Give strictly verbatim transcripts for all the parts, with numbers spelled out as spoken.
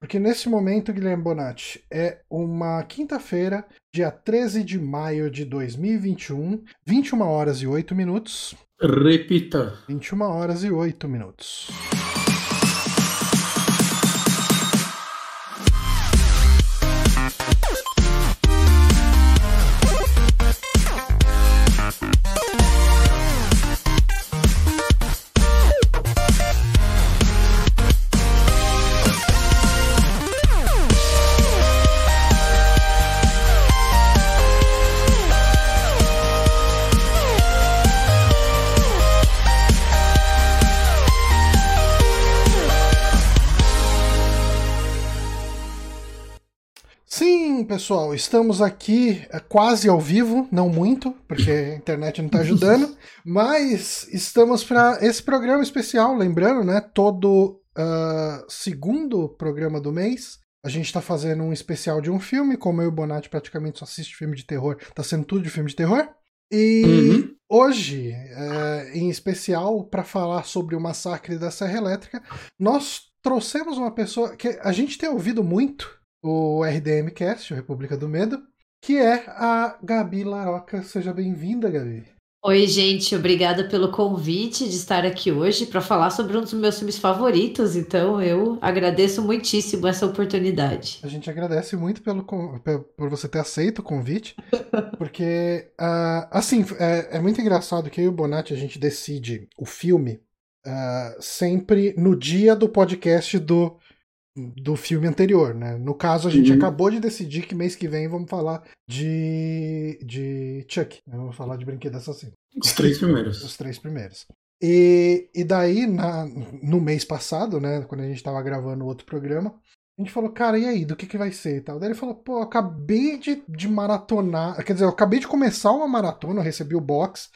Porque nesse momento, Guilherme Bonatti, é uma quinta-feira, dia treze de maio de dois mil e vinte e um, vinte e uma horas e oito minutos. Repita. vinte e uma horas e oito minutos. Sim, pessoal, estamos aqui quase ao vivo, não muito, porque a internet não está ajudando, mas estamos para esse programa especial, lembrando, né, todo uh, segundo programa do mês, a gente está fazendo um especial de um filme, como eu e o Bonatti praticamente só assiste filme de terror, tá sendo tudo de filme de terror, e uhum. hoje, uh, em especial, para falar sobre o massacre da Serra Elétrica, nós trouxemos uma pessoa que a gente tem ouvido muito, o R D M Cast, o República do Medo, que é a Gabi Laroca. Seja bem-vinda, Gabi. Oi, gente, obrigada pelo convite de estar aqui hoje para falar sobre um dos meus filmes favoritos, então eu agradeço muitíssimo essa oportunidade. A gente agradece muito pelo, por você ter aceito o convite, porque, uh, assim, é, é muito engraçado que eu e o Bonatti, a gente decide o filme uh, sempre no dia do podcast do do filme anterior, né? No caso, a gente uhum. acabou de decidir que mês que vem vamos falar de, de Chuck. Né? Vamos falar de Brinquedo Assassino. Os três primeiros. Os três primeiros. E, e daí, na, no mês passado, né? Quando a gente tava gravando outro programa, a gente falou, cara, e aí, do que que vai ser e tal? Daí ele falou, pô, eu acabei de, de maratonar, quer dizer, eu acabei de começar uma maratona, eu recebi o box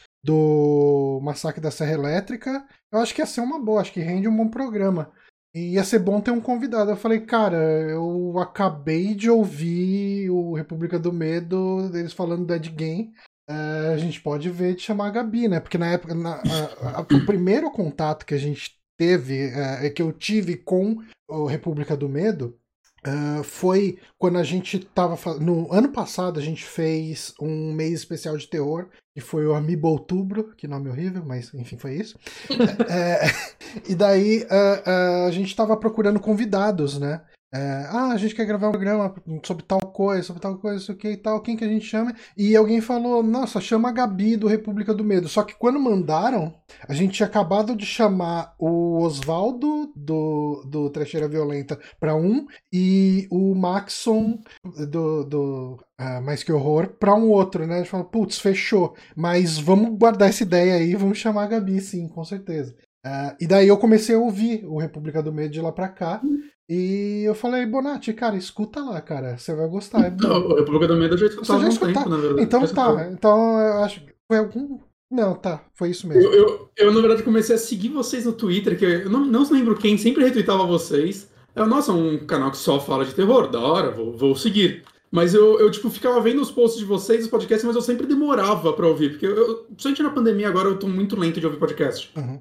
do Massacre da Serra Elétrica, eu acho que ia ser uma boa, acho que rende um bom programa. E ia ser bom ter um convidado. Eu falei, cara, eu acabei de ouvir o República do Medo, deles falando do Dead Game. Uh, a gente pode ver de chamar a Gabi, né? Porque na época, na, a, a, o primeiro contato que a gente teve, uh, que eu tive com o República do Medo, uh, foi quando a gente tava. No ano passado, a gente fez um mês especial de terror, que foi o Amiibo Outubro, que nome horrível, mas enfim, foi isso. é, e daí uh, uh, a gente tava procurando convidados, né? É, ah, a gente quer gravar um programa sobre tal coisa, sobre tal coisa, isso aqui e tal, quem que a gente chama? E alguém falou, nossa, chama a Gabi do República do Medo. Só que quando mandaram, a gente tinha acabado de chamar o Osvaldo do, do Trecheira Violenta pra um e o Maxon do, do uh, Mais Que Horror pra um outro, né? A gente falou, putz, fechou. Mas vamos guardar essa ideia aí, vamos chamar a Gabi, sim, com certeza. Uh, e daí eu comecei a ouvir o República do Medo de lá pra cá. E eu falei, Bonatti, cara, escuta lá, cara, você vai gostar. É bom. Não, o República do Medo eu já escutava há um tempo, na verdade. Então tá, então eu acho que foi algum... Não, tá, foi isso mesmo. Eu, eu, eu, na verdade, comecei a seguir vocês no Twitter, que eu não, não lembro quem, sempre retweetava vocês. Eu, nossa, um canal que só fala de terror, da hora, vou, vou seguir. Mas eu, eu, tipo, ficava vendo os posts de vocês, os podcasts, mas eu sempre demorava pra ouvir, porque, eu, principalmente na pandemia agora, eu tô muito lento de ouvir podcast. Uhum.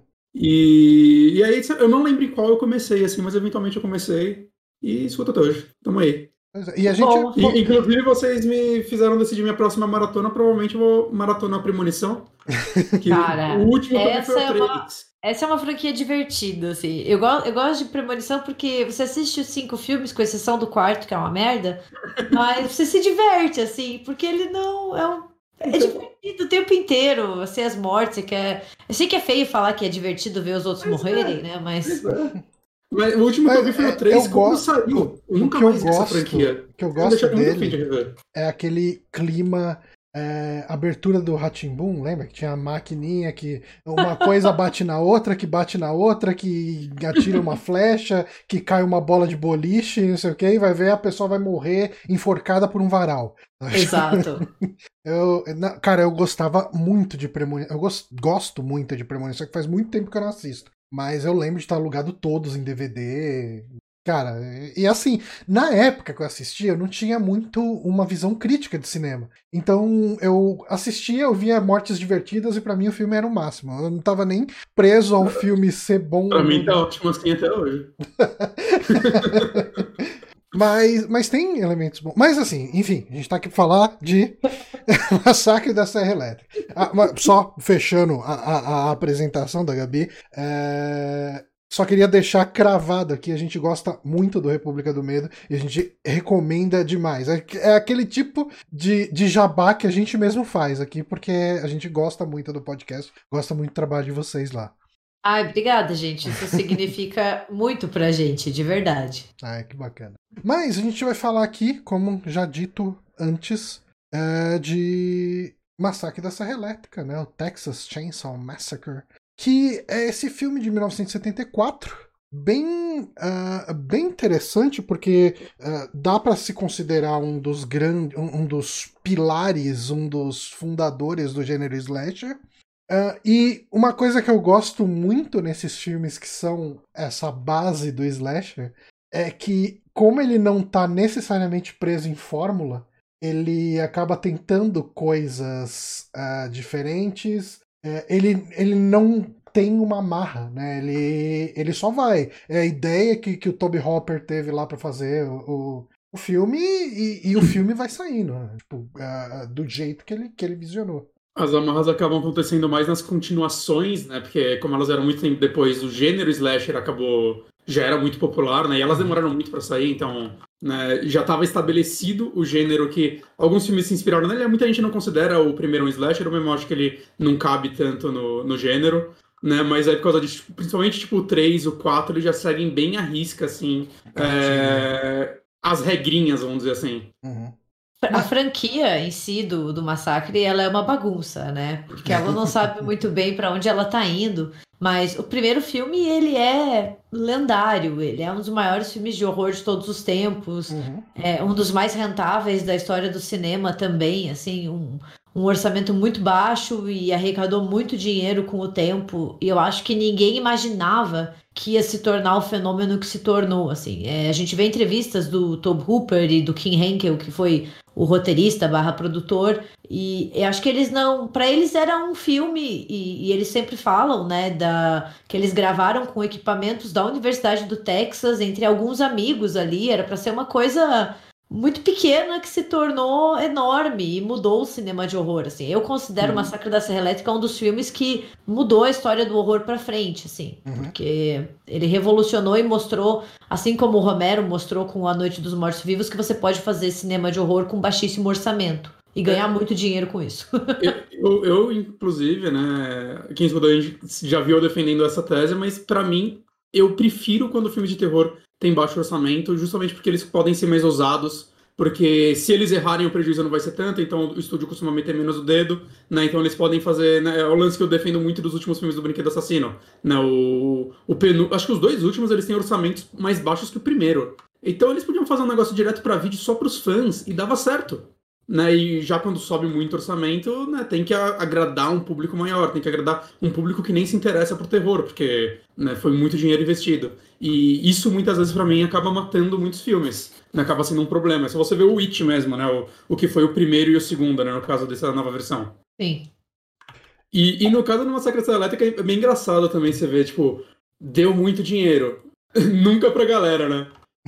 E, e aí, eu não lembro em qual eu comecei, assim, mas eventualmente eu comecei e escuto até hoje. Tamo aí. E a gente... Bom, e, inclusive, vocês me fizeram decidir minha próxima maratona, provavelmente eu vou maratonar Premonição. Que Cara, o último também foi o é três. Uma, essa é uma franquia divertida, assim. Eu, go, eu gosto de Premonição porque você assiste os cinco filmes, com exceção do quarto, que é uma merda, mas você se diverte, assim, porque ele não é um... É divertido o tempo inteiro, assim, as mortes, você quer... Eu sei que é feio falar que é divertido ver os outros mas morrerem, é. né, mas... Mas o último mas, que eu vi foi o três, eu como gosto, saiu. Eu nunca que mais eu vi gosto, essa franquia. O que eu gosto dele é aquele clima... É, abertura do Rá-Tim-Bum, lembra? Que tinha a maquininha que uma coisa bate na outra, que bate na outra, que atira uma flecha, que cai uma bola de boliche, não sei o que, e vai ver a pessoa vai morrer enforcada por um varal. Exato. eu, cara, eu gostava muito de Premonição. Eu gosto, gosto muito de Premonição, que faz muito tempo que eu não assisto. Mas eu lembro de estar alugado todos em D V D. Cara, e assim, na época que eu assistia, eu não tinha muito uma visão crítica de cinema. Então eu assistia, eu via mortes divertidas e pra mim o filme era o máximo. Eu não tava nem preso ao filme ser bom. Pra mim tá ótimo assim até hoje. Mas, mas tem elementos bons. Mas assim, enfim, a gente tá aqui pra falar de Massacre da Serra Elétrica. Ah, só fechando a, a, a apresentação da Gabi, é... só queria deixar cravado aqui, a gente gosta muito do República do Medo e a gente recomenda demais. É, é aquele tipo de, de jabá que a gente mesmo faz aqui, porque a gente gosta muito do podcast, gosta muito do trabalho de vocês lá. Ai, obrigada, gente. Isso significa muito pra gente, de verdade. Ai, que bacana. Mas a gente vai falar aqui, como já dito antes, é, de Massacre da Serra Elétrica, né? O Texas Chainsaw Massacre, que é esse filme de mil novecentos e setenta e quatro, bem, uh, bem interessante, porque uh, dá para se considerar um dos grandes, um, um dos pilares, um dos fundadores do gênero slasher. Uh, e uma coisa que eu gosto muito nesses filmes que são essa base do slasher é que, como ele não tá necessariamente preso em fórmula, ele acaba tentando coisas uh, diferentes. Uh, ele, ele não tem uma amarra, né? Ele, ele só vai. É a ideia que, que o Toby Hopper teve lá para fazer o, o, o filme e, e o filme vai saindo, né? Tipo, uh, do jeito que ele, que ele visionou. As amarras acabam acontecendo mais nas continuações, né? Porque como elas eram muito tempo depois, o gênero slasher acabou... já era muito popular, né? E elas demoraram muito pra sair, então... né, já estava estabelecido o gênero que... alguns filmes se inspiraram nele. Muita gente não considera o primeiro um slasher. Eu mesmo acho que ele não cabe tanto no, no gênero, né? Mas aí por causa de... principalmente, tipo, o três, o quatro, eles já seguem bem à risca, assim... É, as regrinhas, vamos dizer assim. Uhum. A franquia em si do, do Massacre, ela é uma bagunça, né? Porque ela não sabe muito bem para onde ela tá indo. Mas o primeiro filme, ele é lendário. Ele é um dos maiores filmes de horror de todos os tempos. Uhum. É um dos mais rentáveis da história do cinema também. Assim, um, um orçamento muito baixo e arrecadou muito dinheiro com o tempo. E eu acho que ninguém imaginava que ia se tornar o fenômeno que se tornou. Assim. É, a gente vê entrevistas do Tobe Hooper e do Kim Henkel, que foi o roteirista barra produtor, e eu acho que eles não... para eles era um filme, e, e eles sempre falam, né, da, que eles gravaram com equipamentos da Universidade do Texas, entre alguns amigos ali, era para ser uma coisa muito pequena que se tornou enorme e mudou o cinema de horror, assim. Eu considero o Uhum. Massacre da Serra Elétrica um dos filmes que mudou a história do horror pra frente, assim, Uhum. porque ele revolucionou e mostrou, assim como o Romero mostrou com A Noite dos Mortos-Vivos, que você pode fazer cinema de horror com baixíssimo orçamento e ganhar É. muito dinheiro com isso. Eu, eu, eu, inclusive, né, quem escutou a gente já viu eu defendendo essa tese, mas pra mim, eu prefiro quando o filme de terror tem baixo orçamento, justamente porque eles podem ser mais ousados, porque se eles errarem o prejuízo não vai ser tanto, então o estúdio costuma meter menos o dedo, né, então eles podem fazer, né, é o lance que eu defendo muito dos últimos filmes do Brinquedo Assassino, né, o, o penu, acho que os dois últimos eles têm orçamentos mais baixos que o primeiro, então eles podiam fazer um negócio direto pra vídeo só pros fãs, e dava certo. Né, e já quando sobe muito orçamento, né, tem que a- agradar um público maior, tem que agradar um público que nem se interessa por terror, porque, né, foi muito dinheiro investido. E isso muitas vezes pra mim acaba matando muitos filmes, né, acaba sendo um problema. Se você vê o It mesmo, né, o, o que foi o primeiro e o segundo, né, no caso dessa nova versão. Sim. E, e no caso do Massacre da Serra Elétrica é bem engraçado também você ver, tipo, deu muito dinheiro. Nunca pra galera, né?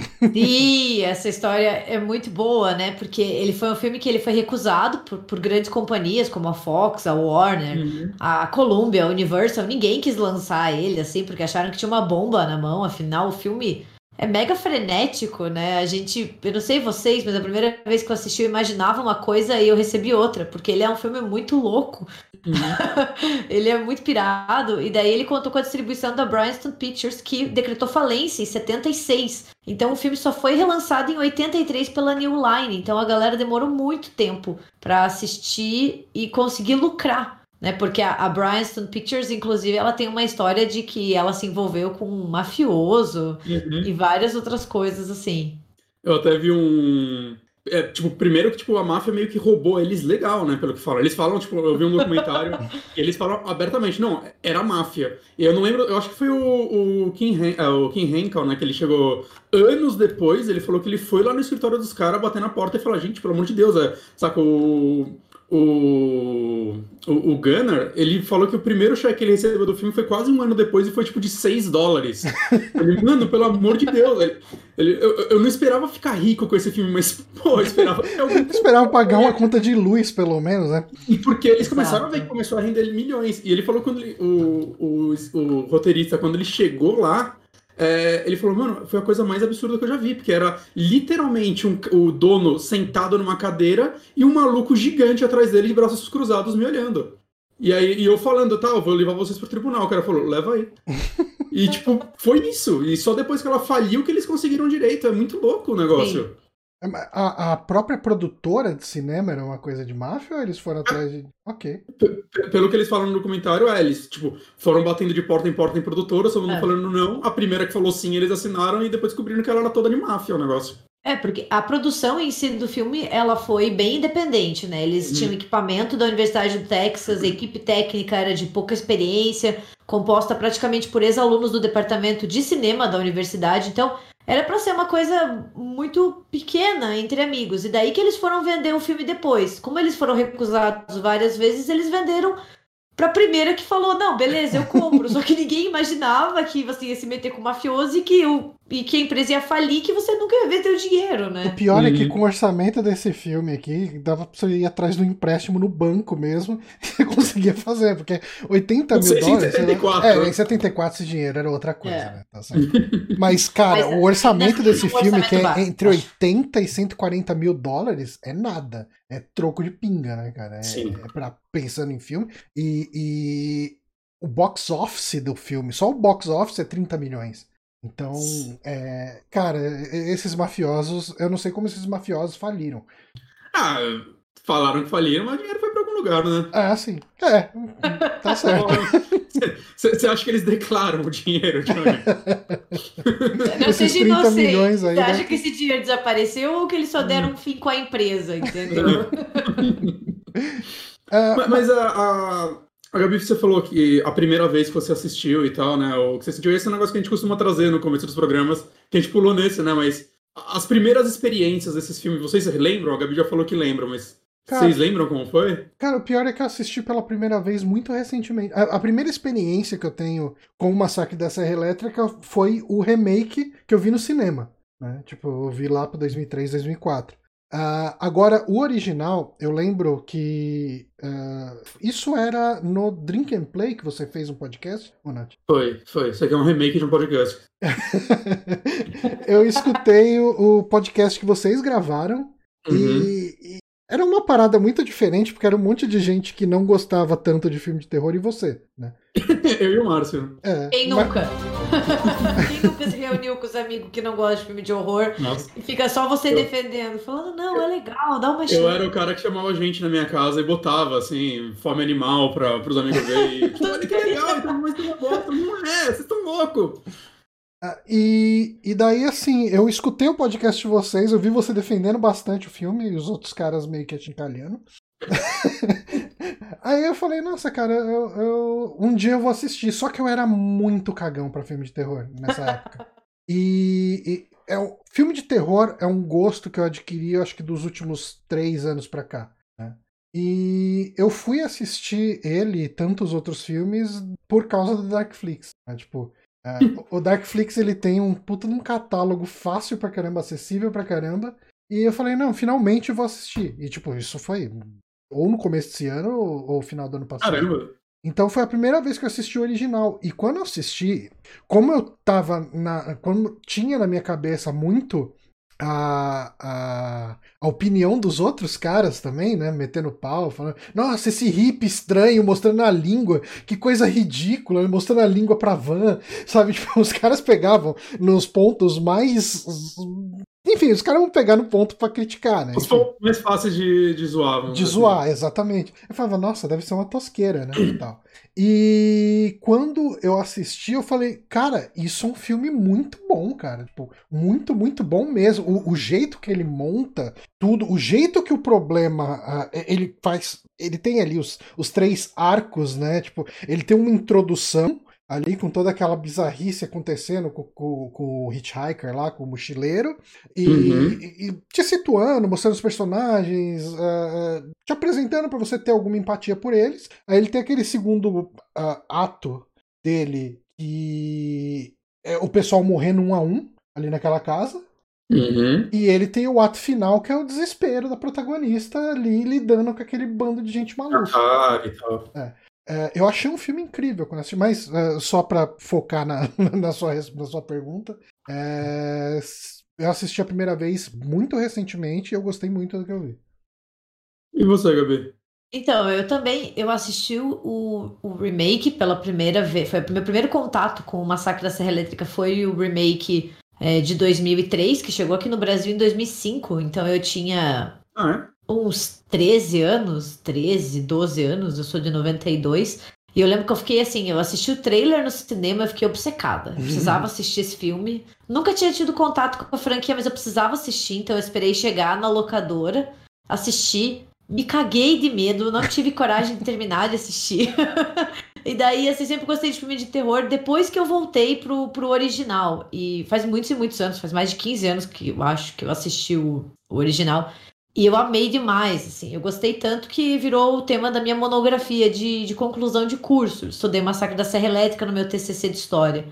E essa história é muito boa, né? Porque ele foi um filme que ele foi recusado por, por grandes companhias como a Fox, a Warner, Uhum. a Columbia, a Universal. Ninguém quis lançar ele, assim, porque acharam que tinha uma bomba na mão. Afinal, o filme é mega frenético, né? A gente, eu não sei vocês, mas a primeira vez que eu assisti eu imaginava uma coisa e eu recebi outra, porque ele é um filme muito louco. Uhum. Ele é muito pirado, e daí ele contou com a distribuição da Bryanston Pictures, que decretou falência em setenta e seis. Então o filme só foi relançado em oitenta e três pela New Line. Então a galera demorou muito tempo pra assistir e conseguir lucrar, né? Porque a, a Bryanston Pictures, inclusive, ela tem uma história de que ela se envolveu com um mafioso Uhum. e várias outras coisas assim. Eu até vi um. É, tipo, primeiro que tipo, a máfia meio que roubou eles legal, né? Pelo que falam. Eles falam, tipo, eu vi um documentário e eles falam abertamente, não, era a máfia. E eu não lembro, eu acho que foi o, o, Kim, Hen, é, o Kim Henkel, né? Que ele chegou anos depois, ele falou que ele foi lá no escritório dos caras, bater na porta e falar, gente, pelo amor de Deus, é, saca, o. o, o, o Gunnar, ele falou que o primeiro cheque que ele recebeu do filme foi quase um ano depois e foi tipo de seis dólares. Ele, mano, pelo amor de Deus, ele, ele, eu, eu não esperava ficar rico com esse filme, mas, pô, eu esperava... Eu esperava pagar uma conta de luz, pelo menos, né? E porque eles começaram a ver que começou a render milhões. E ele falou quando ele, o, o, o roteirista, quando ele chegou lá, É, ele falou, mano, foi a coisa mais absurda que eu já vi, porque era literalmente um, o dono sentado numa cadeira e um maluco gigante atrás dele de braços cruzados me olhando. E aí e eu falando, tá, eu vou levar vocês pro tribunal. O cara falou, leva aí. E tipo, foi isso. E só depois que ela faliu que eles conseguiram direito. É muito louco o negócio. Sim. A, a própria produtora de cinema era uma coisa de máfia ou eles foram atrás de... Ok. P- pelo que eles falam no documentário, é, eles tipo, foram batendo de porta em porta em produtora, todo mundo É. falando não. A primeira que falou sim, eles assinaram e depois descobriram que ela era toda de máfia o negócio. É, porque a produção em si do filme, ela foi bem independente, né? Eles Uhum. tinham equipamento da Universidade do Texas, a equipe técnica era de pouca experiência, composta praticamente por ex-alunos do departamento de cinema da universidade, então era pra ser uma coisa muito pequena entre amigos, e daí que eles foram vender o filme depois. Como eles foram recusados várias vezes, eles venderam pra primeira que falou, não, beleza, eu compro. Só que ninguém imaginava que você ia se meter com o mafioso e que, o, e que a empresa ia falir, que você nunca ia ver teu dinheiro, O né? pior é que Uhum. com o orçamento desse filme aqui, dava pra você ir atrás do empréstimo no banco mesmo e você conseguia fazer, porque oitenta mil Não sei se em dólares... setenta e quatro, É, né? em setenta e quatro esse dinheiro era outra coisa, É. né? Tá certo. Mas, cara, Mas, o orçamento ainda desse assim, um filme, que é orçamento entre baixo. oitenta e cento e quarenta mil dólares, é nada. É troco de pinga, né, cara? É, Sim. é pra, pensando em filme. E, e o box office do filme, só o box office é trinta milhões. Então, é, cara, esses mafiosos, eu não sei como esses mafiosos faliram. Ah, falaram que faliram, mas o dinheiro foi pra algum lugar, né? Ah, sim. É, tá certo. Você acha que eles declaram o dinheiro, Johnny? Não Esses seja trinta inocente. milhões aí, Você acha né? que esse dinheiro desapareceu ou que eles só deram um fim com a empresa, entendeu? É, mas mas a, a, a Gabi, você falou que a primeira vez que você assistiu e tal, né? O que você assistiu, esse é um negócio que a gente costuma trazer no começo dos programas, que a gente pulou nesse, né? Mas as primeiras experiências desses filmes, vocês lembram? A Gabi já falou que lembram, mas Cara, vocês lembram como foi? Cara, o pior é que eu assisti pela primeira vez muito recentemente. A, a primeira experiência que eu tenho com o Massacre da Serra Elétrica foi o remake que eu vi no cinema. Né? Tipo, eu vi lá para dois mil e três, dois mil e quatro. Uh, agora, o original, eu lembro que uh, isso era no Drink and Play que você fez um podcast, ou Nath? Foi, foi. Isso aqui é um remake de um podcast. Eu escutei o, o podcast que vocês gravaram Uhum. e, e era uma parada muito diferente, porque era um monte de gente que não gostava tanto de filme de terror e você, né? Eu e o Márcio. É, Quem mas- nunca? Quem nunca se reuniu com os amigos que não gostam de filme de horror Nossa. e fica só você Eu- defendendo, falando, não, é legal, dá uma Eu chance. era o cara que chamava a gente na minha casa e botava, assim, fome animal pra, pros amigos verem. E, tipo, olha que legal, então, mas tem uma bosta. Não é, vocês estão loucos. Ah, E, e daí, assim, eu escutei o podcast de vocês, eu vi você defendendo bastante o filme e os outros caras meio que achincalhando. Aí eu falei, nossa, cara, eu, eu- um dia eu vou assistir. Só que eu era muito cagão pra filme de terror nessa época. E, e é um, filme de terror é um gosto que eu adquiri, eu acho que dos últimos três anos pra cá. Né? E eu fui assistir ele e tantos outros filmes por causa do Darkflix. Né? Tipo, é, o Darkflix ele tem um puta de um catálogo fácil pra caramba, acessível pra caramba. E eu falei, não, finalmente eu vou assistir. E tipo, isso foi ou no começo desse ano ou, ou final do ano passado. Caramba. Então foi a primeira vez que eu assisti o original. E quando eu assisti, como eu tava na. Como tinha na minha cabeça muito a, a, a opinião dos outros caras também, né? Metendo pau, falando, nossa, esse hippie estranho mostrando a língua, que coisa ridícula, mostrando a língua pra van, sabe? Tipo, os caras pegavam nos pontos mais. Enfim, os caras vão pegar no ponto pra criticar, né? Os Enfim. pontos mais fáceis de, de zoar. vamos De dizer zoar, exatamente. Eu falava, nossa, deve ser uma tosqueira, né? E tal. E quando eu assisti, eu falei, cara, isso é um filme muito bom, cara. Tipo, muito, muito bom mesmo. O, o jeito que ele monta tudo, o jeito que o problema ah, ele faz. Ele tem ali os, os três arcos, né? Tipo, ele tem uma introdução. ali com toda aquela bizarrice acontecendo com, com, com o Hitchhiker lá, com o mochileiro, e, Uhum. e, e te situando, mostrando os personagens, uh, te apresentando para você ter alguma empatia por eles. Aí ele tem aquele segundo uh, ato dele, que é o pessoal morrendo um a um ali naquela casa. Uhum. E ele tem o ato final, que é o desespero da protagonista ali lidando com aquele bando de gente maluca. Ah, e tal. É. É, eu achei um filme incrível quando assisti, mas é, só pra focar na, na, sua, na sua pergunta, é, eu assisti a primeira vez muito recentemente e eu gostei muito do que eu vi. E você, Gabi? Então, eu também, eu assisti o, o remake pela primeira vez, foi o meu primeiro contato com o Massacre da Serra Elétrica, foi o remake é, de dois mil e três, que chegou aqui no Brasil em dois mil e cinco, então eu tinha Ah, é? uns treze anos, treze, doze anos, eu sou de noventa e dois, e eu lembro que eu fiquei assim, eu assisti o trailer no cinema, eu fiquei obcecada, eu precisava assistir esse filme, nunca tinha tido contato com a franquia, mas eu precisava assistir, então eu esperei chegar na locadora, assistir, me caguei de medo, não tive coragem de terminar de assistir. E daí, assim, sempre gostei de filme de terror. Depois que eu voltei pro, pro original. E faz muitos e muitos anos, faz mais de quinze anos que eu acho que eu assisti o, o original. E eu amei demais, assim. Eu gostei tanto que virou o tema da minha monografia de, de conclusão de curso. Estudei Massacre da Serra Elétrica no meu T C C de História.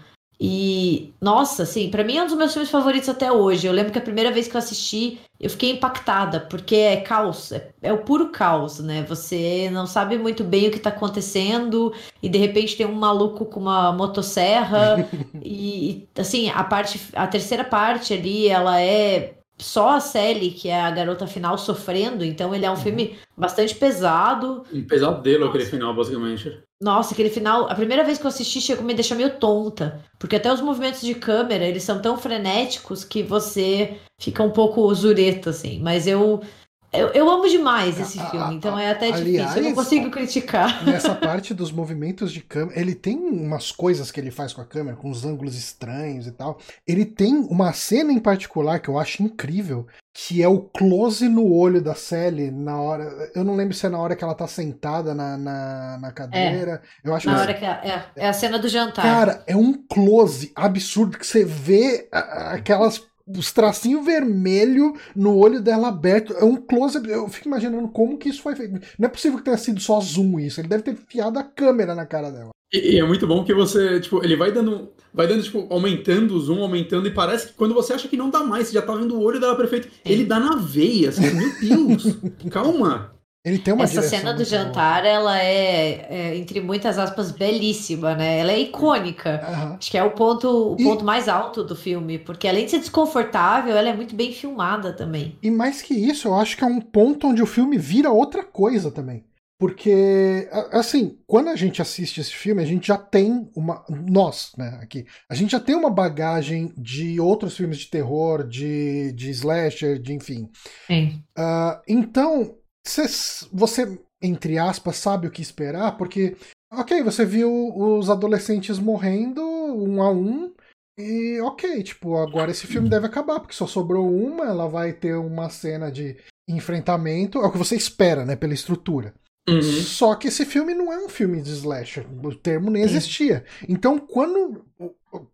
E, nossa, assim, pra mim é um dos meus filmes favoritos até hoje. Eu lembro que a primeira vez que eu assisti, eu fiquei impactada, porque é caos, é, é o puro caos, né? Você não sabe muito bem o que tá acontecendo, e de repente tem um maluco com uma motosserra, e, e, assim, a parte, a terceira parte ali, ela é só a Sally, que é a garota final, sofrendo, então ele é um filme bastante pesado. Um pesadelo aquele final, basicamente. Nossa, aquele final, a primeira vez que eu assisti chegou a me deixar meio tonta, porque até os movimentos de câmera, eles são tão frenéticos que você fica um pouco zureta, assim, mas eu eu, eu amo demais esse A- filme, a- então é até aliás, difícil, eu não consigo criticar. Nessa parte dos movimentos de câmera, ele tem umas coisas que ele faz com a câmera, com uns ângulos estranhos e tal. Ele tem uma cena em particular que eu acho incrível, que é o close no olho da Sally na hora. Eu não lembro se é na hora que ela tá sentada na, na, na cadeira. Eu acho Na que hora que a- é, é a cena do jantar. Cara, é um close absurdo que você vê a- a- aquelas os tracinhos vermelhos no olho dela aberto. É um close. Eu fico imaginando como que isso foi feito. Não é possível que tenha sido só zoom isso. Ele deve ter enfiado a câmera na cara dela. E, e é muito bom que você, tipo, ele vai dando, vai dando, tipo, aumentando o zoom, aumentando, e parece que quando você acha que não dá mais, você já tá vendo o olho dela perfeito, ele dá na veia, assim, meu Deus, calma. Ele tem uma Essa direção cena do muito jantar, ela é, é, entre muitas aspas, belíssima, né? Ela é icônica. boa. Aham. Acho que é o ponto, o E- ponto mais alto do filme, porque além de ser desconfortável, ela é muito bem filmada também. E mais que isso, eu acho que é um ponto onde o filme vira outra coisa também. Porque, a- assim, quando a gente assiste esse filme, a gente já tem uma. Nós, né, aqui. A gente já tem uma bagagem de outros filmes de terror, de, de slasher, de enfim. Sim. Ah, então, cês- você, entre aspas, sabe o que esperar, porque, ok, você viu os adolescentes morrendo um a um, e ok, tipo, agora esse filme deve acabar, porque só sobrou uma, ela vai ter uma cena de enfrentamento, é o que você espera, né, pela estrutura. Uhum. Só que esse filme não é um filme de slasher, o termo nem Sim. existia. Então, quando o-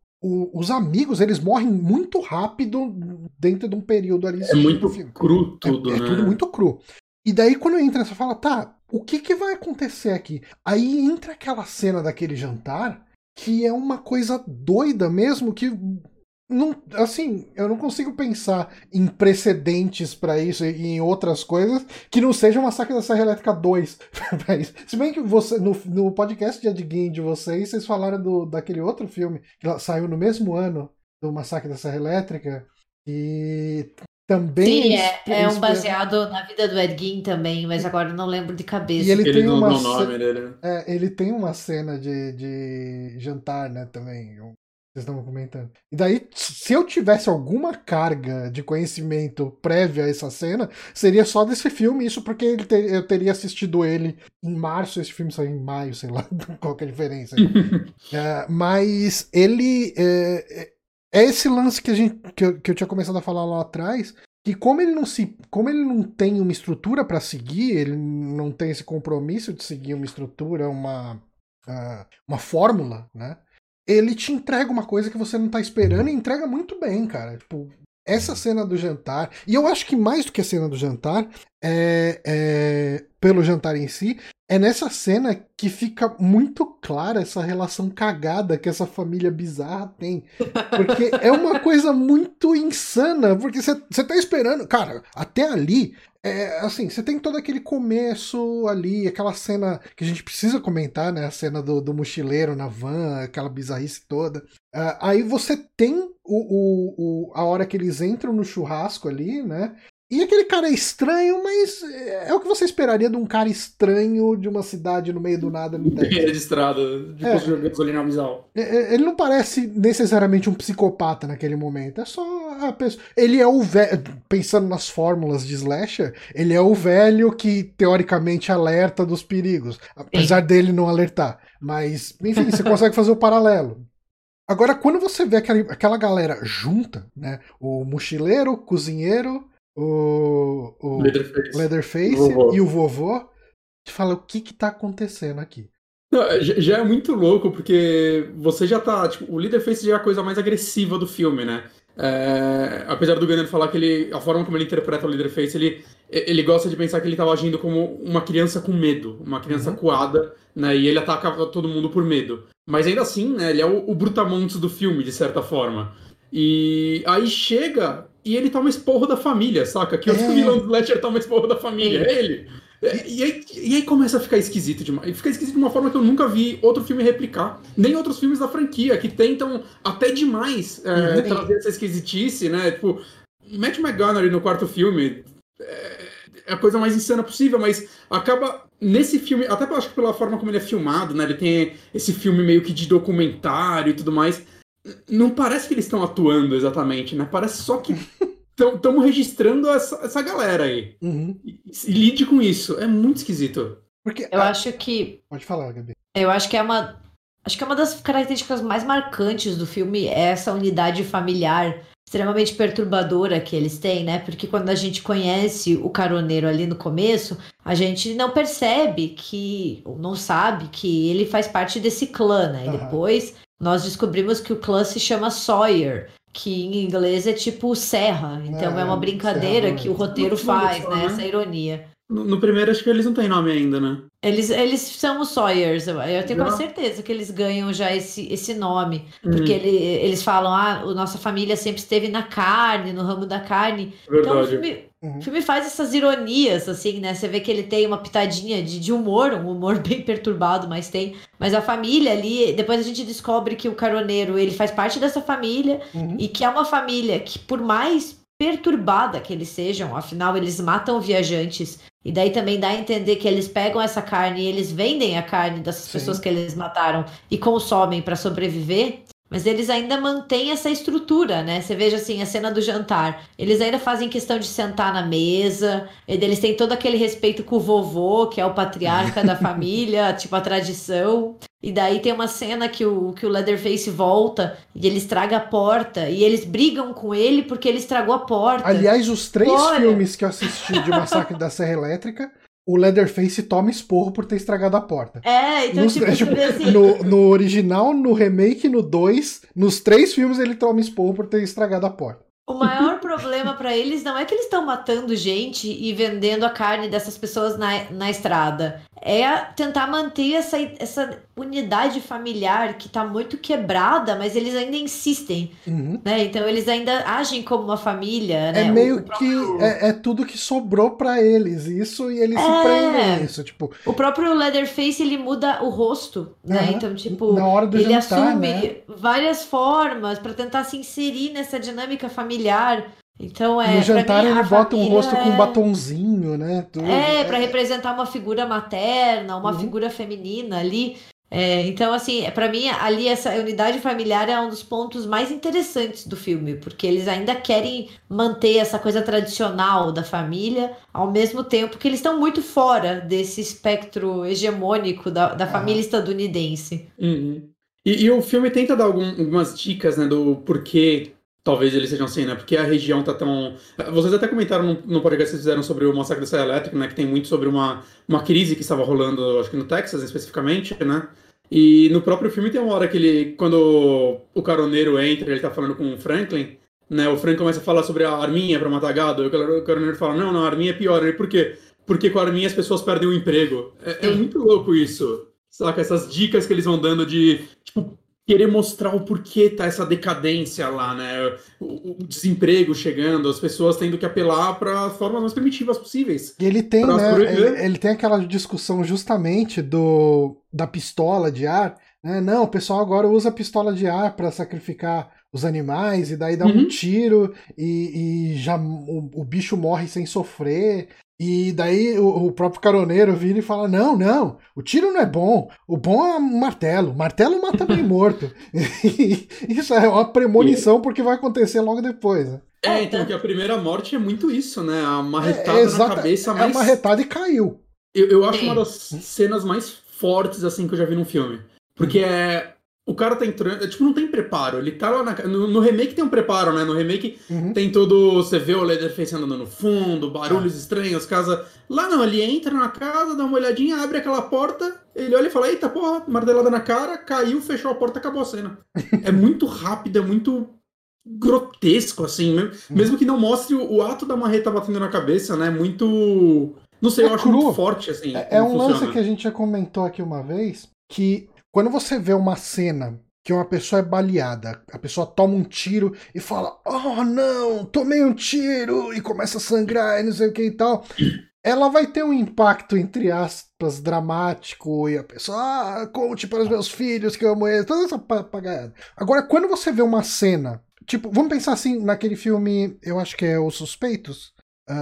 o- os amigos, eles morrem muito rápido dentro de um período ali É muito do filme. cru É- tudo, é, né? tudo muito cru. E daí quando entra, você fala, tá, o que que vai acontecer aqui? Aí entra aquela cena daquele jantar, que é uma coisa doida mesmo, que não, assim, eu não consigo pensar em precedentes pra isso e em outras coisas que não seja o Massacre da Serra Elétrica dois pra isso. Se bem que você, no, no podcast de Adguin de vocês, vocês falaram do, daquele outro filme que saiu no mesmo ano do Massacre da Serra Elétrica, e também Sim, eles- é, é eles- um baseado na vida do Ed Gein também, mas agora eu não lembro de cabeça. E ele Ele tem não uma dá o ce- nome dele. É, ele tem uma cena de, de jantar, né, também. Vocês estavam comentando. E daí, se eu tivesse alguma carga de conhecimento prévia a essa cena, seria só desse filme. Isso porque ele te- eu teria assistido ele em março, esse filme saiu em maio, sei lá, qual que é a diferença. É, mas ele. É, é- é esse lance que, a gente, que, eu, que eu tinha começado a falar lá atrás. Que como ele não se, como ele não tem uma estrutura para seguir, ele não tem esse compromisso de seguir uma estrutura, uma, uh, uma fórmula, né? ele te entrega uma coisa que você não tá esperando e entrega muito bem, cara. Tipo, essa cena do jantar, e eu acho que mais do que a cena do jantar, é, é, pelo jantar em si, é nessa cena que fica muito clara essa relação cagada que essa família bizarra tem. Porque é uma coisa muito insana, porque você tá esperando... Cara, até ali, é, assim, você tem todo aquele começo ali, aquela cena que a gente precisa comentar, né? A cena do, do mochileiro na van, aquela bizarrice toda. Uh, aí você tem o, o, o, a hora que eles entram no churrasco ali, né? E aquele cara é estranho, mas é o que você esperaria de um cara estranho de uma cidade no meio do nada no Texas. De estrada, de É. de gasolina visual. Ele não parece necessariamente um psicopata naquele momento. É só a pessoa. Ele é o velho. Pensando nas fórmulas de slasher, ele é o velho que teoricamente alerta dos perigos. Apesar Sim. dele não alertar. Mas, enfim, você consegue fazer o paralelo. Agora, quando você vê aquela, aquela galera junta, né? O mochileiro, o cozinheiro. O, o Leatherface, Leatherface o e o vovô, te fala o que que tá acontecendo aqui. Não, já é muito louco, porque você já tá, tipo, o Leatherface já é a coisa mais agressiva do filme, né? É, apesar do Gunner falar que ele, a forma como ele interpreta o Leatherface, ele, ele gosta de pensar que ele tava agindo como uma criança com medo, uma criança Uhum. coada, né? E ele ataca todo mundo por medo. Mas ainda assim, né, ele é o, o brutamontes do filme, de certa forma. E aí chega e ele toma esporro da família, saca? Que outro É. vilão do Slasher toma esporro da família? Sim. É ele. É, E aí, e aí começa a ficar esquisito demais. E fica esquisito de uma forma que eu nunca vi outro filme replicar. Nem outros filmes da franquia, que tentam até demais é, Uhum. trazer essa esquisitice, né? Tipo, Matt McGonagall no quarto filme é, é a coisa mais insana possível, mas acaba nesse filme, até acho que pela forma como ele é filmado, né? Ele tem esse filme meio que de documentário e tudo mais. Não parece que eles estão atuando exatamente, né? Parece só que estamos registrando essa, essa galera aí. Uhum. E, e lide com isso. É muito esquisito. Porque Eu a- acho que. Pode falar, Gabi. Eu acho que é uma. Acho que é uma das características mais marcantes do filme é essa unidade familiar extremamente perturbadora que eles têm, né? Porque quando a gente conhece o caroneiro ali no começo, a gente não percebe que, ou não sabe que ele faz parte desse clã, né? E Aham. depois nós descobrimos que o clã se chama Sawyer, que em inglês é tipo serra. Então É, é uma brincadeira serra, que o né? roteiro Muito bom, faz, só, né? né? Essa ironia. No, no primeiro, acho que eles não têm nome ainda, né? Eles, eles são os Sawyers, eu, eu tenho Já? quase certeza que eles ganham já esse, esse nome. Porque Hum, ele, eles falam, ah, a nossa família sempre esteve na carne, no ramo da carne. Então o verdade. filme, Uhum. o filme faz essas ironias, assim, né? Você vê que ele tem uma pitadinha de, de humor, um humor bem perturbado, mas tem. Mas a família ali, depois a gente descobre que o caroneiro, ele faz parte dessa família Uhum. e que é uma família que, por mais perturbada que eles sejam, afinal eles matam viajantes, e daí também dá a entender que eles pegam essa carne e eles vendem a carne dessas Sim. pessoas que eles mataram e consomem para sobreviver, mas eles ainda mantêm essa estrutura, né? Você veja assim, a cena do jantar, eles ainda fazem questão de sentar na mesa, e eles têm todo aquele respeito com o vovô, que é o patriarca da família, tipo a tradição. E daí tem uma cena que o, que o Leatherface volta e ele estraga a porta. E eles brigam com ele porque ele estragou a porta. Aliás, os três Olha. filmes que eu assisti de Massacre da Serra Elétrica, o Leatherface toma esporro por ter estragado a porta. É, então Nos- tipo, é, você tipo, vê assim... no, no original, no remake, no dois, nos três filmes ele toma esporro por ter estragado a porta. O maior problema pra eles não é que eles estão matando gente e vendendo a carne dessas pessoas na, na estrada. É tentar manter essa, essa unidade familiar que tá muito quebrada, mas eles ainda insistem, Uhum. né? Então eles ainda agem como uma família, né? É O- meio o próprio- que é, é tudo que sobrou pra eles, isso, e eles se É. prendem nisso. Tipo, O próprio Leatherface, ele muda o rosto, né? Aham. Então, tipo, na hora do ele jantar, assume né? várias formas pra tentar se inserir nessa dinâmica familiar. Então, é, No jantar pra mim, ele a bota um família rosto com um é- batonzinho, né? Tudo. É, pra representar uma figura materna, uma Uhum. figura feminina ali. É, então, assim, é, pra mim, ali essa unidade familiar é um dos pontos mais interessantes do filme, porque eles ainda querem manter essa coisa tradicional da família, ao mesmo tempo que eles estão muito fora desse espectro hegemônico da, da Ah. família estadunidense. Uhum. E, e o filme tenta dar algum- algumas dicas, né, do porquê talvez eles sejam assim, né? Porque a região tá tão... Vocês até comentaram no, no podcast que vocês fizeram sobre o Massacre da Serra Elétrica, né? Que tem muito sobre uma, uma crise que estava rolando, acho que no Texas especificamente, né? E no próprio filme tem uma hora que ele, quando o caroneiro entra, ele tá falando com o Franklin, né? O Franklin começa a falar sobre a arminha pra matar gado, e o caroneiro fala, não, não, a arminha é pior. Ele, por quê? Porque com a arminha as pessoas perdem o emprego. É, é muito louco isso, saca? Essas dicas que eles vão dando de, tipo, querer mostrar o porquê tá essa decadência lá, né? O, o desemprego chegando, as pessoas tendo que apelar para formas mais primitivas possíveis. E ele tem, né? Ele, ele tem aquela discussão justamente do da pistola de ar, né? Não, o pessoal agora usa pistola de ar para sacrificar os animais e daí dá uhum. um tiro e, e já o, o bicho morre sem sofrer. E daí o, o próprio caroneiro vira e fala, não, não, o tiro não é bom, o bom é o martelo, o martelo mata bem morto. Isso é uma premonição porque vai acontecer logo depois. Né? É, então que a primeira morte é muito isso, né? A marretada é, exata, na cabeça mais... É a marretada e caiu. Eu, eu acho uma das cenas mais fortes assim que eu já vi num filme. Porque uhum. é... O cara tá entrando, tipo, não tem preparo. Ele tá lá na... No, no remake tem um preparo, né? No remake uhum. tem todo... Você vê o Leatherface andando no fundo, barulhos ah. estranhos, casa... Lá não, ele entra na casa, dá uma olhadinha, abre aquela porta, ele olha e fala, eita porra, martelada na cara, caiu, fechou a porta, acabou a cena. É muito rápido, é muito grotesco, assim. Mesmo, uhum. mesmo que não mostre o, o ato da marreta batendo na cabeça, né? Muito... Não sei, é eu acho cru. muito forte, assim. É, é um funciona. lance que a gente já comentou aqui uma vez, que... Quando você vê uma cena que uma pessoa é baleada, a pessoa toma um tiro e fala, oh não, tomei um tiro, e começa a sangrar e não sei o que e tal, ela vai ter um impacto, entre aspas, dramático, e a pessoa, ah, conte para os meus filhos que eu amo eles, toda essa papagaiada. Agora, quando você vê uma cena, tipo, vamos pensar assim, naquele filme, eu acho que é Os Suspeitos,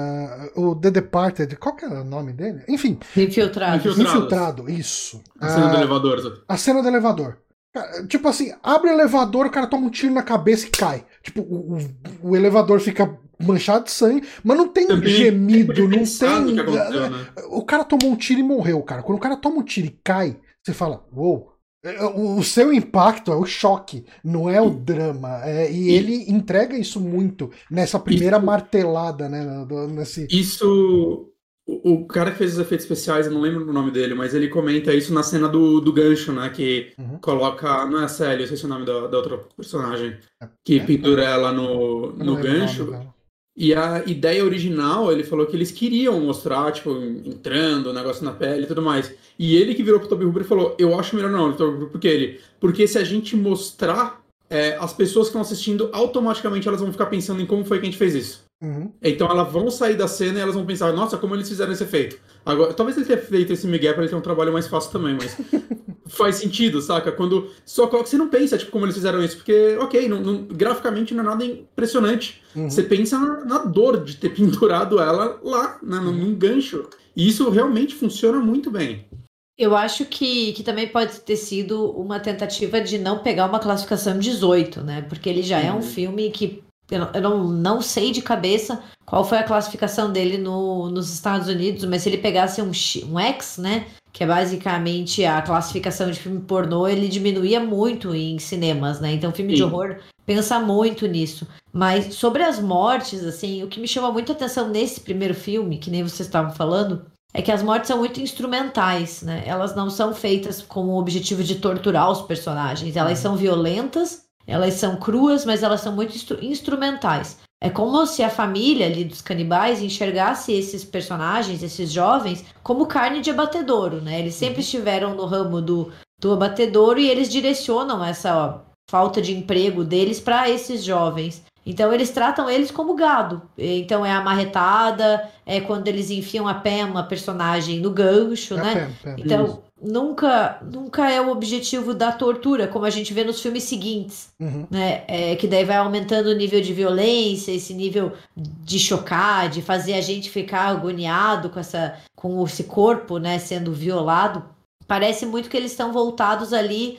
Uh, o The Departed, qual que é o nome dele? Enfim. Infiltrado. Infiltrado, isso. A cena uh, do elevador. Sabe? A cena do elevador. Tipo assim, abre o elevador, o cara toma um tiro na cabeça e cai. Tipo, o, o, o elevador fica manchado de sangue, mas não tem Também gemido, não tem... Né? O cara tomou um tiro e morreu, cara. Quando o cara toma um tiro e cai, você fala, uou. Wow. O seu impacto é o choque, não é o drama. É, e ele entrega isso muito nessa primeira isso, martelada, né? Nesse... Isso. O, o cara que fez os efeitos especiais, eu não lembro o nome dele, mas ele comenta isso na cena do, do gancho, né? Que uhum. coloca. Não é a Sally, eu sei se é o nome da, da outra personagem. Que é, pendura é, ela no, no gancho. E a ideia original, ele falou que eles queriam mostrar, tipo, entrando, o negócio na pele e tudo mais. E ele que virou pro Toby Hooper e falou, eu acho melhor não, Toby Hooper, porque ele? Porque se a gente mostrar, é, as pessoas que estão assistindo, automaticamente elas vão ficar pensando em como foi que a gente fez isso. Uhum. Então elas vão sair da cena e elas vão pensar, nossa, como eles fizeram esse efeito. Agora, talvez ele tenha feito esse migué pra ele ter um trabalho mais fácil também, mas faz sentido, saca? Quando só coloca, você não pensa, tipo, como eles fizeram isso, porque, ok, não, não, graficamente não é nada impressionante. Uhum. Você pensa na, na dor de ter pendurado ela lá, né, num, num gancho. E isso realmente funciona muito bem. Eu acho que, que também pode ter sido uma tentativa de não pegar uma classificação dezoito, né? Porque ele já uhum. é um filme que eu não, não sei de cabeça qual foi a classificação dele no, nos Estados Unidos, mas se ele pegasse um, um X, né, que é basicamente a classificação de filme pornô, ele diminuía muito em cinemas, né? Então filme Sim. de horror pensa muito nisso. Mas sobre as mortes, assim, o que me chama muito a atenção nesse primeiro filme, que nem vocês estavam falando, é que as mortes são muito instrumentais, né? Elas não são feitas com o objetivo de torturar os personagens, elas são violentas, elas são cruas, mas elas são muito instru- instrumentais. É como se a família ali dos canibais enxergasse esses personagens, esses jovens, como carne de abatedouro, né? Eles sempre estiveram no ramo do, do abatedouro e eles direcionam essa ó, falta de emprego deles para esses jovens. Então eles tratam eles como gado. Então é a marretada, é quando eles enfiam a Pam, uma personagem, no gancho, é né? Pam, Pam. Então nunca, nunca é o objetivo da tortura, como a gente vê nos filmes seguintes, uhum. né? É, que daí vai aumentando o nível de violência, esse nível de chocar, de fazer a gente ficar agoniado com, essa, com esse corpo, né, sendo violado. Parece muito que eles estão voltados ali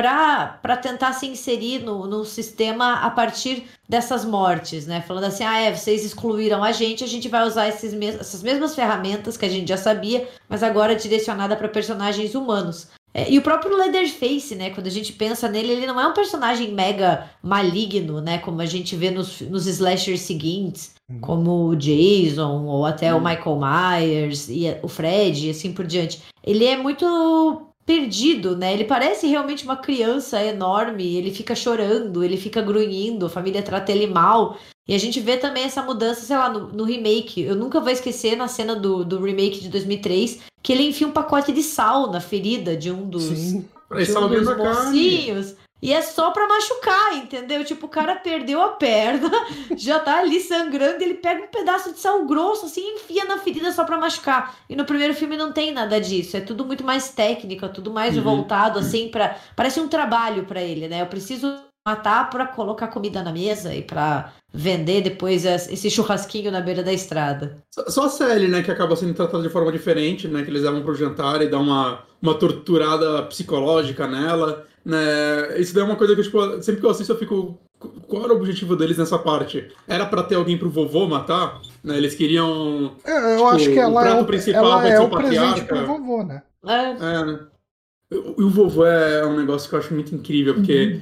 para tentar se inserir no, no sistema a partir dessas mortes, né? Falando assim, ah, é, vocês excluíram a gente, a gente vai usar esses mes- essas mesmas ferramentas que a gente já sabia, mas agora direcionada para personagens humanos. É, e o próprio Leatherface, né? Quando a gente pensa nele, ele não é um personagem mega maligno, né? Como a gente vê nos, nos slashers seguintes, uhum. como o Jason, ou até uhum. o Michael Myers, e o Fred, e assim por diante. Ele é muito perdido, né? Ele parece realmente uma criança enorme, ele fica chorando, ele fica grunhindo, a família trata ele mal. E a gente vê também essa mudança, sei lá, no, no remake. Eu nunca vou esquecer na cena do, do remake de dois mil e três, que ele enfia um pacote de sal na ferida de um dos, Sim. de um dos mocinhos. E é só pra machucar, entendeu? Tipo, o cara perdeu a perna, já tá ali sangrando, ele pega um pedaço de sal grosso, assim, e enfia na ferida só pra machucar. E no primeiro filme não tem nada disso, é tudo muito mais técnico, é tudo mais Uhum. voltado, assim, pra... Parece um trabalho pra ele, né? Eu preciso matar pra colocar comida na mesa e pra vender depois esse churrasquinho na beira da estrada. Só- Só a Sally, né, que acaba sendo tratada de forma diferente, né, que eles levam pro jantar e dão uma, uma torturada psicológica nela, né, isso daí é uma coisa que, eu, tipo, sempre que eu assisto eu fico, qual era o objetivo deles nessa parte? Era pra ter alguém pro vovô matar? Né, eles queriam, É, eu tipo, acho que o ela prato é o, principal ela vai é ser o o presente pro patriarca. vovô, né? É. É, né? E o vovô é um negócio que eu acho muito incrível, porque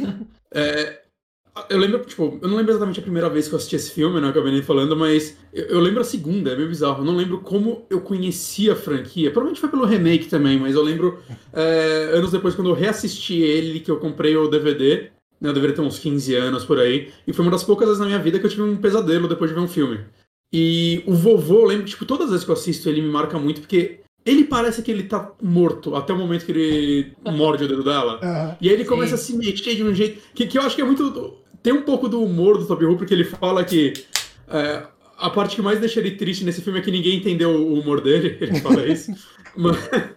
é, eu lembro, tipo, eu não lembro exatamente a primeira vez que eu assisti esse filme, né, que eu venho falando, mas eu, eu lembro a segunda, é meio bizarro. Eu não lembro como eu conheci a franquia. Provavelmente foi pelo remake também, mas eu lembro é, anos depois, quando eu reassisti ele, que eu comprei o D V D, né, eu deveria ter uns quinze anos por aí, e foi uma das poucas vezes na minha vida que eu tive um pesadelo depois de ver um filme. E o vovô, eu lembro, tipo, todas as vezes que eu assisto ele me marca muito, porque ele parece que ele tá morto até o momento que ele morde o dedo dela. Aham. E aí ele Sim. começa a se mexer de um jeito que, que eu acho que é muito. Tem um pouco do humor do Toby Hooper, que ele fala que é, a parte que mais deixa ele triste nesse filme é que ninguém entendeu o humor dele. Ele fala isso. mas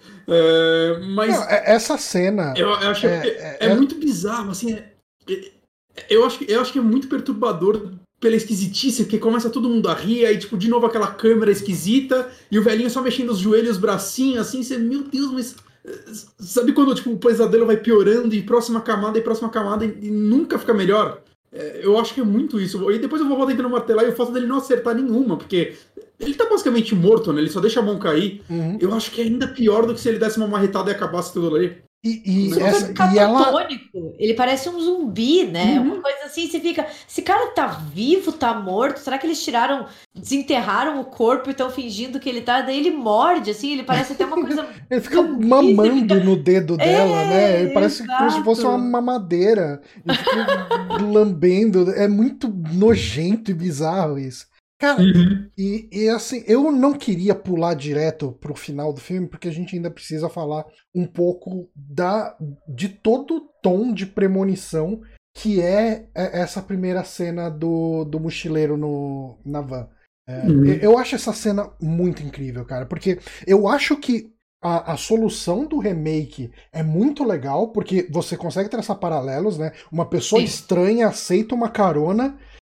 é, mas Não, é- essa cena. eu, eu acho que é- é, é- é muito bizarro, assim. é- é- eu, acho, que- eu acho que é muito perturbador pela esquisitice, porque começa todo mundo a rir, aí, tipo, de novo aquela câmera esquisita, e o velhinho só mexendo os joelhos, os bracinhos, assim, você, meu Deus, mas. eh, Sabe quando, tipo, o pesadelo vai piorando, e próxima camada, e próxima camada, e, e nunca fica melhor? É, eu acho que é muito isso. E depois eu vou tentando martelar, e o fato dele não acertar nenhuma, porque ele tá basicamente morto, né? Ele só deixa a mão cair. Uhum. Eu acho que é ainda pior do que se ele desse uma marretada e acabasse tudo ali. E, e, Super essa, Super e ela. catatônico. Ele parece um zumbi, né? Uhum. Uma coisa assim, você fica. Esse cara tá vivo, tá morto? Será que eles tiraram, desenterraram o corpo e estão fingindo que ele tá? Daí ele morde, assim, ele parece até uma coisa. Ele fica zumbi, mamando você fica- no dedo dela, É, né? Ele parece como se fosse uma exato. mamadeira. Ele fica lambendo. É muito nojento e bizarro isso. Cara, Uhum. e, e assim, eu não queria pular direto pro final do filme, porque a gente ainda precisa falar um pouco da, de todo o tom de premonição que é é essa primeira cena do, do mochileiro no, na van. É, Uhum. eu acho essa cena muito incrível, cara, porque eu acho que a, a solução do remake é muito legal, porque você consegue traçar paralelos, né? Uma pessoa Sim. estranha aceita uma carona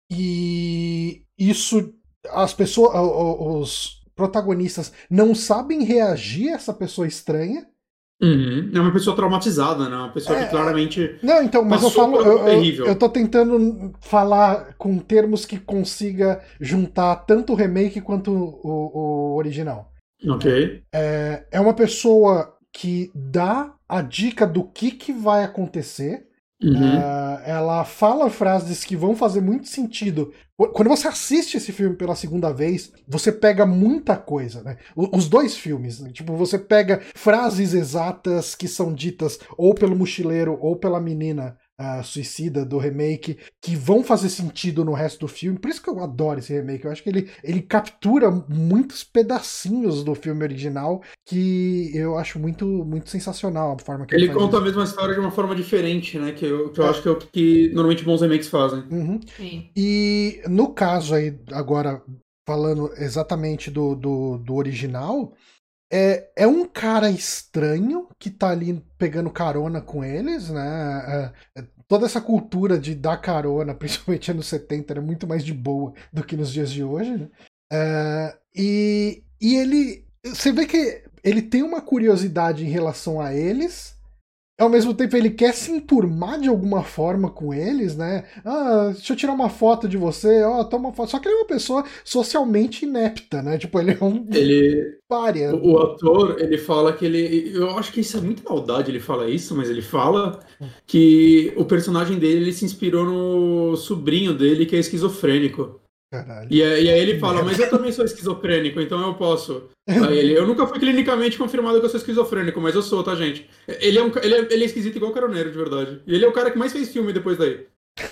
e isso, as pessoas, os protagonistas não sabem reagir a essa pessoa estranha. Uhum. É uma pessoa traumatizada, né? Uma pessoa É, que claramente. Não, então, mas eu Passou falo, por algo eu, eu, terrível. eu tô tentando falar com termos que consiga juntar tanto o remake quanto o, o original. Ok. É, é uma pessoa que dá a dica do que, que vai acontecer. Uhum. Uh, ela fala frases que vão fazer muito sentido. Quando você assiste esse filme pela segunda vez, você pega muita coisa, né? Os dois filmes, né? Tipo, você pega frases exatas que são ditas ou pelo mochileiro ou pela menina uh, suicida do remake, que vão fazer sentido no resto do filme. Por isso que eu adoro esse remake. Eu acho que ele, ele captura muitos pedacinhos do filme original que eu acho muito, muito sensacional a forma que ele, Ele faz conta isso. a mesma história de uma forma diferente, né? Que eu, que eu É. acho que é o que normalmente bons remakes fazem. Uhum. Sim. E no caso aí, agora falando exatamente do, do, do original, é, é um cara estranho que tá ali pegando carona com eles, né? É, é, toda essa cultura de dar carona, principalmente anos setenta, era muito mais de boa do que nos dias de hoje, né? É, e, e ele. Você vê que ele tem uma curiosidade em relação a eles. Ao mesmo tempo, ele quer se enturmar de alguma forma com eles, né? Ah, deixa eu tirar uma foto de você, ó, toma uma foto. Só que ele é uma pessoa socialmente inepta, né? Tipo, ele é um Ele. pária. O, o ator, ele fala que ele. Eu acho que isso é muita maldade ele fala isso, mas ele fala que o personagem dele ele se inspirou no sobrinho dele, que é esquizofrênico. Caralho. E, e aí ele fala, mas eu também sou esquizofrênico, então eu posso. Aí ele, eu nunca fui clinicamente confirmado que eu sou esquizofrênico, mas eu sou, tá, gente? Ele é, um, ele é, ele é esquisito igual o Caroneiro, de verdade. E ele é o cara que mais fez filme depois daí.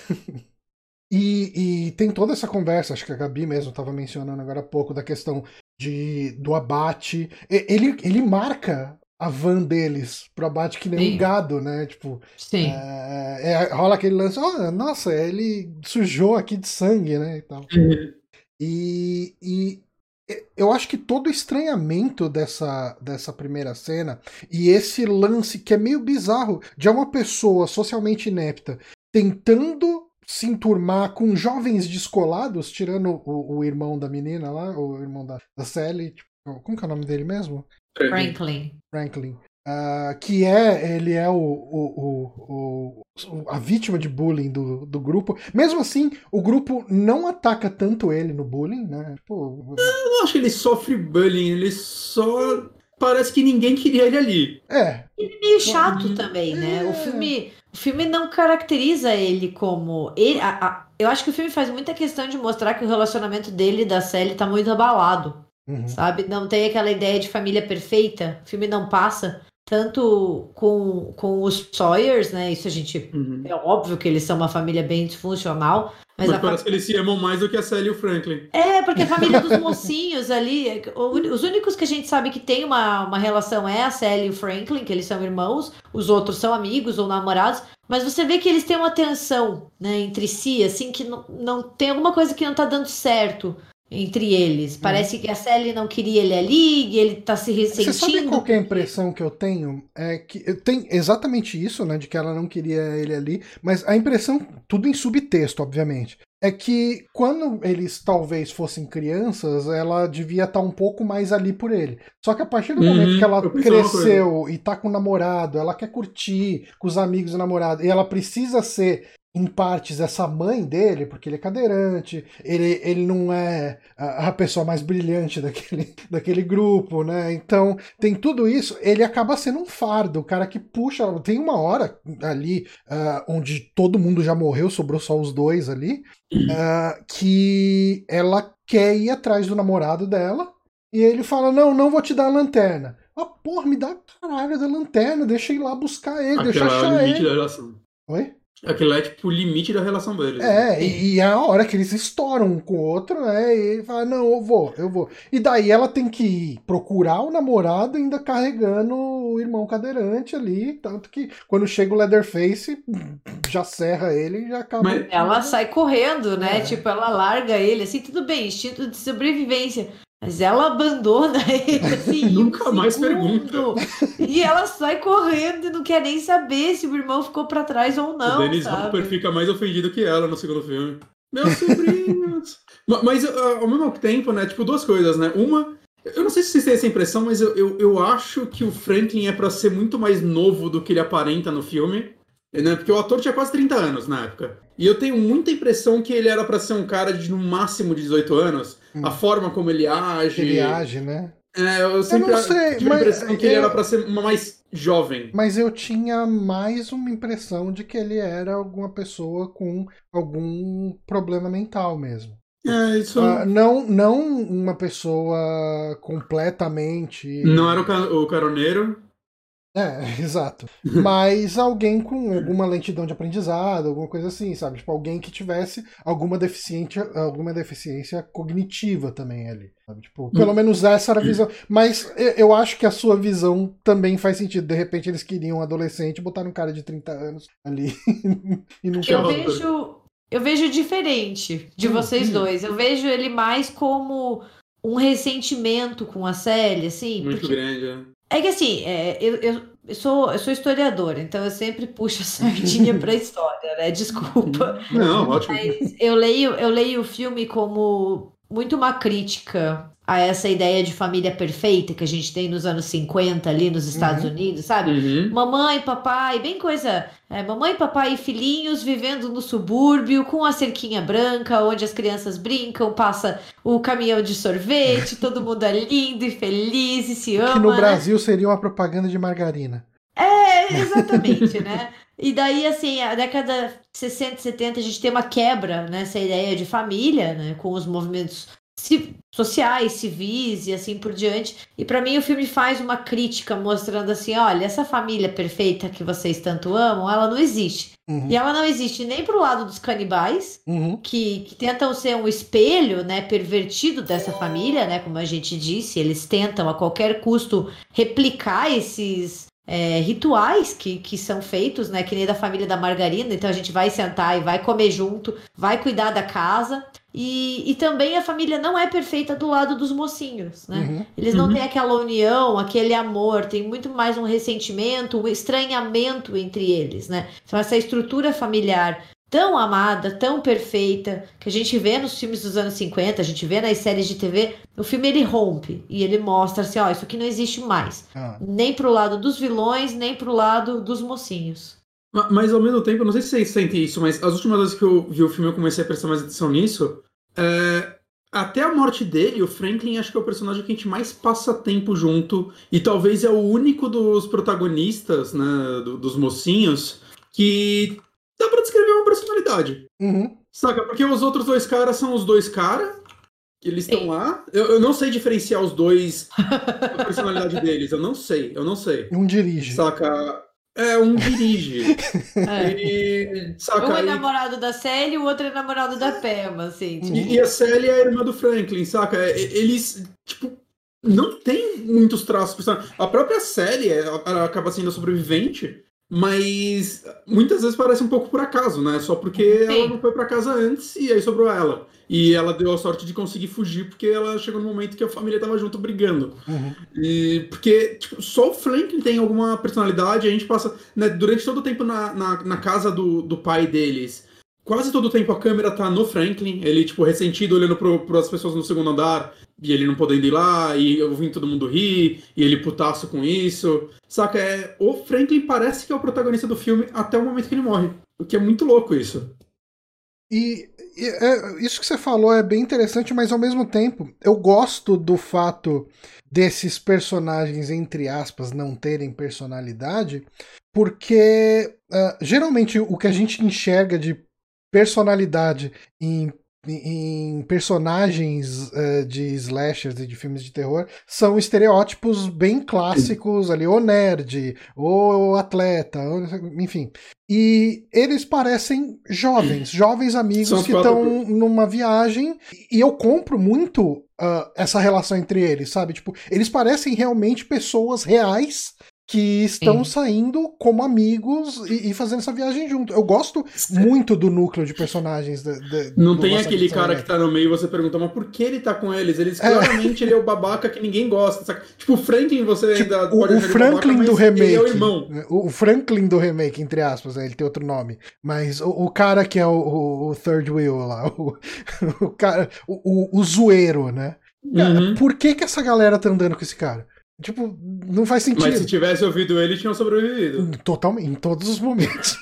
E, e tem toda essa conversa, acho que a Gabi mesmo estava mencionando agora há pouco, da questão de, do abate. Ele, ele marca a van deles pro abate que nem Sim. um gado, né? Tipo, Sim. é, é, rola aquele lance, oh, nossa, ele sujou aqui de sangue, né? E, tal. Uhum. e, e eu acho que todo o estranhamento dessa, dessa primeira cena e esse lance que é meio bizarro de uma pessoa socialmente inepta tentando se enturmar com jovens descolados, tirando o, o irmão da menina lá, o irmão da, da Sally, tipo, como que é o nome dele mesmo? Franklin. Franklin. Uh, que é, ele é o, o, o, o, a vítima de bullying do, do grupo. Mesmo assim, o grupo não ataca tanto ele no bullying, né? Tipo, eu não acho que ele sofre bullying, ele só... Parece que ninguém queria ele ali. É. Ele é meio chato também, né? É. O filme, o filme não caracteriza ele como... Ele, a, a, eu acho que o filme faz muita questão de mostrar que o relacionamento dele e da Sally tá muito abalado. Uhum. Sabe? Não tem aquela ideia de família perfeita. O filme não passa tanto com, com os Sawyers, né? Isso a gente... Uhum. É óbvio que eles são uma família bem disfuncional. Mas, mas a parece fam... que eles se amam mais do que a Sally e o Franklin. É, porque a família dos mocinhos ali... Os únicos que a gente sabe que tem uma, uma relação é a Sally e o Franklin, que eles são irmãos. Os outros são amigos ou namorados. Mas você vê que eles têm uma tensão, né, entre si, assim, que não, não tem alguma coisa que não tá dando certo entre eles. Parece hum. que a Sally não queria ele ali e ele tá se ressentindo. Você sabe qual que é a impressão que eu tenho? É que tem exatamente isso, né, de que ela não queria ele ali, mas a impressão, tudo em subtexto, obviamente, é que quando eles talvez fossem crianças, ela devia estar um pouco mais ali por ele. Só que a partir do uhum, momento que ela cresceu e tá com o namorado, ela quer curtir com os amigos do namorado, e ela precisa ser em partes essa mãe dele, porque ele é cadeirante, ele, ele não é a, a pessoa mais brilhante daquele, daquele grupo, né? Então, tem tudo isso, ele acaba sendo um fardo, o cara que puxa. Tem uma hora ali uh, onde todo mundo já morreu, sobrou só os dois ali, uh, que ela quer ir atrás do namorado dela, e ele fala, não, não vou te dar a lanterna. Ah, porra, me dá a caralho da lanterna, deixa eu ir lá buscar ele, Aquela deixa eu achar limite ele. Da relação. Oi? Aquilo é tipo o limite da relação deles. É, e, e é a hora que eles estouram um com o outro, né? E ele fala, não, eu vou, eu vou. E daí ela tem que ir procurar o namorado ainda carregando o irmão cadeirante ali. Tanto que quando chega o Leatherface, já serra ele e já acaba. Mas ela sai correndo, né? É. Tipo, ela larga ele, assim, tudo bem, instinto de sobrevivência. Mas ela abandona ele, assim, nunca um mais segundo. pergunta. E ela sai correndo e não quer nem saber se o irmão ficou pra trás ou não, o Dennis sabe? Hopper fica mais ofendido que ela no segundo filme. Meus sobrinhos. Mas ao mesmo tempo, né, tipo, duas coisas, né? Uma, eu não sei se vocês têm essa impressão, mas eu, eu, eu acho que o Franklin é pra ser muito mais novo do que ele aparenta no filme. Né? Porque o ator tinha quase trinta anos na época. E eu tenho muita impressão que ele era pra ser um cara de no máximo de dezoito anos. Hum. A forma como ele age. Ele age, né? É, eu sempre eu não sei, tive a impressão que eu... ele era pra ser mais jovem. Mas eu tinha mais uma impressão de que ele era alguma pessoa com algum problema mental mesmo. É, isso... Uh, não, não uma pessoa completamente... Não era o, ca... o caroneiro? É, exato. Mas alguém com alguma lentidão de aprendizado, alguma coisa assim, sabe? Tipo, alguém que tivesse alguma deficiência, alguma deficiência cognitiva também ali, sabe? Tipo, pelo menos essa era a visão. Mas eu acho que a sua visão também faz sentido. De repente eles queriam um adolescente e botaram um cara de trinta anos ali e não eu vejo, eu vejo diferente de vocês dois. Eu vejo ele mais como um ressentimento com a Sally, assim. Muito porque... grande, é. É que assim, é, eu, eu, eu, sou, eu sou historiadora, então eu sempre puxo a sardinha pra história, né? Desculpa. Não, ótimo. Mas eu leio, eu leio o filme como muito uma crítica a essa ideia de família perfeita que a gente tem nos anos cinquenta ali nos Estados uhum. Unidos, sabe? Uhum. Mamãe, papai, bem coisa... É, mamãe, papai e filhinhos vivendo no subúrbio com a cerquinha branca, onde as crianças brincam, passa o caminhão de sorvete, todo mundo é lindo e feliz e se ama. Que no né? Brasil seria uma propaganda de margarina. É, exatamente, né? E daí, assim, a década de sessenta, setenta, a gente tem uma quebra nessa ideia de família, né? Com os movimentos ci- sociais, civis e assim por diante. E pra mim o filme faz uma crítica mostrando assim, olha, essa família perfeita que vocês tanto amam, ela não existe. E Uhum, ela não existe nem pro lado dos canibais, uhum, que, que tentam ser um espelho, né, pervertido dessa família, né, como a gente disse, eles tentam a qualquer custo replicar esses é, rituais que, que são feitos, né, que nem da família da margarina, então a gente vai sentar e vai comer junto, vai cuidar da casa, e, e também a família não é perfeita do lado dos mocinhos, né, uhum, eles não têm Uhum. aquela união, aquele amor, tem muito mais um ressentimento, um estranhamento entre eles, né, então essa estrutura familiar tão amada, tão perfeita, que a gente vê nos filmes dos anos cinquenta, a gente vê nas séries de T V, o filme ele rompe e ele mostra assim, ó, isso aqui não existe mais. ah, Nem pro lado dos vilões, nem pro lado dos mocinhos. Ma- Mas ao mesmo tempo, eu não sei se vocês sentem isso, mas as últimas vezes que eu vi o filme eu comecei a prestar mais atenção nisso. é, Até a morte dele, o Franklin acho que é o personagem que a gente mais passa tempo junto. E talvez é o único dos protagonistas, né, do- dos mocinhos, que dá pra descrever uma personalidade. uhum. Saca? Porque os outros dois caras são os dois caras, que eles estão Sim. lá. Eu, eu não sei diferenciar os dois, a personalidade deles. Eu não sei, eu não sei. Um dirige. Saca? É, um dirige. É. E, Um saca? é E, namorado da Sally, o outro é namorado da Pema, assim. Tipo, e, e a Sally é a irmã do Franklin, saca? É, e- Eles, tipo, não tem muitos traços. personais. A própria Sally é- ela acaba sendo a sobrevivente, mas muitas vezes parece um pouco por acaso, né? Só porque ela não sim. foi pra casa antes e aí sobrou ela. E ela deu a sorte de conseguir fugir porque ela chegou no momento que a família tava junto brigando. Uhum, E, porque tipo, só o Franklin tem alguma personalidade, a gente passa, né, durante todo o tempo na, na, na casa do, do pai deles. Quase todo o tempo a câmera tá no Franklin, ele, tipo, ressentido, olhando para as pessoas no segundo andar, e ele não podendo ir lá, e ouvindo todo mundo rir, e ele putaço com isso. Saca? É, o Franklin parece que é o protagonista do filme até o momento que ele morre. O que é muito louco isso. E, e, é, isso que você falou é bem interessante, mas ao mesmo tempo eu gosto do fato desses personagens, entre aspas, não terem personalidade, porque ah, geralmente o que a gente enxerga de personalidade em, em personagens eh, de slashers e de filmes de terror são estereótipos bem clássicos ali, o nerd, o atleta, ou- enfim. E eles parecem jovens, jovens São amigos os que quatro. estão numa viagem, e eu compro muito ah, essa relação entre eles, sabe? Tipo, eles parecem realmente pessoas reais que estão Sim. saindo como amigos e, e fazendo essa viagem junto. Eu gosto muito do núcleo de personagens da- da- Não do tem Massacre aquele de Serra cara que Elétrica. tá no meio e você pergunta, mas por que ele tá com eles? Eles É. claramente ele é o babaca que ninguém gosta. Saca? Tipo, o Franklin você Tipo, ainda o, pode o achar ele Franklin babaca, do mas ele é o remake. irmão. né? O, o Franklin do remake, entre aspas, né? Ele tem outro nome. Mas o, o cara que é o, o- o Third Wheel lá, o, o cara, o, o, o zoeiro, né? Cara, Uhum. por que que essa galera tá andando com esse cara? Tipo, não faz Mas se sentido. tivesse ouvido ele, tinham sobrevivido. Totalmente, em todos os momentos.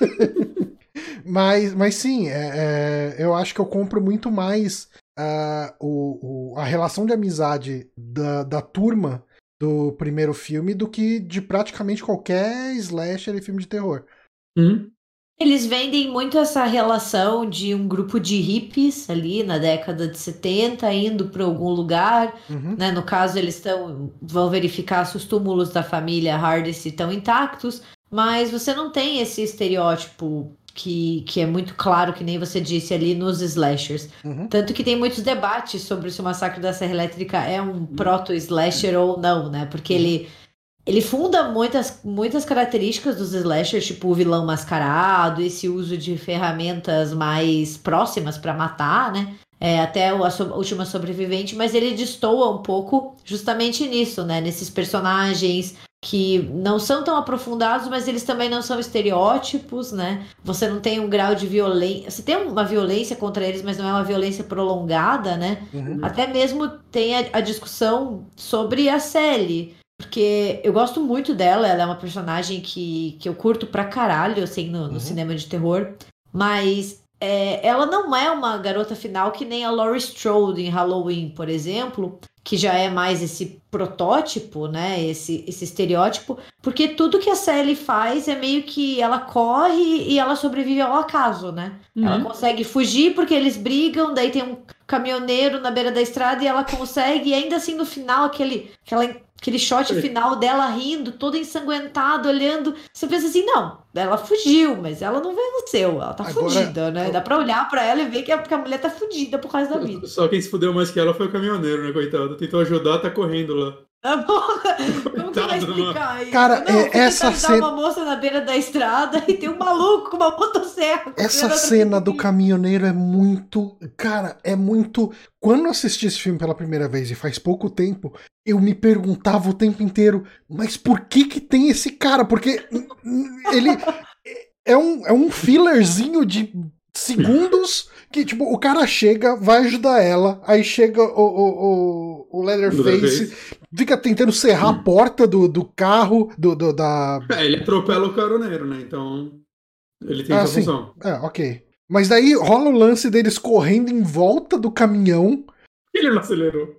mas, mas sim, é, é, eu acho que eu compro muito mais ah, o, o- a relação de amizade da, da turma do primeiro filme do que de praticamente qualquer slasher e filme de terror. Uhum. Eles vendem muito essa relação de um grupo de hippies ali na década de setenta indo para algum lugar, Uhum, né? No caso, eles estão vão verificar se os túmulos da família Hardesty estão intactos, mas você não tem esse estereótipo que, que é muito claro, que nem você disse ali nos slashers. uhum, Tanto que tem muitos debates sobre se o Massacre da Serra Elétrica é um proto-slasher ou não, né? Porque uhum. ele ele funda muitas, muitas características dos slashers, tipo o vilão mascarado, esse uso de ferramentas mais próximas para matar, né? É, até o- a so- última sobrevivente, mas ele destoa um pouco justamente nisso, né? Nesses personagens que não são tão aprofundados, mas eles também não são estereótipos, né? Você não tem um grau de violência. Você tem uma violência contra eles, mas não é uma violência prolongada, né? Uhum. Até mesmo tem a, a discussão sobre a Sally. Porque eu gosto muito dela, ela é uma personagem que, que eu curto pra caralho, assim, no, no Uhum. cinema de terror. Mas é, ela não é uma garota final que nem a Laurie Strode em Halloween, por exemplo, que já é mais esse protótipo, né, esse, esse estereótipo, porque tudo que a Sally faz é meio que ela corre e ela sobrevive ao acaso, né? Uhum. Ela consegue fugir porque eles brigam, daí tem um caminhoneiro na beira da estrada e ela consegue, e ainda assim no final, aquele, aquela, aquele shot final dela rindo, toda ensanguentada, olhando, você pensa assim, não, ela fugiu, mas ela não venceu, ela tá Agora, fudida, né? Dá pra olhar pra ela e ver que a, que a mulher tá fudida por causa da vida. Só quem se fudeu mais que ela foi o caminhoneiro, né, coitado? Tentou ajudar, tá correndo lá. Como que vai explicar isso? Cara, não, é, essa cena... uma moça na beira da estrada e tem um maluco com uma motosserra. Essa cena do caminhoneiro é muito... Cara, é muito... Quando eu assisti esse filme pela primeira vez, e faz pouco tempo, eu me perguntava o tempo inteiro, mas por que que tem esse cara? Porque ele é um, é um fillerzinho de segundos que, tipo, o cara chega, vai ajudar ela, aí chega o, o, o, o Leatherface, fica tentando serrar hum. a porta do, do carro, do, do, da... É, ele atropela o caroneiro, né? Então, ele tem ah, essa sim. função. É, ok. Mas daí rola o lance deles correndo em volta do caminhão. Ele não acelerou.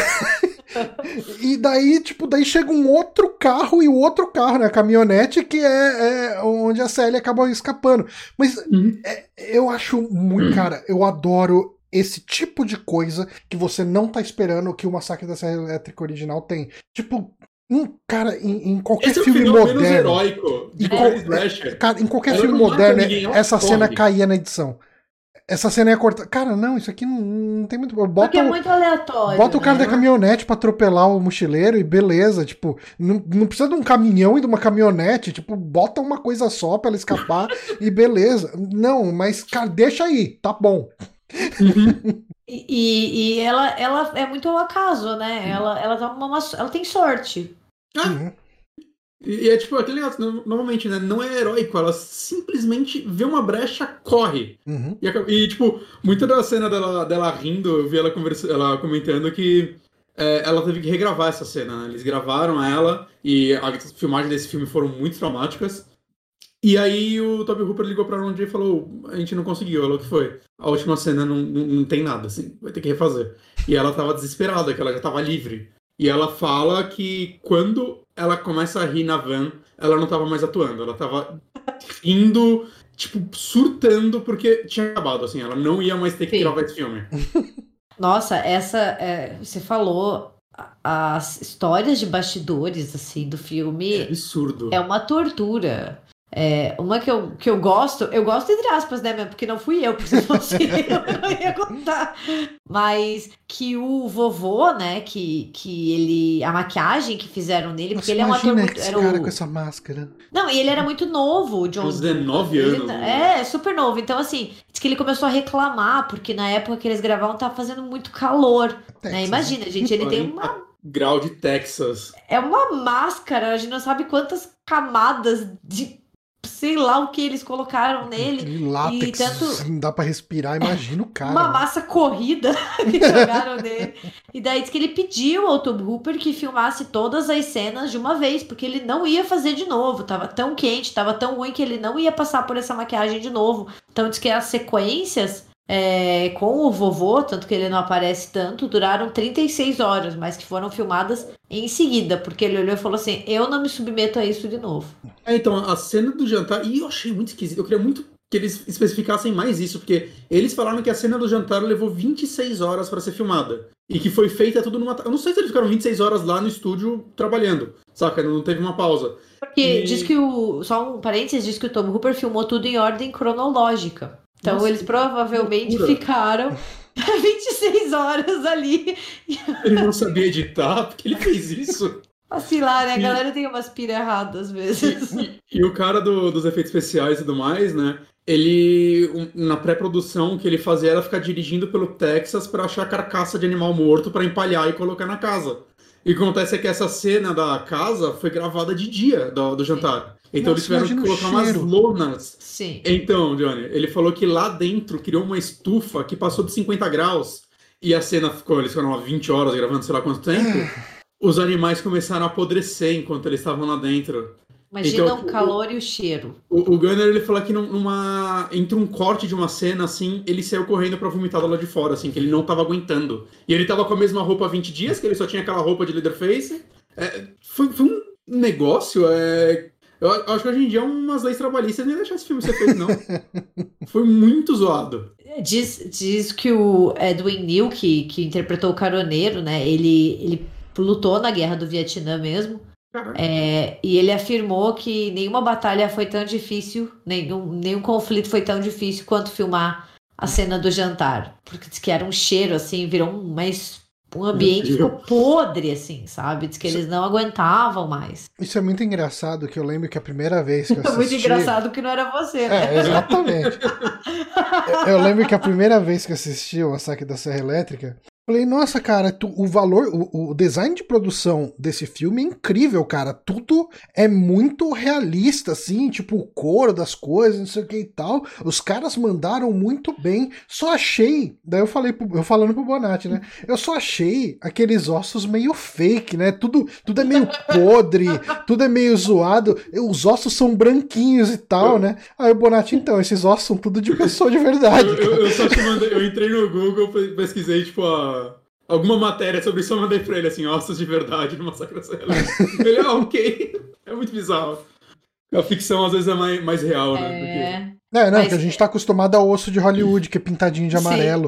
E daí, tipo, daí chega um outro carro e o outro carro, né? A caminhonete, que é, é onde a Sally acaba escapando. Mas uhum. é, eu acho muito, uhum. cara, eu adoro esse tipo de coisa que você não tá esperando que o Massacre da Serra Elétrica original tem. Tipo, em, cara, em, em qualquer esse filme é o moderno. Menos heróico de qual, é, cara, em qualquer ela filme não moderno, ninguém, essa corre. cena caía na edição. Essa cena ia cortar. Cara, não, isso aqui não, não tem muito. Bota Porque é o, muito aleatório. Bota o cara né? da caminhonete pra atropelar o mochileiro e beleza. Tipo, não, não precisa de um caminhão e de uma caminhonete. Tipo, bota uma coisa só pra ela escapar e beleza. Não, mas, cara, deixa aí, tá bom. Uhum. e, e ela, ela é muito ao acaso, né? Ela, ela, dá uma, ela tem sorte. Ah. Uhum. E é tipo, aquele negócio, normalmente, né? Não é heróico, ela simplesmente vê uma brecha, corre. Uhum. E, e, tipo, muita da cena dela, dela rindo, eu vi ela, conversa, ela comentando que é, ela teve que regravar essa cena, né? Eles gravaram ela e as filmagens desse filme foram muito traumáticas. E aí o Toby Hooper ligou pra Ron J e falou, a gente não conseguiu. Ela, o que foi? A última cena não, não, não tem nada, assim, vai ter que refazer. E ela tava desesperada, que ela já tava livre. E ela fala que quando ela começa a rir na van, ela não tava mais atuando, ela tava rindo, tipo, surtando, porque tinha acabado, assim, ela não ia mais ter que Sim. gravar esse filme. Nossa, essa, é, você falou, as histórias de bastidores, assim, do filme... É absurdo. É uma tortura. É, uma que eu, que eu gosto, eu gosto entre aspas, né, mesmo, porque não fui eu, porque se fosse eu, eu não ia contar. Mas que o vovô, né, que, que ele, a maquiagem que fizeram nele, porque Nossa, ele é um ator muito... esse era cara o... com essa máscara. Não, e ele era muito novo, o John. Uns dezenove anos. Né? É, super novo. Então, assim, diz que ele começou a reclamar, porque na época que eles gravavam tava fazendo muito calor. Texas, né? Imagina, gente, ele tem uma... grau de Texas. É uma máscara, a gente não sabe quantas camadas de... sei lá o que eles colocaram nele. Aquele látex, e tanto... não dá pra respirar, imagina o cara. Uma massa corrida que jogaram nele. E daí diz que ele pediu ao Tobe Hooper que filmasse todas as cenas de uma vez, porque ele não ia fazer de novo. Tava tão quente, tava tão ruim que ele não ia passar por essa maquiagem de novo. Então diz que as sequências é, com o vovô, tanto que ele não aparece tanto, duraram trinta e seis horas, mas que foram filmadas em seguida, porque ele olhou e falou assim, eu não me submeto a isso de novo. É, então, a cena do jantar, e eu achei muito esquisito, eu queria muito que eles especificassem mais isso, porque eles falaram que a cena do jantar levou vinte e seis horas pra ser filmada, e que foi feita tudo numa... Eu não sei se eles ficaram vinte e seis horas lá no estúdio trabalhando, saca? Não teve uma pausa. Porque e... diz que o... Só um parênteses, diz que o Tobe Hooper filmou tudo em ordem cronológica. Então Nossa, eles provavelmente ficaram vinte e seis horas ali. Ele não sabia editar, porque ele fez isso. Assim lá, né? A galera tem umas pira erradas às vezes. E, e, e o cara do, dos efeitos especiais e tudo mais, né? Ele, na pré-produção, o que ele fazia era ficar dirigindo pelo Texas pra achar carcaça de animal morto pra empalhar e colocar na casa. E o que acontece é que essa cena da casa foi gravada de dia do, do jantar. Então Nossa, eles tiveram que colocar umas lonas. Sim. Então, Johnny, ele falou que lá dentro criou uma estufa que passou de cinquenta graus e a cena ficou, eles ficaram lá vinte horas gravando sei lá quanto tempo. Os animais começaram a apodrecer enquanto eles estavam lá dentro. Imagina Então, o tipo, calor e o cheiro. O, o Gunner, ele fala que num- numa, entre um corte de uma cena, assim, ele saiu correndo pra vomitar do lado de fora, assim, que ele não tava aguentando. E ele tava com a mesma roupa há vinte dias, que ele só tinha aquela roupa de Leatherface. É, foi, foi um negócio, é... Eu acho que hoje em dia umas leis trabalhistas nem deixar esse filme ser feito, não. Foi muito zoado. Diz, diz que o Edwin Neal, que, que interpretou o Caroneiro, né? Ele, ele lutou na Guerra do Vietnã mesmo. Caraca. É, e ele afirmou que nenhuma batalha foi tão difícil, nenhum, nenhum conflito foi tão difícil quanto filmar a cena do jantar. Porque diz que era um cheiro, assim, virou um, mas um ambiente ficou podre, assim, sabe? Diz que eles não aguentavam mais. Isso é muito engraçado, que eu lembro que a primeira vez que eu assisti... Muito engraçado que não era você, né? É, exatamente. eu, eu lembro que a primeira vez que eu assisti o Massacre da Serra Elétrica, falei, nossa, cara, tu, o valor, o, o design de produção desse filme é incrível, cara. Tudo é muito realista, assim, tipo, o couro das coisas, não sei o que e tal. Os caras mandaram muito bem. Só achei, daí eu falei, pro, eu falando pro Bonatti, né? Eu só achei aqueles ossos meio fake, né? Tudo, tudo é meio podre, tudo é meio zoado. Os ossos são branquinhos e tal, né? Aí o Bonatti, então, esses ossos são tudo de pessoa de verdade. Eu, eu, eu só te mandei, eu entrei no Google, pesquisei, tipo, a... alguma matéria sobre isso, eu mandei pra ele, assim, ossos de verdade no Massacre da Serra Elétrica. Ele, ah, ok. É muito bizarro. A ficção, às vezes, é mais, mais real, né? É... Porque... É, não, Mas- que a gente tá acostumado ao osso de Hollywood, que é pintadinho de Sim. amarelo.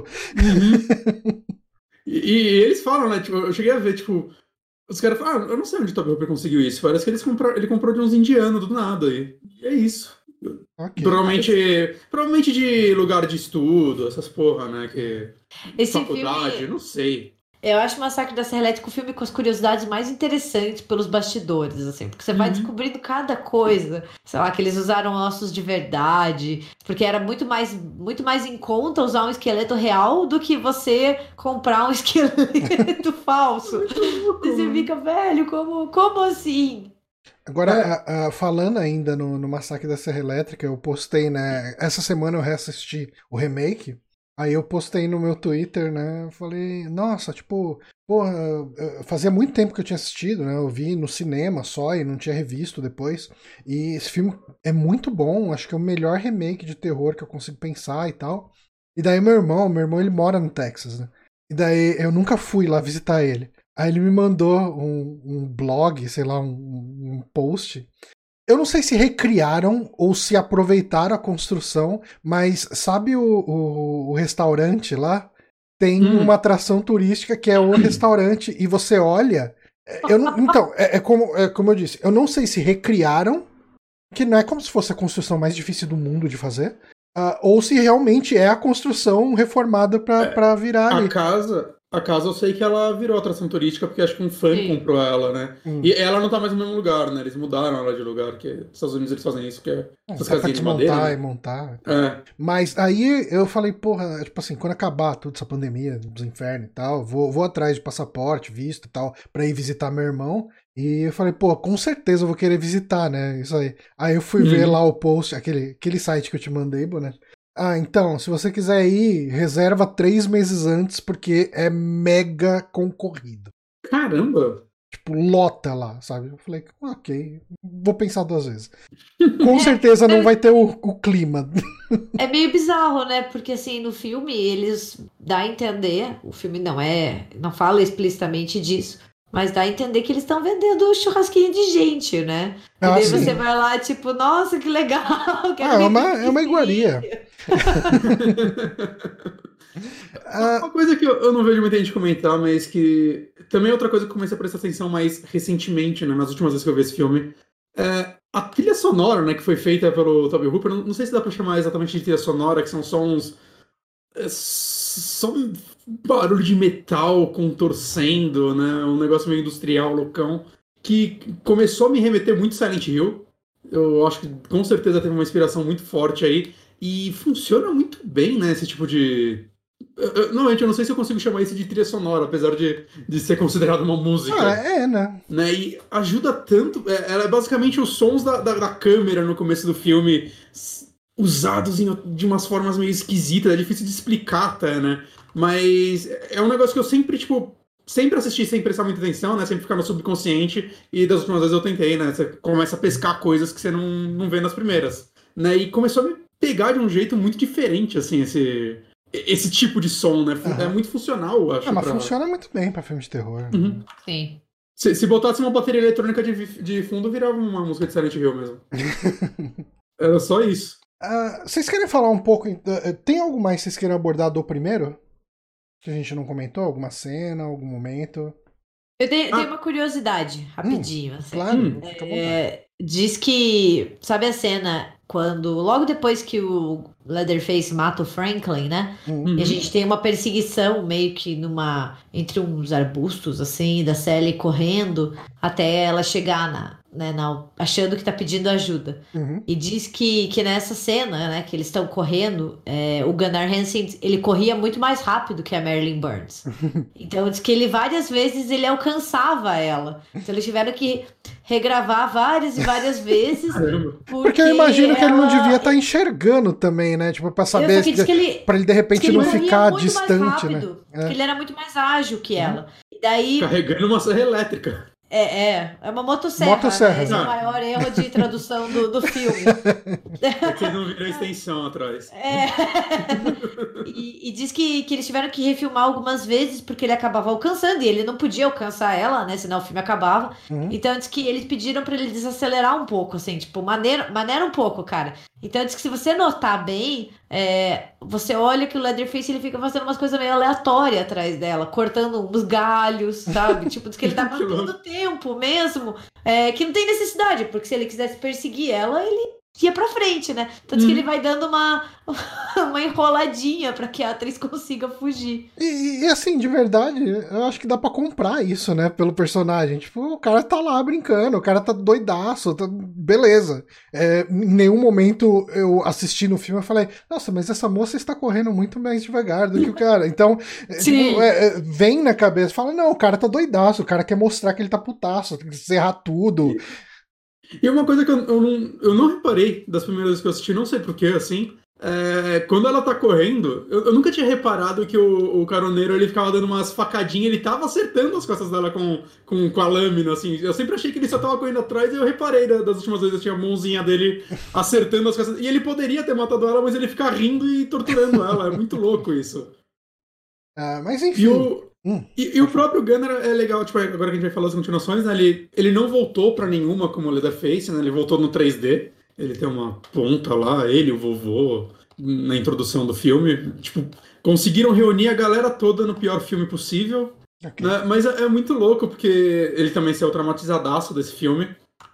Uhum. E, e eles falam, né? Tipo, eu cheguei a ver, tipo, os caras falam, ah, eu não sei onde o Toby Hooper conseguiu isso. Parece que eles comprou, ele comprou de uns indianos do nada. E, e é isso. Ok. Provavelmente, provavelmente de lugar de estudo, essas porra, né? Que Esse faculdade, filme, não sei. eu acho Massacre da Serra Elétrica o filme com as curiosidades mais interessantes pelos bastidores, assim, porque você vai Uhum. descobrindo cada coisa, sei lá, que eles usaram ossos de verdade, porque era muito mais, muito mais em conta usar um esqueleto real do que você comprar um esqueleto falso. E você fica, velho, como, como assim? Agora, É. a- a- falando ainda no, no Massacre da Serra Elétrica, eu postei, né? Essa semana eu reassisti o remake. Aí eu postei no meu Twitter, né? Eu falei, nossa, tipo, porra, eu- fazia muito tempo que eu tinha assistido, né? Eu vi no cinema só e não tinha revisto depois. E esse filme é muito bom, acho que é o melhor remake de terror que eu consigo pensar e tal. E daí meu irmão, meu irmão ele mora no Texas, né? E daí eu nunca fui lá visitar ele. Aí ele me mandou um, um blog, sei lá, um, um post. Eu não sei se recriaram ou se aproveitaram a construção, mas sabe o, o, o restaurante lá? Tem Hum. uma atração turística que é o restaurante e você olha. Eu não, então, é, é como, é como eu disse, eu não sei se recriaram, que não é como se fosse a construção mais difícil do mundo de fazer, uh, ou se realmente é a construção reformada pra, É, pra virar ali. A casa, a casa eu sei que ela virou atração turística porque acho que um fã Sim. comprou ela, né? Hum. E ela não tá mais no mesmo lugar, né? Eles mudaram ela de lugar, porque nos Estados Unidos eles fazem isso, que é essas Dá pra casinhas de madeira, desmontar né? e montar. É. Mas aí eu falei, porra, tipo assim, quando acabar toda essa pandemia dos infernos e tal, vou, vou atrás de passaporte, visto e tal, pra ir visitar meu irmão. E eu falei, pô, com certeza eu vou querer visitar, né? Isso aí. Aí eu fui Uhum. ver lá o post, aquele, aquele site que eu te mandei, né? Ah, então, se você quiser ir, reserva três meses antes, porque é mega concorrido. Caramba! Tipo, lota lá, sabe? Eu falei, ok, vou pensar duas vezes. Com certeza não vai ter o, o clima. É meio bizarro, né? Porque assim, no filme eles dá a entender, o filme não é, não fala explicitamente disso, mas dá a entender que eles estão vendendo churrasquinho de gente, né? E Ah, daí sim. você vai lá, tipo, nossa, que legal! quero Ah, é ver uma, que é uma iguaria. Ah, Uma coisa que eu, eu não vejo muita gente comentar, mas que também é outra coisa que eu comecei a prestar atenção mais recentemente, né, nas últimas vezes que eu vi esse filme, é a trilha sonora, né, que foi feita pelo Toby Hooper. Não, não sei se dá pra chamar exatamente de trilha sonora, que são sons... É, só um barulho de metal contorcendo, né, um negócio meio industrial, loucão, que começou a me remeter muito Silent Hill. Eu acho que com certeza teve uma inspiração muito forte aí. E funciona muito bem, né? Esse tipo de. Eu, eu, normalmente eu não sei se eu consigo chamar isso de trilha sonora, apesar de, de ser considerado uma música. ah, é, né? Né? E ajuda tanto. É, ela é basicamente os sons da, da, da câmera no começo do filme, s- usados em, de umas formas meio esquisitas. É difícil de explicar até, né? Mas é um negócio que eu sempre, tipo. sempre assisti sem prestar muita atenção, né? Sempre ficar no subconsciente. E das últimas vezes eu tentei, né? Você começa a pescar coisas que você não, não vê nas primeiras. Né? E começou a me pegar de um jeito muito diferente, assim, esse, esse tipo de som, né? Uhum. É muito funcional, eu acho. Ah, mas pra... funciona muito bem pra filme de terror. Uhum. Sim. Se, se botasse uma bateria eletrônica de, de fundo, virava uma música de Silent Hill mesmo. Era só isso. Uh, vocês querem falar um pouco... Uh, tem algo mais que vocês querem abordar do primeiro? Que a gente não comentou? Alguma cena, algum momento? Eu tenho, ah. tenho uma curiosidade, rapidinho. Hum, assim. Claro, hum. fica à vontade. É, diz que... Sabe a cena quando... Logo depois que o Leatherface mata o Franklin, né? Uhum. E a gente tem uma perseguição meio que numa... Entre uns arbustos, assim, da Sally correndo até ela chegar na... Né, na achando que tá pedindo ajuda. Uhum. E diz que, que nessa cena, né, que eles estão correndo, é, o Gunnar Hansen, ele corria muito mais rápido que a Marilyn Burns. Então diz que ele várias vezes ele alcançava ela. Então eles tiveram que regravar várias e várias vezes. Porque, porque eu imagino ela... que ele não devia estar enxergando também, né? Tipo, pra saber, que que ele, pra ele de repente não ficar muito distante, mais rápido, né? Porque é. ele era muito mais ágil que ela. E daí... Carregando uma serra elétrica. É, é, é uma motosserra, motosserra. Né? Esse é o maior erro de tradução do, do filme. É que não virou extensão atrás. É. E, e diz que, que eles tiveram que refilmar algumas vezes porque ele acabava alcançando e ele não podia alcançar ela, né? Senão o filme acabava. Uhum. Então diz que eles pediram pra ele desacelerar um pouco, assim, tipo, maneira, maneira um pouco, cara. Então diz que se você notar bem, é, você olha que o Leatherface ele fica fazendo umas coisas meio aleatórias atrás dela, cortando uns galhos, sabe? Tipo, diz que ele tá matando tempo mesmo, é, que não tem necessidade, porque se ele quisesse perseguir ela, ele ia pra frente, né? Tanto hum. que ele vai dando uma, uma enroladinha pra que a atriz consiga fugir. E, e assim, de verdade, eu acho que dá pra comprar isso, né? Pelo personagem. Tipo, o cara tá lá brincando, o cara tá doidaço, tá... beleza. É, em nenhum momento eu assisti no filme e falei, nossa, mas essa moça está correndo muito mais devagar do que o cara. Então, tipo, é, é, vem na cabeça, fala, não, o cara tá doidaço, o cara quer mostrar que ele tá putaço, tem que serrar tudo. E uma coisa que eu, eu, não, eu não reparei das primeiras vezes que eu assisti, não sei porquê, assim, é, quando ela tá correndo, eu, eu nunca tinha reparado que o, o caroneiro ele ficava dando umas facadinhas, ele tava acertando as costas dela com, com, com a lâmina, assim. Eu sempre achei que ele só tava correndo atrás e eu reparei das últimas vezes eu tinha a mãozinha dele acertando as costas. E ele poderia ter matado ela, mas ele fica rindo e torturando ela. É muito louco isso. Ah, mas enfim. E o... Hum, e, e o próprio Gunnar é legal, tipo, agora que a gente vai falar das continuações, né, ele, ele não voltou pra nenhuma como o Leatherface, né, ele voltou no três D, ele tem uma ponta lá, ele, o vovô, na introdução do filme, tipo, conseguiram reunir a galera toda no pior filme possível, okay. Né, mas é, é muito louco, porque ele também saiu traumatizadaço desse filme,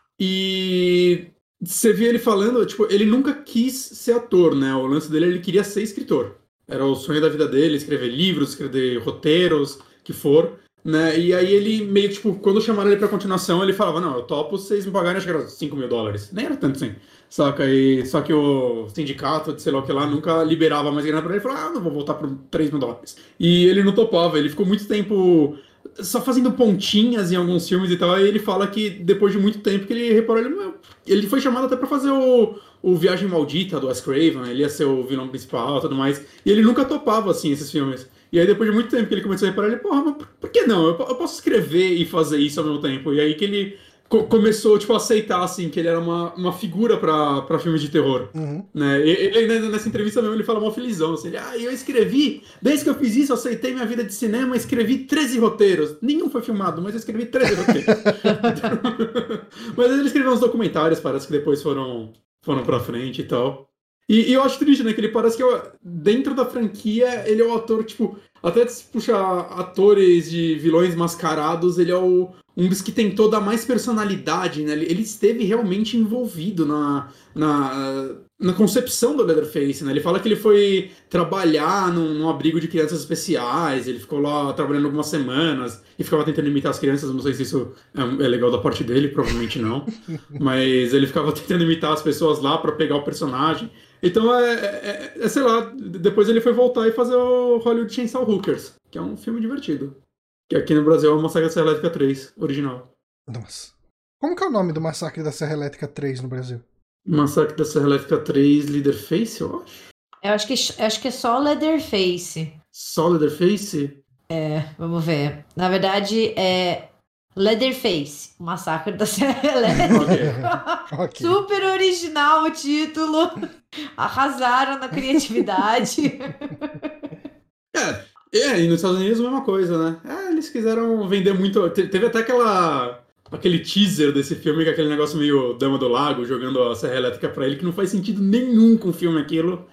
e você vê ele falando, tipo, ele nunca quis ser ator, né, o lance dele, ele queria ser escritor. Era o sonho da vida dele, escrever livros, escrever roteiros, que for, né? E aí ele meio que, tipo, quando chamaram ele pra continuação, ele falava, não, eu topo vocês me pagarem, acho que era cinco mil dólares. Nem era tanto assim, saca? E, só que o sindicato, de sei lá o que lá, nunca liberava mais grana pra ele. Ele falou, ah, não vou voltar por três mil dólares. E ele não topava, ele ficou muito tempo só fazendo pontinhas em alguns filmes e tal. Aí ele fala que depois de muito tempo que ele reparou, ele, ele foi chamado até pra fazer o... o Viagem Maldita, do Wes Craven, ele ia ser o vilão principal e tudo mais, e ele nunca topava, assim, esses filmes. E aí, depois de muito tempo que ele começou a reparar, ele, porra, mas por que não? Eu, eu posso escrever e fazer isso ao mesmo tempo. E aí que ele co começou, tipo, a aceitar, assim, que ele era uma, uma figura pra, pra filmes de terror. Uhum. Né? E, ele, nessa entrevista mesmo, ele fala mó felizão, assim, ele, ah, eu escrevi, desde que eu fiz isso, eu aceitei minha vida de cinema, escrevi treze roteiros. Nenhum foi filmado, mas eu escrevi treze roteiros. Mas ele escreveu uns documentários, parece que depois foram... foram pra frente e tal. E, e eu acho triste, né? Que ele parece que eu, dentro da franquia, ele é o ator, tipo... Até se puxar atores de vilões mascarados, ele é o, um dos que tentou dar mais personalidade, né? Ele, ele esteve realmente envolvido na, na, na concepção do Leatherface, né? Ele fala que ele foi trabalhar num, num abrigo de crianças especiais, ele ficou lá trabalhando algumas semanas e ficava tentando imitar as crianças, não sei se isso é, é legal da parte dele, provavelmente não, mas ele ficava tentando imitar as pessoas lá pra pegar o personagem. Então, é, é, é, sei lá, depois ele foi voltar e fazer o Hollywood Chainsaw Hookers, que é um filme divertido. Que aqui no Brasil é o Massacre da Serra Elétrica três, original. Nossa. Como que é o nome do Massacre da Serra Elétrica três no Brasil? Massacre da Serra Elétrica três, Leatherface, eu acho. Eu acho que, acho que é só Leatherface. Só Leatherface? É, vamos ver. Na verdade, é Leatherface, o Massacre da Serra Elétrica. Ok. Super original o título. Arrasaram na criatividade. É, é, e nos Estados Unidos a mesma coisa, né? É, eles quiseram vender muito. te- Teve até aquela. Aquele teaser desse filme, que é aquele negócio meio Dama do Lago, jogando a serra elétrica pra ele, que não faz sentido nenhum com o filme aquilo,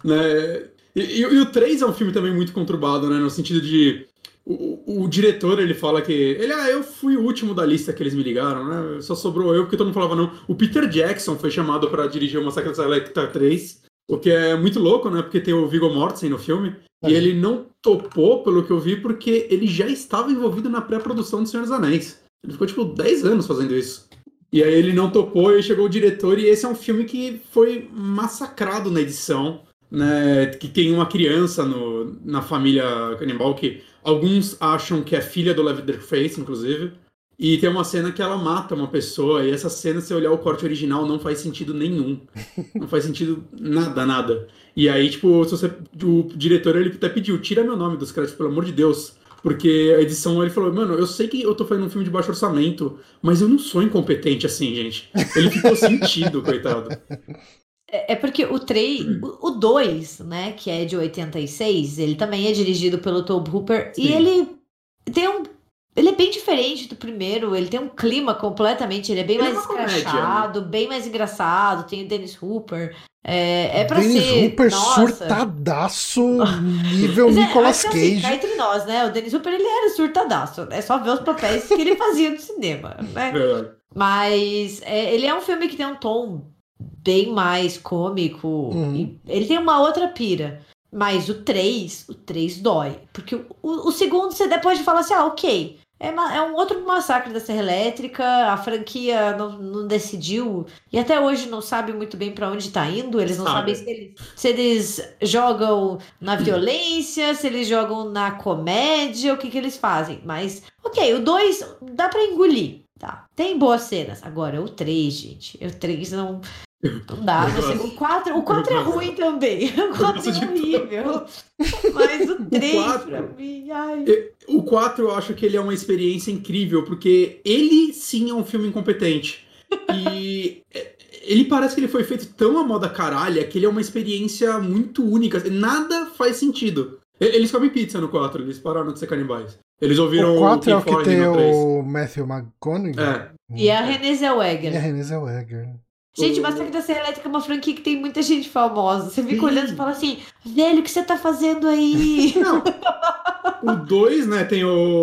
né? E, e- e o três é um filme também muito conturbado, né? No sentido de. O, o- o diretor, ele fala que. Ele, ah, eu fui o último da lista que eles me ligaram, né? Só sobrou eu, porque todo mundo falava não. O Peter Jackson foi chamado pra dirigir o Massacre da Serra Elétrica três, o que é muito louco, né? Porque tem o Viggo Mortensen no filme. E ele não topou, pelo que eu vi, porque ele já estava envolvido na pré-produção do Senhor dos Anéis. Ele ficou, tipo, dez anos fazendo isso. E aí ele não topou, e aí chegou o diretor, e esse é um filme que foi massacrado na edição, né? Que tem uma criança no, na família canibal, que alguns acham que é filha do Leatherface, inclusive. E tem uma cena que ela mata uma pessoa, e essa cena, se olhar o corte original, não faz sentido nenhum. Não faz sentido nada, nada. E aí, tipo, se você, o diretor, ele até pediu, tira meu nome dos créditos, pelo amor de Deus. Porque a edição, ele falou, mano, eu sei que eu tô fazendo um filme de baixo orçamento, mas eu não sou incompetente assim, gente. Ele ficou sentido, coitado. É é porque o três, o dois, né, que é de oitenta e seis, ele também é dirigido pelo Tobe Hooper, e Sim. ele tem um. Ele é bem diferente do primeiro, ele tem um clima completamente. Ele é bem Ele é mais uma comédia, escrachado, bem mais engraçado. Tem o Dennis Hooper. É, é pra Dennis ser. Hooper Nossa. surtadaço, nível Mas é, Nicolas acho que assim, cá Cage. entre nós, né? O Dennis Hooper, ele era surtadaço. É só ver os papéis que ele fazia no cinema, né? Verdade. Mas é, ele é um filme que tem um tom bem mais cômico. Uhum. E ele tem uma outra pira. Mas o três, o três dói. Porque o, o, o segundo você depois de falar assim, ah, ok. É, ma- é um outro massacre da Serra Elétrica, a franquia não, não decidiu, e até hoje não sabe muito bem pra onde tá indo, eles não Sabe. sabem se eles, se eles jogam na violência, se eles jogam na comédia, o que que eles fazem. Mas, ok, o dois dá pra engolir, tá? Tem boas cenas. Agora, o três, gente, o três não... Não dá, Eu não sei. gosto. O quatro, o quatro é Eu gosto. ruim também. O quatro gosto é de horrível. Mas o três, quatro. pra mim, ai. O quatro eu acho que ele é uma experiência incrível, porque ele sim é um filme incompetente. E é, ele parece que ele foi feito tão à moda caralha que ele é uma experiência muito única. Nada faz sentido. E- Eles comem pizza no quatro, eles pararam de ser canibais. Eles ouviram O quatro é o Pink que Floyd tem no três. o Matthew McConaughey. É. E a Renée E a Zellweger. Renée Zellweger. Gente, O- Massacre da Serra Elétrica é uma franquia que tem muita gente famosa. Você fica Sim. olhando e fala assim, velho, o que você tá fazendo aí? Não. O dois, né, tem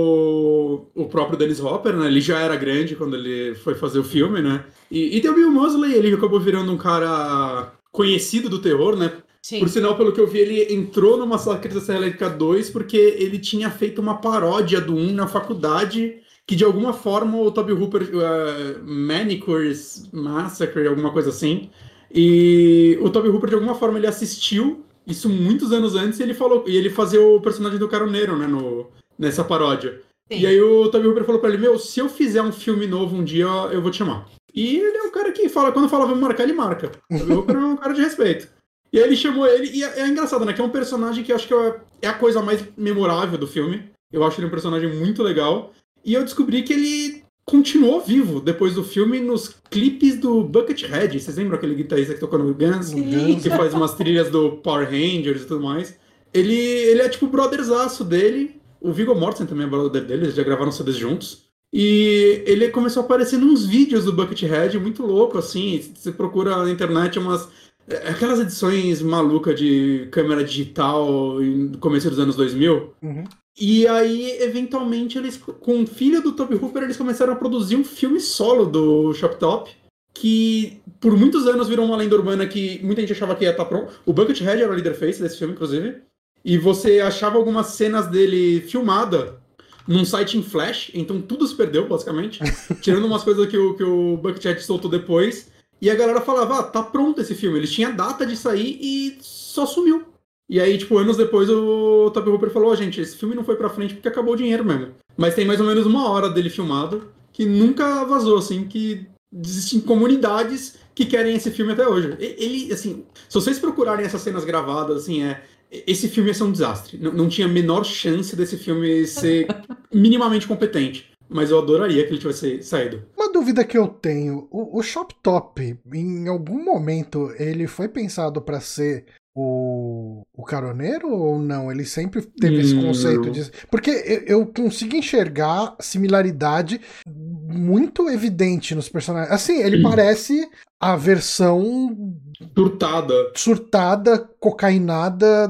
o, o próprio Dennis Hopper, né? Ele já era grande quando ele foi fazer o filme, né? E, e tem o Bill Moseley, ele acabou virando um cara conhecido do terror, né? Sim. Por sinal, pelo que eu vi, ele entrou no Massacre da Serra Elétrica dois porque ele tinha feito uma paródia do um na faculdade, que de alguma forma o Tobe Hooper, uh, Manicures Massacre, alguma coisa assim, e o Tobe Hooper de alguma forma ele assistiu isso muitos anos antes e ele falou, e ele fazia o personagem do Caroneiro, né, no, nessa paródia. Sim. E aí o Tobe Hooper falou pra ele, meu, se eu fizer um filme novo um dia, eu vou te chamar. E ele é um cara que fala, quando fala vamos marcar, ele marca. O Tobe Hooper é um cara de respeito. E aí ele chamou ele, e é, é engraçado, né? Que é um personagem que eu acho que é, é a coisa mais memorável do filme. Eu acho ele um personagem muito legal. E eu descobri que ele continuou vivo depois do filme nos clipes do Buckethead. Vocês lembram aquele guitarrista que tocou no Guns? Sim. Que faz umas trilhas do Power Rangers e tudo mais. Ele, ele é tipo o brotherzaço dele. O Viggo Mortensen também é brother dele, eles já gravaram C Ds juntos. E ele começou a aparecer nos vídeos do Buckethead, muito louco, assim. Você procura na internet umas... aquelas edições malucas de câmera digital no começo dos anos dois mil. Uhum. E aí, eventualmente, eles, com o filho do Tobe Hooper, eles começaram a produzir um filme solo do Chop Top, que por muitos anos virou uma lenda urbana que muita gente achava que ia estar pronto. O Buckethead era o Leatherface desse filme, inclusive. E você achava algumas cenas dele filmada num site em Flash, então tudo se perdeu, basicamente. Tirando umas coisas que o, que o Buckethead soltou depois. E a galera falava, ah, tá pronto esse filme. Eles tinham data de sair e só sumiu. E aí, tipo, anos depois o Tobe Hooper falou, ó, gente, esse filme não foi pra frente porque acabou o dinheiro mesmo. Mas tem mais ou menos uma hora dele filmado que nunca vazou, assim, que existem comunidades que querem esse filme até hoje. E- Ele, assim, se vocês procurarem essas cenas gravadas, assim, é... esse filme ia ser um desastre. Não, não tinha a menor chance desse filme ser minimamente competente. Mas eu adoraria que ele tivesse saído. Uma dúvida que eu tenho, o, o Shop Top, em algum momento, ele foi pensado pra ser o, o caroneiro ou não? Ele sempre teve esse conceito de... Porque eu, eu consigo enxergar similaridade muito evidente nos personagens. Assim, ele parece a versão... Surtada. Surtada, cocainada,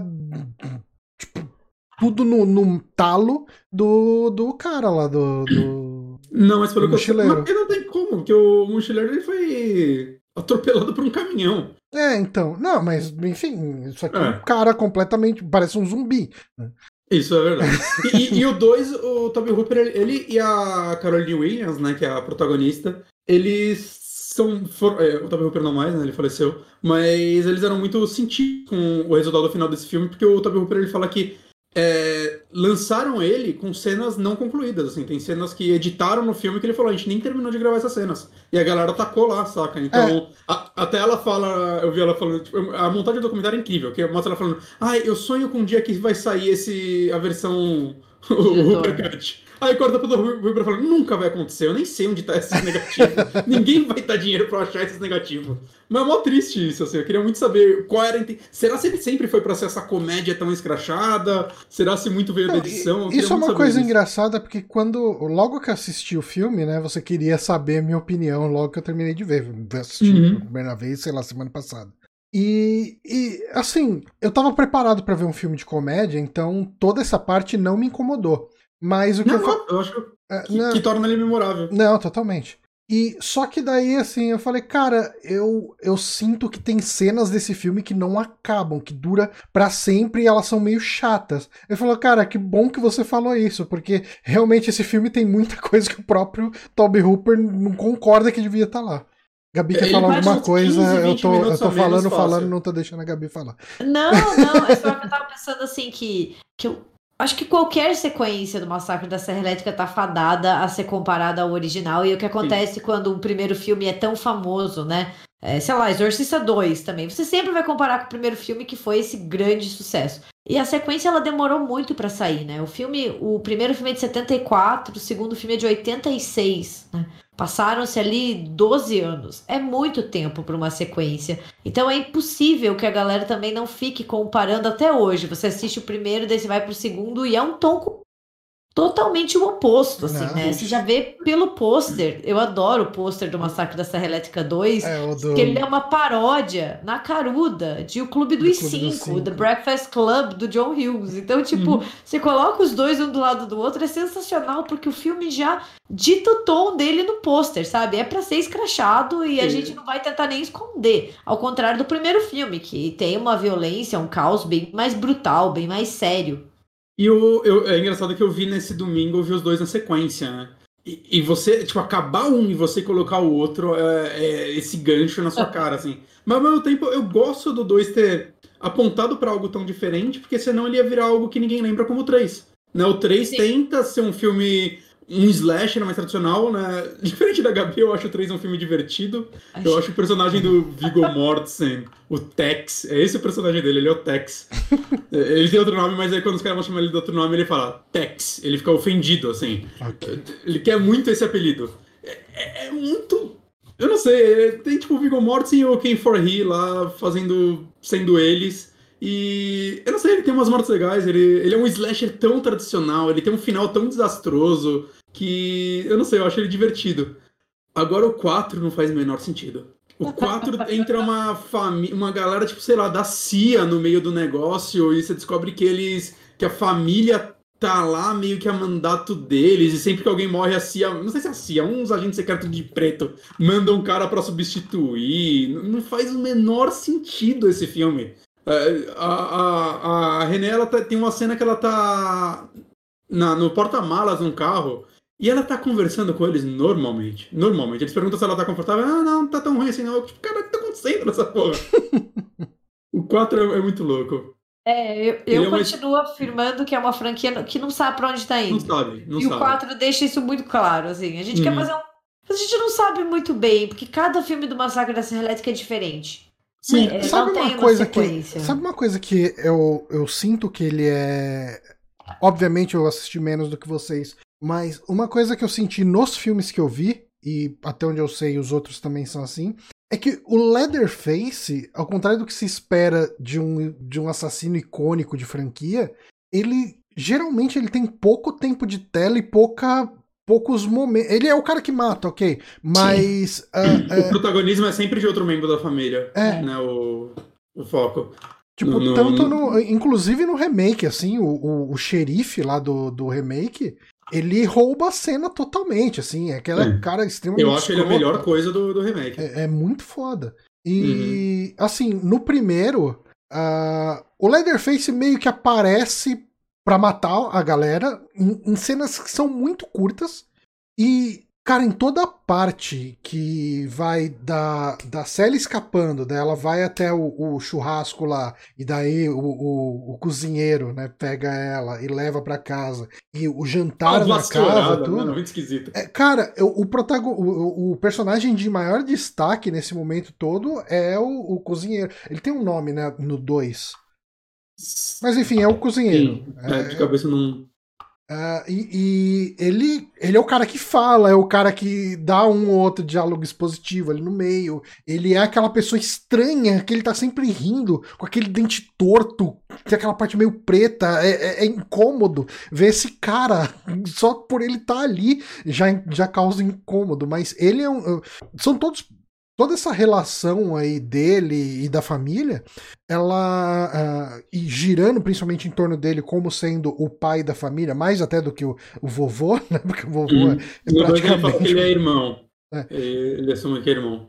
tipo, tudo no, no talo do, do cara lá, do... do não, mas pelo do que mochileiro. eu sei, não tem como, porque o mochileiro ele foi atropelado por um caminhão. É, então. Não, mas, enfim, isso aqui é É. um cara completamente... Parece um zumbi. Isso é verdade. E, e- e o dois, o Toby Hooper, ele, ele e a Caroline Williams, né, que é a protagonista, eles são... For, é, o Toby Hooper não mais, né, ele faleceu, mas eles eram muito sentidos com o resultado final desse filme, porque o Toby Hooper, ele fala que é, lançaram ele com cenas não concluídas, assim, tem cenas que editaram no filme que ele falou, a gente nem terminou de gravar essas cenas. E a galera tacou lá, saca? Então, É. a- até ela fala, eu vi ela falando, tipo, a montagem do documentário é incrível, que mostra ela falando, ai, eu sonho com um dia que vai sair esse, a versão o Hooper Cut. Aí corta pro Hooper falando, nunca vai acontecer, eu nem sei onde tá esses negativos. Ninguém vai dar dinheiro pra achar esses negativos. Mas é mó triste isso, assim, eu queria muito saber qual era a inten... Será se ele sempre foi pra ser essa comédia tão escrachada? Será se muito veio da edição? Eu queria Isso é muito uma saber coisa disso. engraçada, porque quando... Logo que eu assisti o filme, né, você queria saber a minha opinião logo que eu terminei de ver. Eu assisti Uhum. pela primeira vez, sei lá, semana passada. E, e assim, eu tava preparado pra ver um filme de comédia, então toda essa parte não me incomodou. Mas o que Não, eu... fa- eu acho é, que, não, que torna ele memorável. não, totalmente. E só que daí, assim, eu falei, cara, eu, eu sinto que tem cenas desse filme que não acabam, que dura pra sempre e elas são meio chatas. Ele falou, cara, que bom que você falou isso, porque realmente esse filme tem muita coisa que o próprio Toby Hooper não concorda que devia estar lá. Gabi quer Ele falar bate alguma uns coisa, quinze, eu vinte tô, eu minutos tô a menos falando, fácil. falando, não tô deixando a Gabi falar. Não, não, é só que eu tava pensando assim que, que eu acho que qualquer sequência do Massacre da Serra Elétrica tá fadada a ser comparada ao original. E o que acontece quando um primeiro filme é tão famoso, né? É, sei lá, Exorcista dois também. Você sempre vai comparar com o primeiro filme que foi esse grande sucesso. E a sequência, ela demorou muito pra sair, né? O filme, o primeiro filme é de setenta e quatro, o segundo filme é de oitenta e seis, né? Passaram-se ali doze anos. É muito tempo para uma sequência. Então é impossível que a galera também não fique comparando até hoje. Você assiste o primeiro, daí você vai pro segundo e é um tom totalmente o oposto, assim, Não. né? Você já vê pelo pôster. Eu adoro o pôster do Massacre da Serra Elétrica dois, É, o do... que ele é uma paródia na caruda de O Clube dos Do Clube dos Cinco, The Cinco. Breakfast Club, do John Hughes. Então, tipo, Uhum. você coloca os dois um do lado do outro, é sensacional, porque o filme já dita o tom dele no pôster, sabe? É pra ser escrachado e a É. gente não vai tentar nem esconder. Ao contrário do primeiro filme, que tem uma violência, um caos bem mais brutal, bem mais sério. E o, eu, é engraçado que eu vi nesse domingo, eu vi os dois na sequência, né? E, e você, tipo, acabar um e você colocar o outro é, é esse gancho na sua cara, assim. Mas ao mesmo tempo, eu gosto do dois ter apontado pra algo tão diferente, porque senão ele ia virar algo que ninguém lembra como o três. Né? O três Sim. tenta ser um filme, um slasher mais tradicional, né? Diferente da Gabi, eu acho o três um filme divertido. Eu acho o personagem do Viggo Mortensen, o Tex, é esse o personagem dele, ele é o Tex. Ele tem outro nome, mas aí quando os caras vão chamar ele de outro nome, ele fala Tex. Ele fica ofendido, assim. Ok. Ele quer muito esse apelido. É, é- é muito... Eu não sei, é- tem tipo o Viggo Mortensen e o Ken Foree lá fazendo... sendo eles. E... eu não sei, ele tem umas mortes legais, ele, ele é um slasher tão tradicional, ele tem um final tão desastroso que... eu não sei, eu acho ele divertido. Agora o quatro não faz o menor sentido. O quatro entra uma família, uma galera, tipo, sei lá, da C I A no meio do negócio e você descobre que eles, que a família tá lá meio que a mandato deles e sempre que alguém morre a C I A, não sei se é a C I A, uns agentes secretos de preto mandam um cara pra substituir. Não faz o menor sentido esse filme. É, A, a, a Renée, ela tá- tem uma cena que ela tá na, no porta-malas num carro. E ela tá conversando com eles normalmente. Normalmente. Eles perguntam se ela tá confortável. Ah, não, não tá tão ruim assim, não. Eu, tipo, cara, o que tá acontecendo nessa porra? O quatro é, é muito louco. É, eu, Ele eu é uma- continuo afirmando que é uma franquia que não sabe pra onde tá Não indo. sabe, não E o sabe. quatro deixa isso muito claro, assim. A gente quer Uhum. fazer um. A gente não sabe muito bem, porque cada filme do Massacre da Serra Elétrica é diferente. Sim, Ele sabe não uma tem coisa uma que sequência. sabe uma coisa que eu, eu sinto que ele é. Obviamente eu assisti menos do que vocês, mas uma coisa que eu senti nos filmes que eu vi, e até onde eu sei os outros também são assim, é que o Leatherface, ao contrário do que se espera de um, de um assassino icônico de franquia, ele geralmente ele tem pouco tempo de tela e pouca poucos momentos. Ele é o cara que mata, ok, mas uh, O protagonismo é sempre de outro membro da família, É. né? O, o foco. tipo, No- no- tanto no- no, inclusive no remake, assim, o, o, o xerife lá do, do remake, ele rouba a cena totalmente, assim, é aquele É. cara extremamente Eu acho ele a escroto. melhor coisa do, do remake. É, é muito foda. E, assim, no primeiro, uh, o Leatherface meio que aparece pra matar a galera em, em cenas que são muito curtas. E, cara, em toda a parte que vai da, da Sally escapando, daí ela vai até o, o churrasco lá, e daí o, o, o cozinheiro, né, pega ela e leva pra casa. E o jantar Uma na casa, vassourada, tudo. né? Muito esquisito. É, cara, o, o, protago- o, o personagem de maior destaque nesse momento todo é o, o cozinheiro. Ele tem um nome, né, no dois. Mas enfim, é o cozinheiro. Sim, é, de cabeça não. Ah, e e ele, ele é o cara que fala, é o cara que dá um ou outro diálogo expositivo ali no meio. Ele é aquela pessoa estranha que ele tá sempre rindo, com aquele dente torto, tem aquela parte meio preta. É, é- é incômodo ver esse cara. Só por ele estar ali já, já causa incômodo. Mas ele é um. São todos. Toda essa relação aí dele e da família, ela. ah, e girando principalmente em torno dele como sendo o pai da família, mais até do que o, o vovô, né? Porque o vovô Hum. é No dois ele fala que praticamente. ele é irmão. É. Ele assume que é irmão.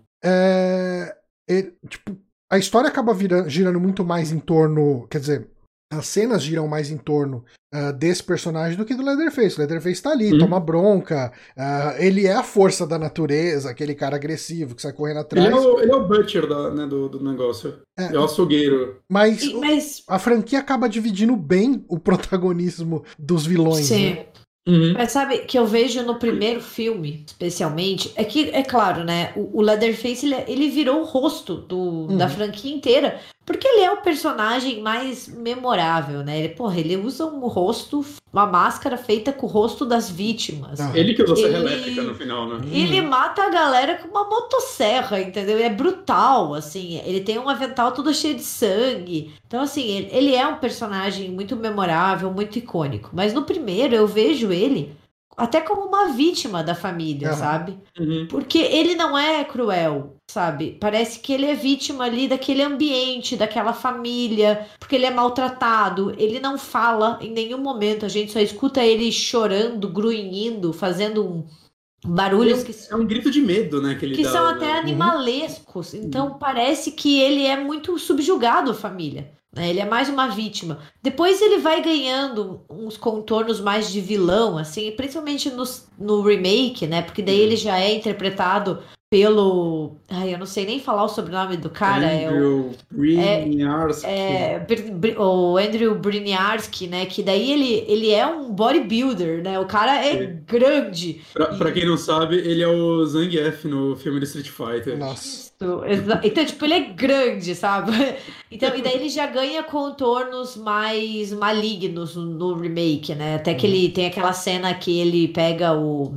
É, ele- tipo, a história acaba vira- girando muito mais em torno. Quer dizer, as cenas giram mais em torno ah, desse personagem do que do Leatherface. O Leatherface tá ali, Uhum. toma bronca. ah, ele é a força da natureza, aquele cara agressivo que sai correndo Ele atrás. é o, ele é o butcher da, né, do, do negócio. É. É o açougueiro. Mas E- o- mas, a franquia acaba dividindo bem o protagonismo dos vilões. sim. Né? Uhum. Mas sabe, que eu vejo no primeiro filme, especialmente, é que, é claro, né, o, o Leatherface, ele, ele virou o rosto do, da Uhum. franquia inteira, porque ele é o personagem mais memorável, né, ele, porra, ele usa um rosto, uma máscara feita com o rosto das vítimas. Ah. Ele que usa a serra Ele- elétrica no final, né? Ele mata a galera com uma motosserra, entendeu? É brutal, assim. Ele tem um avental todo cheio de sangue. Então, assim, ele, ele é um personagem muito memorável, muito icônico. Mas no primeiro eu vejo ele até como uma vítima da família, Aham. sabe? Uhum. Porque ele não é cruel, sabe? Parece que ele é vítima ali daquele ambiente, daquela família, porque ele é maltratado. Ele não fala em nenhum momento, a gente só escuta ele chorando, grunhindo, fazendo um barulhos que, É um grito de medo, né? Que ele que dá, são né? até animalescos. Então parece que ele é muito subjugado à família, né? Ele é mais uma vítima. Depois ele vai ganhando uns contornos mais de vilão, assim, principalmente no, no remake, né? Porque daí Uhum. ele já é interpretado pelo... Ai, eu não sei nem falar o sobrenome do cara. É o, Andrew Briniarski. é, Br- Br- o Andrew Briniarski, né? Que daí ele, ele é um bodybuilder, né? O cara é Sim. grande. Pra, pra quem não sabe, ele é o Zangief no filme do Street Fighter. Nossa. Isso, exa- Então, tipo, ele é grande, sabe? Então, e daí ele já ganha contornos mais malignos no, no remake, né? Até que ele tem aquela cena que ele pega o,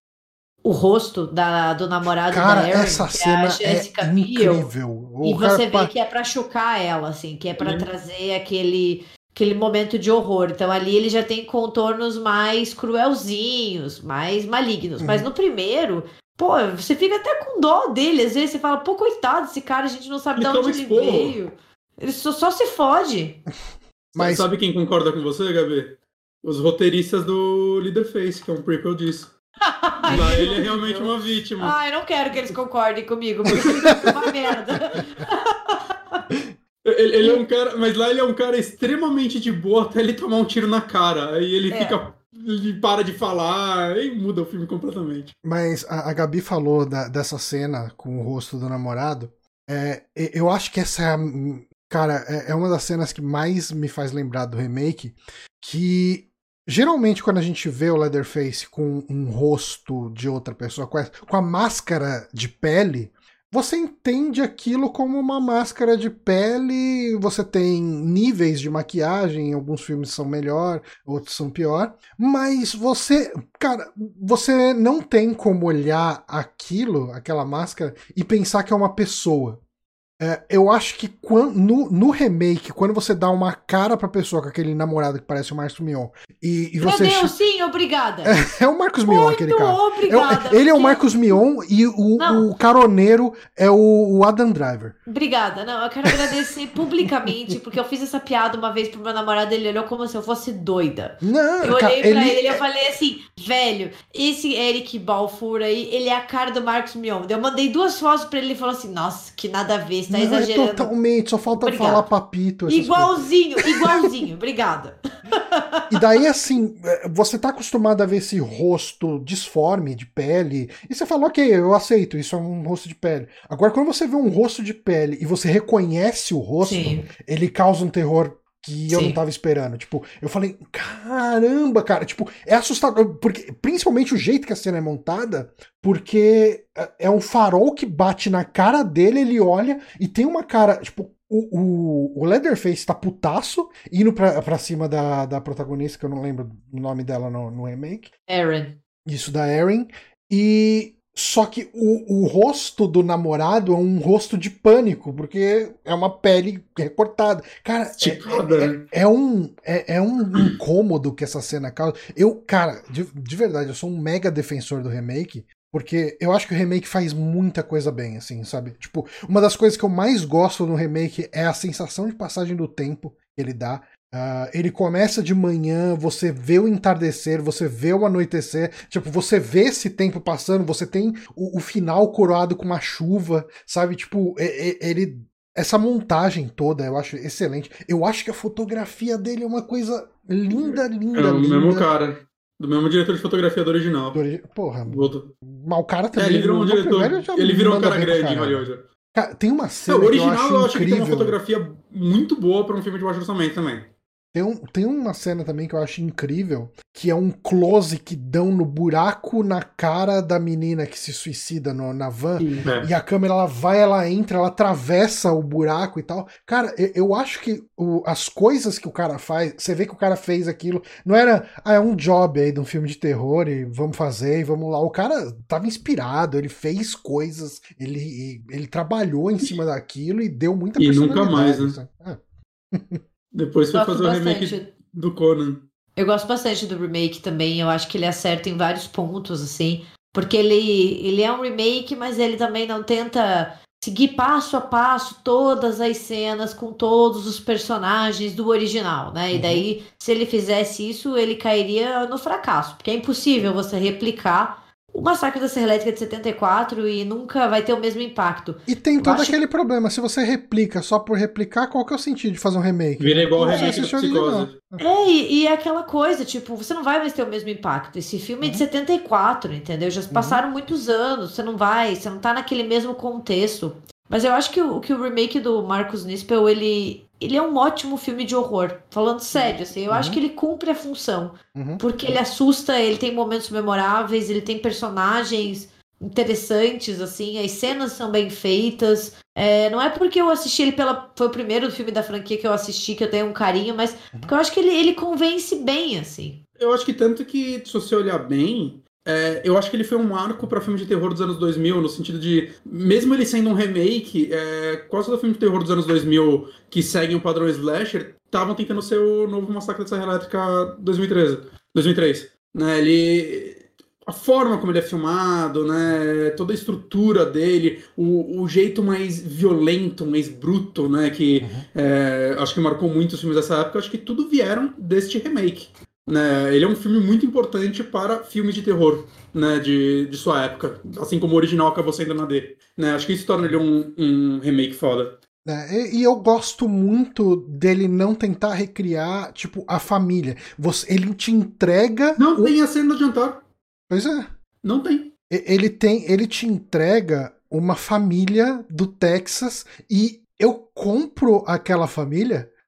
o rosto da, do namorado Cara, da Erin, essa que cena é a Jessica é Biel. incrível. E O cara você vê pa- que é pra chocar ela, assim, que é pra Uhum. trazer aquele, aquele momento de horror. Então ali ele já tem contornos mais cruelzinhos, mais malignos. Mas Uhum. no primeiro, pô, você fica até com dó dele. Às vezes você fala, pô, coitado desse cara, a gente não sabe Ele de onde toma ele esporro. veio. Ele só, só se fode. Mas Sabe quem concorda com você, Gabi? Os roteiristas do Leatherface, que é um prequel disso. Lá ele é realmente uma vítima. Ai, eu não quero que eles concordem comigo, porque ele é uma merda. Ele, ele é um cara, mas lá ele é um cara extremamente de boa até ele tomar um tiro na cara. Aí ele É. fica. Ele para de falar e muda o filme completamente. Mas a, a Gabi falou da- dessa cena com o rosto do namorado. É, e- eu acho que essa é, a- cara, é, é uma das cenas que mais me faz lembrar do remake. Que geralmente quando a gente vê o Leatherface com um rosto de outra pessoa, com a, com a máscara de pele, você entende aquilo como uma máscara de pele, você tem níveis de maquiagem, alguns filmes são melhor, outros são pior, mas você, cara, você não tem como olhar aquilo, aquela máscara, e pensar que é uma pessoa. É, eu acho que quando, no, no remake, quando você dá uma cara pra pessoa com aquele namorado que parece o Marcos Mion, e, e você... Meu Deus, sim, obrigada. É, é o Marcos Mion, Muito aquele cara. obrigada. É, ele é o porque- Marcos Mion e o, o caroneiro é o, o Adam Driver. Obrigada. Não, eu quero agradecer publicamente, porque eu fiz essa piada uma vez pro meu namorado, ele olhou como se eu fosse doida. Não, Eu cara, olhei pra ele- ele e eu falei assim, velho, esse Eric Balfour aí, ele é a cara do Marcos Mion. Eu mandei duas fotos pra ele e ele falou assim, nossa, que nada a ver, você tá Não, é exagerando. totalmente, só falta Obrigada. falar papito. essas Igualzinho, igualzinho, obrigada. E daí, assim, você tá acostumado a ver esse rosto disforme, de pele, e você fala, ok, eu aceito, isso é um rosto de pele. Agora, quando você vê um rosto de pele e você reconhece o rosto, Sim. ele causa um terror que eu Sim. não tava esperando. Tipo, eu falei, caramba, cara, tipo, é assustador, porque, principalmente o jeito que a cena é montada, porque é um farol que bate na cara dele, ele olha, e tem uma cara, tipo, O, o, o Leatherface tá putaço, indo pra, pra cima da, da protagonista, que eu não lembro o nome dela no, no remake. Aaron. Isso, da Erin. E só que o, o rosto do namorado é um rosto de pânico, porque é uma pele recortada. Cara, Esticada, é, né? é, é um, é, é um incômodo que essa cena causa. Eu, cara, de, de verdade, eu sou um mega defensor do remake. Porque eu acho que o remake faz muita coisa bem, assim, sabe? Tipo, uma das coisas que eu mais gosto no remake é a sensação de passagem do tempo que ele dá. Uh, ele começa de manhã, você vê o entardecer, você vê o anoitecer, tipo, você vê esse tempo passando, você tem o, o final coroado com uma chuva, sabe? Tipo, ele... Essa montagem toda eu acho excelente. Eu acho que a fotografia dele é uma coisa linda, linda, É o linda. mesmo cara. Do mesmo diretor de fotografia do original. Porra, Voltou. mas o cara É, também. ele virou um o diretor. velho já Ele virou um manda cara bem pra grande em caramba. Hollywood. Cara, tem uma É, cena o original que eu acho eu acho que tem incrível. uma fotografia muito boa pra um filme de baixo orçamento também. Tem, um, tem uma cena também que eu acho incrível, que é um close que dão no buraco na cara da menina que se suicida no, na van. É. E a câmera, ela vai, ela entra, ela atravessa o buraco e tal. Cara, eu, eu acho que o, as coisas que o cara faz, você vê que o cara fez aquilo, não era, ah, é um job aí de um filme de terror e vamos fazer e vamos lá. O cara tava inspirado, ele fez coisas, ele, ele trabalhou em cima daquilo e deu muita E nunca personalidade. mais, né? Ah. Depois foi Gosto fazer o remake bastante. do Conan. Eu gosto bastante do remake também. Eu acho que ele acerta em vários pontos, assim. Porque ele, ele é um remake, mas ele também não tenta seguir passo a passo todas as cenas com todos os personagens do original, né? E daí, se ele fizesse isso, ele cairia no fracasso. Porque é impossível você replicar o Massacre da Serra Elétrica de setenta e quatro e nunca vai ter o mesmo impacto. E tem Eu todo acho- aquele problema, se você replica só por replicar, qual que é o sentido de fazer um remake? Vira né? igual o Você remake do assiste o original. Psicose. É, e, e é aquela coisa, tipo, você não vai mais ter o mesmo impacto. Esse filme é de setenta e quatro, entendeu? Já se passaram muitos anos, você não vai, você não tá naquele mesmo contexto. Mas eu acho que o, que o remake do Marcus Nispel, ele, ele é um ótimo filme de horror. Falando sério, assim, eu acho que ele cumpre a função. Uhum. Porque ele assusta, ele tem momentos memoráveis, ele tem personagens interessantes, assim, as cenas são bem feitas. É, não é porque eu assisti ele pela. Foi o primeiro filme da franquia que eu assisti, que eu tenho um carinho, mas porque eu acho que ele, ele convence bem, assim. Eu acho que tanto que, se você olhar bem, é, eu acho que ele foi um marco pra filme de terror dos anos dois mil, no sentido de, mesmo ele sendo um remake, é, quase todo filme de terror dos anos dois mil que seguem o padrão slasher, estavam tentando ser o novo Massacre da Serra Elétrica dois mil e treze, dois mil e três. Né, ele... A forma como ele é filmado, né, toda a estrutura dele, o, o jeito mais violento, mais bruto, né, que é, acho que marcou muito os filmes dessa época, acho que tudo vieram deste remake. Né? Ele é um filme muito importante para filmes de terror, né, de, de sua época, assim como o original acabou sendo na dele. Né? Acho que isso torna ele um, um remake foda. É, e, e eu gosto muito dele não tentar recriar, tipo, a família. Você, ele te entrega... Não o... tem a cena do jantar. Pois é. Não tem. Ele tem, ele te entrega uma família do Texas e eu compro aquela família,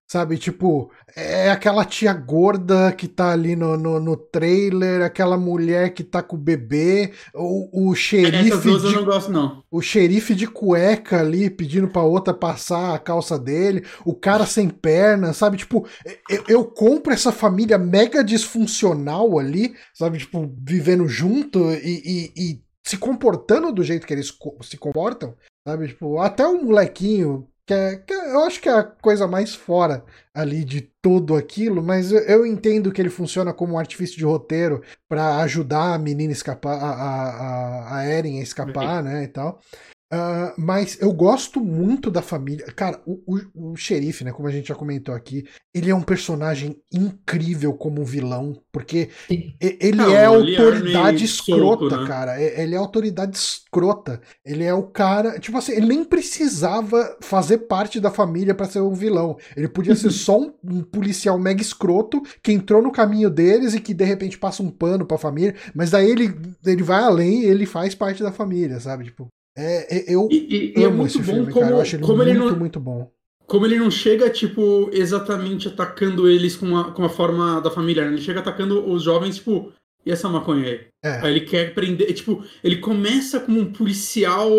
Sabe, tipo, é aquela tia gorda que tá ali no, no, no trailer, aquela mulher que tá com o bebê, o, o xerife. Essas duas de, eu não gosto, não. O xerife de cueca ali pedindo pra outra passar a calça dele, o cara sem perna, sabe? Tipo, eu, eu compro essa família mega disfuncional ali, sabe? Tipo, vivendo junto e, e, e se comportando do jeito que eles se comportam, sabe? Tipo, até o molequinho. Que é, que é, eu acho que é a coisa mais fora ali de tudo aquilo, mas eu, eu entendo que ele funciona como um artifício de roteiro para ajudar a menina a escapar, a, a, a Eren a escapar, né, e tal. Uh, mas eu gosto muito da família. Cara, o, o, o xerife, né, como a gente já comentou aqui, ele é um personagem incrível como vilão, porque Sim. ele Não, é autoridade escrota, solto, né? cara. Ele é autoridade escrota. Ele é o cara. Tipo assim, ele nem precisava fazer parte da família para ser um vilão. Ele podia ser só um, um policial mega escroto que entrou no caminho deles e que de repente passa um pano pra família, mas daí ele, ele vai além e ele faz parte da família, sabe? Tipo. É, eu e, e, amo e é esse filme, como, cara. Eu acho ele como muito, ele não, muito bom. Como ele não chega, tipo, exatamente atacando eles com a, com a forma da família, né? Ele chega atacando os jovens, tipo, e essa maconha aí? É. Aí ele quer prender, tipo, ele começa como um policial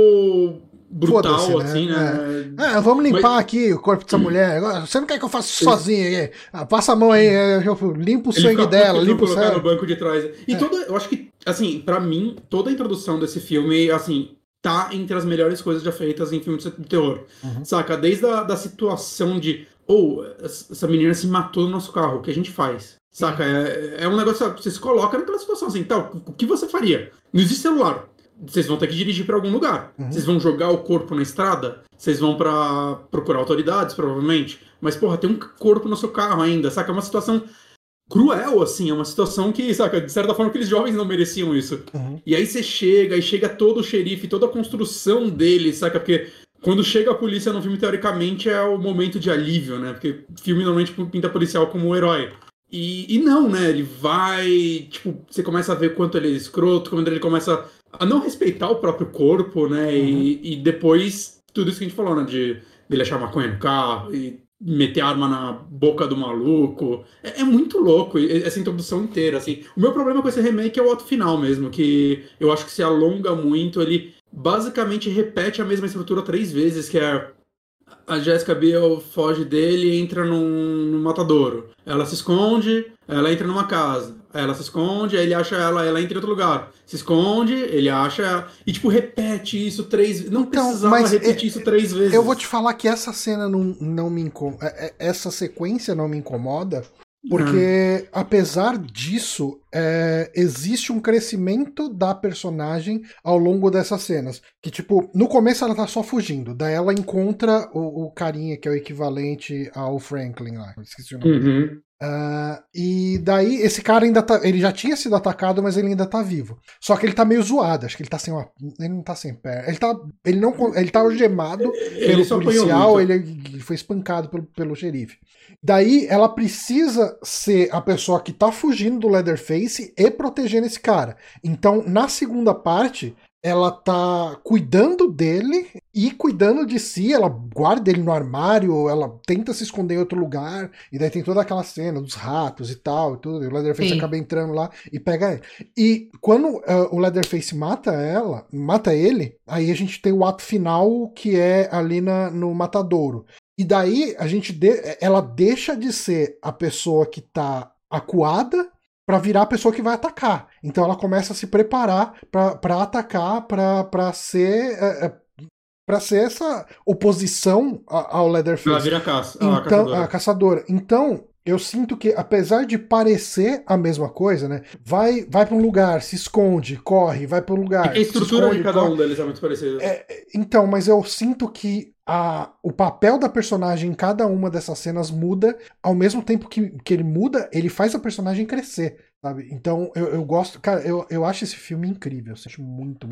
brutal, né? assim, né? É. É, vamos limpar Mas... aqui o corpo dessa mulher. Você não quer que eu faça isso sozinho aqui? Ah, passa a mão aí, eu limpo o sangue dela, limpa o sangue. No banco de trás. E é. toda, eu acho que, assim, pra mim, toda a introdução desse filme, assim... tá entre as melhores coisas já feitas em filmes de terror. Uhum. Saca? Desde a da situação de ou oh, essa menina se matou no nosso carro, o que a gente faz? Saca? Uhum. É, é um negócio, sabe? Você se coloca naquela situação assim, tal, o que você faria? Não existe celular. Vocês vão ter que dirigir para algum lugar. Uhum. Vocês vão jogar o corpo na estrada? Vocês vão para procurar autoridades, provavelmente. Mas, porra, tem um corpo no seu carro ainda, saca? É uma situação cruel, assim, é uma situação que, saca, de certa forma aqueles jovens não mereciam isso. Uhum. E aí você chega, e chega todo o xerife, toda a construção dele, saca? Porque quando chega a polícia no filme, teoricamente, é o momento de alívio, né? Porque filme normalmente pinta policial como o herói. E, e não, né? Ele vai, tipo, você começa a ver quanto ele é escroto, quando ele começa a não respeitar o próprio corpo, né? Uhum. E, e depois, tudo isso que a gente falou, né? De dele achar maconha no carro e meter arma na boca do maluco. É, é muito louco essa introdução inteira, assim. O meu problema com esse remake é o ato final mesmo, que eu acho que se alonga muito. Ele basicamente repete a mesma estrutura três vezes, que é a Jessica Biel foge dele e entra num, num matadouro. Ela se esconde, ela entra numa casa. Ela se esconde, aí ele acha ela, ela entra em outro lugar. Se esconde, ele acha ela. E, tipo, repete isso três vezes. Não então, precisava mas repetir é, isso três vezes. Eu vou te falar que essa cena não, não me incomoda. Essa sequência não me incomoda. Porque, uhum. apesar disso, é, existe um crescimento da personagem ao longo dessas cenas. Que, tipo, no começo ela tá só fugindo. Daí ela encontra o, o carinha que é o equivalente ao Franklin lá. Esqueci o nome uhum. dele. Uh, e daí esse cara ainda tá. Ele já tinha sido atacado, mas ele ainda tá vivo. Só que ele tá meio zoado, acho que ele tá sem uma. Ele não tá sem perna. Ele tá. Ele não. Ele tá algemado pelo policial, ele, ele foi espancado pelo, pelo xerife. Daí ela precisa ser a pessoa que tá fugindo do Leatherface e protegendo esse cara. Então, na segunda parte, ela tá cuidando dele e cuidando de si, ela guarda ele no armário, ela tenta se esconder em outro lugar, e daí tem toda aquela cena dos ratos e tal, e tudo, e o Leatherface Sim. acaba entrando lá e pega ele. E quando uh, o Leatherface mata ela, mata ele, aí a gente tem o ato final que é ali na, no matadouro. E daí a gente de, ela deixa de ser a pessoa que tá acuada para virar a pessoa que vai atacar. Então ela começa a se preparar para atacar, para ser é, para ser essa oposição ao Leatherface. Ela vira a, caça, então, a caçadora. A caçadora. Então eu sinto que, apesar de parecer a mesma coisa, né? Vai, vai para um lugar, se esconde, corre, vai para um lugar. E a estrutura esconde, de cada corre. um deles é muito parecida. É, então, mas eu sinto que a, o papel da personagem em cada uma dessas cenas muda, ao mesmo tempo que, que ele muda, ele faz a personagem crescer, sabe? Então eu, eu gosto, cara, eu, eu acho esse filme incrível, eu acho muito, muito bom.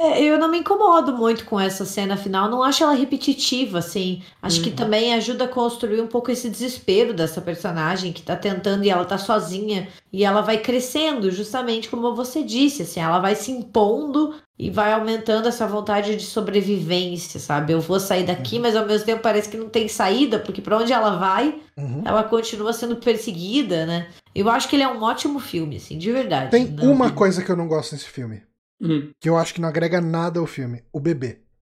É, eu não me incomodo muito com essa cena final, não acho ela repetitiva, assim. Acho que Uhum. também ajuda a construir um pouco esse desespero dessa personagem que tá tentando e ela tá sozinha e ela vai crescendo, justamente como você disse, assim, ela vai se impondo e vai aumentando essa vontade de sobrevivência, sabe? Eu vou sair daqui, Uhum. mas ao mesmo tempo parece que não tem saída, porque pra onde ela vai, Uhum. ela continua sendo perseguida, né? Eu acho que ele é um ótimo filme, assim, de verdade. Tem Não. uma coisa que eu não gosto nesse filme, Hum. que eu acho que não agrega nada ao filme: o bebê.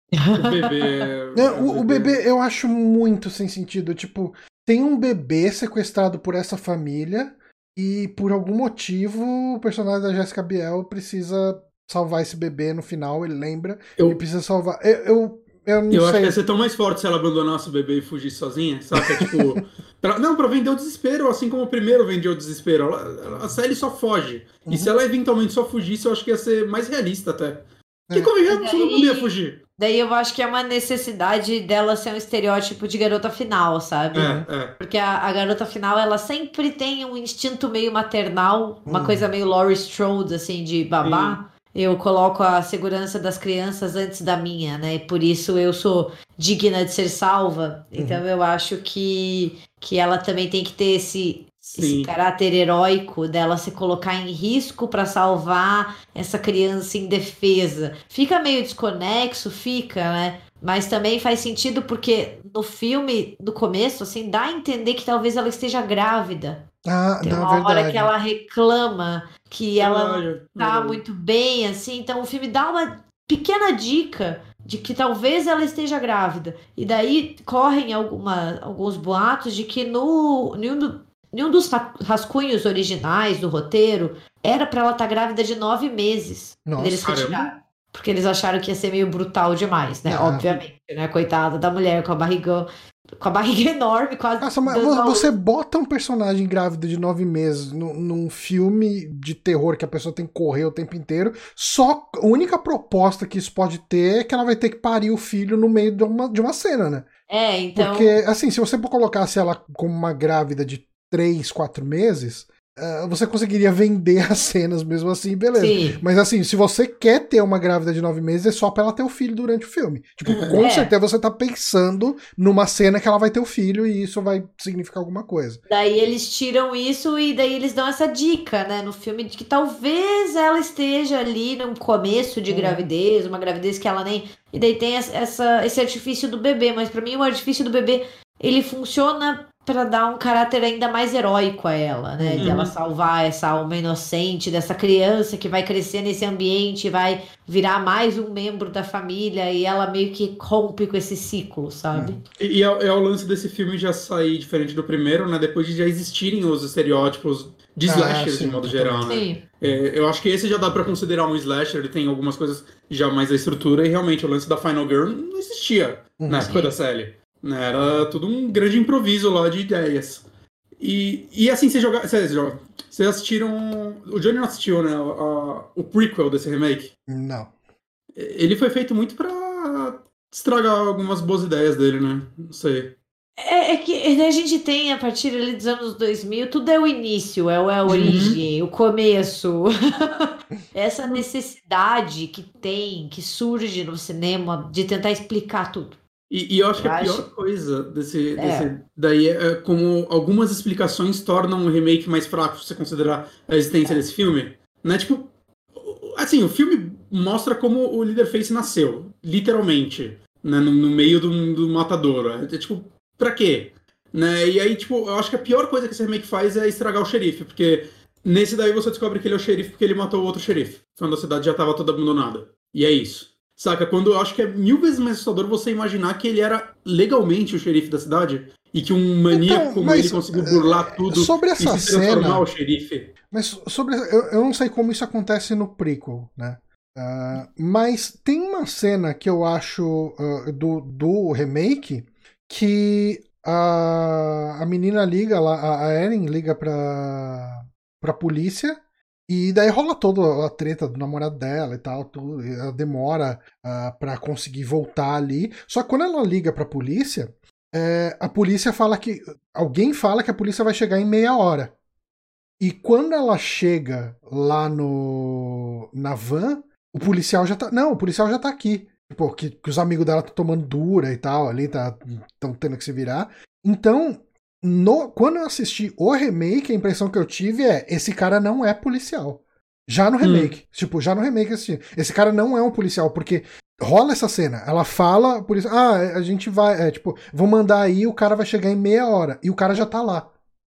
O bebê. Não, é, o, o bebê eu acho muito sem sentido. Tipo, tem um bebê sequestrado por essa família e por algum motivo o personagem da Jessica Biel precisa salvar esse bebê no final. Ele lembra e Eu, precisa salvar. Eu, eu, eu não eu acho que ia sei. ser tão mais forte se ela abandonasse o bebê e fugisse sozinha, saca? Tipo. pra- não, pra vender o desespero, assim como o primeiro vendeu o desespero. Ela, ela- a Sally só foge. E se Uhum. ela eventualmente só fugisse, eu acho que ia ser mais realista até. Que É. convenhamos, todo mundo ia Daí, fugir. daí eu acho que é uma necessidade dela ser um estereótipo de garota final, sabe? Uhum. É, é. Porque a, a garota final, ela sempre tem um instinto meio maternal, uma coisa Uhum. meio Laurie Strode, assim, de Sim. babá. Eu coloco a segurança das crianças antes da minha, né? Por isso eu sou digna de ser salva. Então Uhum. eu acho que, que ela também tem que ter esse, esse Sim. caráter heróico dela se colocar em risco para salvar essa criança indefesa. Fica meio desconexo, fica, né? Mas também faz sentido porque no filme, no começo, assim, dá a entender que talvez ela esteja grávida. Ah, Tem na uma hora que verdade. ela reclama que ela não Verdade, tá verdade. muito bem, assim. Então o filme dá uma pequena dica de que talvez ela esteja grávida. E daí correm alguma, alguns boatos de que no, em um do- em um dos ra- rascunhos originais do roteiro era pra ela estar grávida de nove meses. Quando eles Nossa. Caramba. retiraram. Porque eles acharam que ia ser meio brutal demais, né? Ah. Obviamente, né? Coitada da mulher com a barriga, com a barriga enorme, quase Nossa, mas dando vo- a você luz. bota um personagem grávido de nove meses num, num filme de terror que a pessoa tem que correr o tempo inteiro. Só a única proposta que isso pode ter é que ela vai ter que parir o filho no meio de uma, de uma cena, né? É, Porque, então. assim, se você colocasse ela como uma grávida de três, quatro meses, ah, você conseguiria vender as cenas mesmo assim, beleza. Sim. Mas assim, se você quer ter uma grávida de nove meses, é só pra ela ter o filho durante o filme. Tipo, com É. certeza você tá pensando numa cena que ela vai ter o filho e isso vai significar alguma coisa. Daí eles tiram isso e daí eles dão essa dica, né, no filme de que talvez ela esteja ali num começo de Uhum. gravidez, uma gravidez que ela nem. E daí tem essa, essa- esse artifício do bebê, mas pra mim o artifício do bebê ele funciona pra dar um caráter ainda mais heróico a ela, né, de ela Uhum. salvar essa alma inocente dessa criança que vai crescer nesse ambiente, vai virar mais um membro da família e ela meio que rompe com esse ciclo, sabe? Uhum. E, e é, é o lance desse filme já sair diferente do primeiro, né? Depois de já existirem os estereótipos de Ah, slashers, sim, de modo totalmente. geral, né? Sim. É, eu acho que esse já dá pra considerar um slasher, ele tem algumas coisas já mais da estrutura, e realmente o lance da Final Girl não existia Uhum. na época da série. Né? Era tudo um grande improviso lá de ideias. E, e assim, vocês jogaram. Vocês, jogam- vocês assistiram. O Johnny não assistiu, né? A- a- o prequel desse remake. Não. Ele foi feito muito pra estragar algumas boas ideias dele, né? Não sei. É, é que a gente tem, a partir ali dos anos dois mil, tudo é o início, é, o- é a Uhum. origem, o começo. Essa necessidade que tem, que surge no cinema de tentar explicar tudo. E, e eu acho que Eu a pior acho. coisa desse, É. desse daí é como algumas explicações tornam o remake mais fraco se você considerar a existência desse filme. Né? Tipo, assim, o filme mostra como o Leatherface nasceu, literalmente, né? no, no meio do, do matadouro. É, é, tipo, pra quê? Né? E aí, tipo, eu acho que a pior coisa que esse remake faz é estragar o xerife, porque nesse daí você descobre que ele é o xerife porque ele matou o outro xerife, quando a cidade já estava toda abandonada. E é isso. Saca? Quando eu acho que é mil vezes mais assustador você imaginar que ele era legalmente o xerife da cidade e que um maníaco Então, como mas, ele conseguiu burlar eh, tudo sobre e essa se transformar cena- o xerife. Mas sobre. Eu, eu não sei como isso acontece no prequel, né? Ah, mas tem uma cena que eu acho ah, do, do remake que a, a menina liga lá, a, a Erin liga pra, pra polícia e daí rola toda a treta do namorado dela e tal, tudo, e ela demora uh, pra conseguir voltar ali. Só que quando ela liga pra polícia, é, a polícia fala que. Alguém fala que a polícia vai chegar em meia hora. E quando ela chega lá no na van, o policial já tá. Não, o policial já tá aqui. Tipo, que, que os amigos dela estão tomando dura e tal, ali, tá, estão tendo que se virar. Então, no, quando eu assisti o remake, a impressão que eu tive é: esse cara não é policial. Já no remake. Hum. Tipo, já no remake eu assisti. Esse cara não é um policial, porque rola essa cena. Ela fala, por isso, ah, a gente vai, é, tipo, vou mandar aí, o cara vai chegar em meia hora. E o cara já tá lá.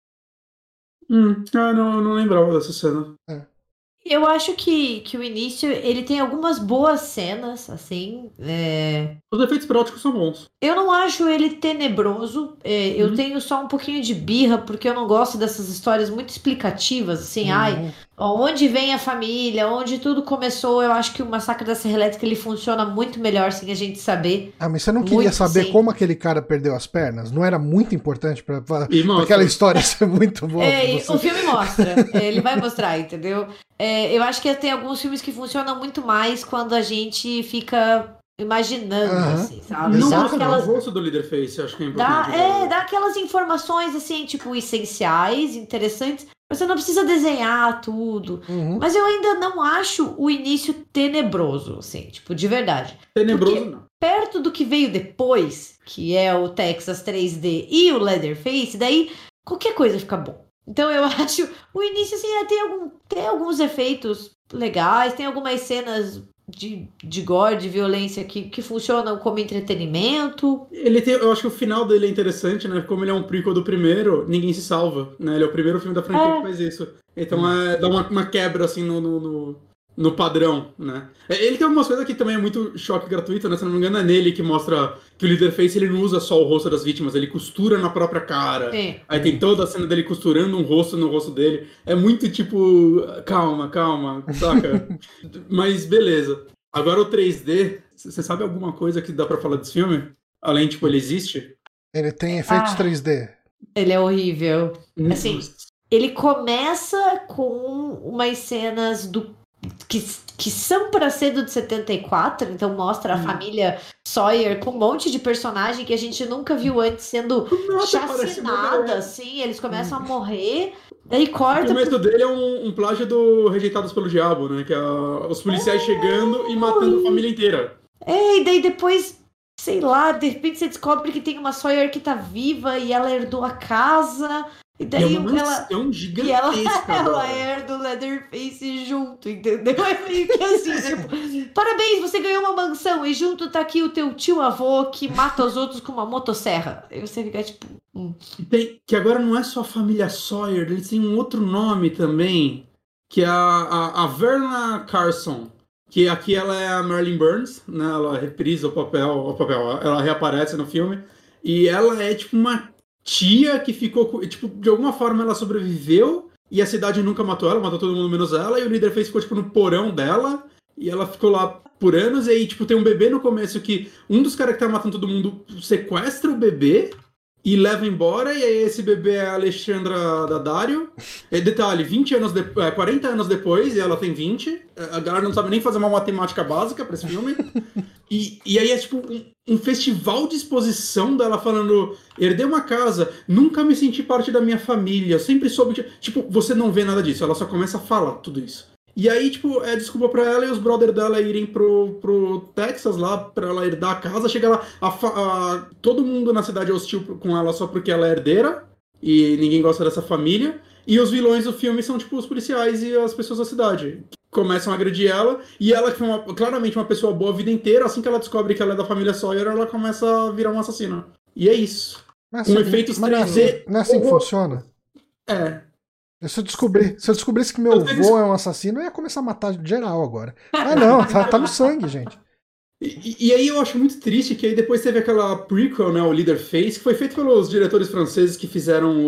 Hum, ah, não, não lembrava dessa cena. É. Eu acho que, que o início, ele tem algumas boas cenas, assim. É... Os efeitos práticos são bons. Eu não acho ele tenebroso. É, eu Uhum. tenho só um pouquinho de birra, porque eu não gosto dessas histórias muito explicativas, assim. Uhum. Ai, onde vem a família, onde tudo começou. Eu acho que o Massacre da Serra Elétrica, ele funciona muito melhor sem a gente saber. Ah, mas você não queria Muito, saber sim. como aquele cara perdeu as pernas? Não era muito importante pra, pra, E pra mostra. aquela história ser muito boa? É, pra e você? o filme mostra. É, ele vai mostrar, entendeu? É, eu acho que tem alguns filmes que funcionam muito mais quando a gente fica imaginando, Aham. assim, sabe? Não Dá mostra aquelas, o rosto do Leatherface, acho que é dá, importante. é, dá aquelas informações, assim, tipo, essenciais, interessantes. Você não precisa desenhar tudo. Uhum. Mas eu ainda não acho o início tenebroso, assim, tipo, de verdade. Tenebroso, Porque não. perto do que veio depois, que é o Texas três D e o Leatherface, daí qualquer coisa fica bom. Então eu acho o início, assim, é, tem, algum, tem alguns efeitos legais, tem algumas cenas de, de gore, de violência que, que funcionam como entretenimento. Ele tem, eu acho que o final dele é interessante, né? Como ele é um prequel do primeiro, ninguém se salva, né? Ele é o primeiro filme da franquia É. que faz isso. Então é, dá uma, uma quebra, assim, no, no, no, no padrão, né? Ele tem algumas coisas que também é muito choque gratuito, né? Se não me engano, é nele que mostra que o Leatherface, ele não usa só o rosto das vítimas, ele costura na própria cara. Sim. Aí tem toda a cena dele costurando um rosto no rosto dele. É muito tipo, calma, calma, saca? Mas beleza. Agora o três D, você sabe alguma coisa que dá pra falar desse filme? Além, tipo, ele existe? Ele tem efeitos Ah. três D. Ele é horrível. Assim, Nossa. ele começa com umas cenas do que, que são para ser do de setenta e quatro, então mostra a Hum. família Sawyer com um monte de personagem que a gente nunca viu antes sendo Nossa, parece chacinada, uma- assim, eles começam a morrer, daí O corta começo dele é um, um plágio do Rejeitados pelo Diabo, né? Que é os policiais chegando e matando a família inteira. É, e daí depois, sei lá, de repente você descobre que tem uma Sawyer que tá viva e ela herdou a casa. E E daí é uma ela. mansão E ela, gigantesca. ela agora. herda o Leatherface junto, entendeu? É meio que assim, tipo, parabéns, você ganhou uma mansão e junto tá aqui o teu tio-avô que mata os outros com uma motosserra. Aí você fica tipo. Hum. E tem, que agora não é só a família Sawyer, eles têm um outro nome também, que é a, a, a Verna Carson. Que aqui ela é a Marilyn Burns, né? Ela reprisa o papel, o papel, ela reaparece no filme. E ela é tipo uma tia que ficou, com- tipo, de alguma forma ela sobreviveu e a cidade nunca matou ela, matou todo mundo menos ela, e o Leatherface ficou, tipo, no porão dela, e ela ficou lá por anos, e aí, tipo, tem um bebê no começo que um dos caras que tá matando todo mundo sequestra o bebê e leva embora, e aí esse bebê é a Alexandra Daddario. E detalhe, vinte anos de, é, quarenta anos depois, e ela tem vinte, a galera não sabe nem fazer uma matemática básica pra esse filme. E, e aí é tipo um, um festival de exposição dela falando: herdei uma casa, nunca me senti parte da minha família, eu sempre soube que... Tipo, você não vê nada disso, ela só começa a falar tudo isso. E aí, tipo, é desculpa pra ela e os brothers dela irem pro, pro Texas lá pra ela herdar a casa. Chega lá, a fa- a- todo mundo na cidade é hostil com ela só porque ela é herdeira e ninguém gosta dessa família. E os vilões do filme são, tipo, os policiais e as pessoas da cidade. Começam a agredir ela, e ela, que foi uma- claramente uma pessoa boa a vida inteira, assim que ela descobre que ela é da família Sawyer, ela começa a virar um assassino. E é isso. Mas, Um assim, efeito mas não é três D. assim, não é assim que horror- funciona? É. Se eu, descobrir, se eu descobrisse que meu Eu tenho- avô é um assassino, eu ia começar a matar geral agora. Ah, não, tá, tá no sangue, gente. E, e aí eu acho muito triste que aí depois teve aquela prequel, né, o Leatherface, que foi feito pelos diretores franceses que fizeram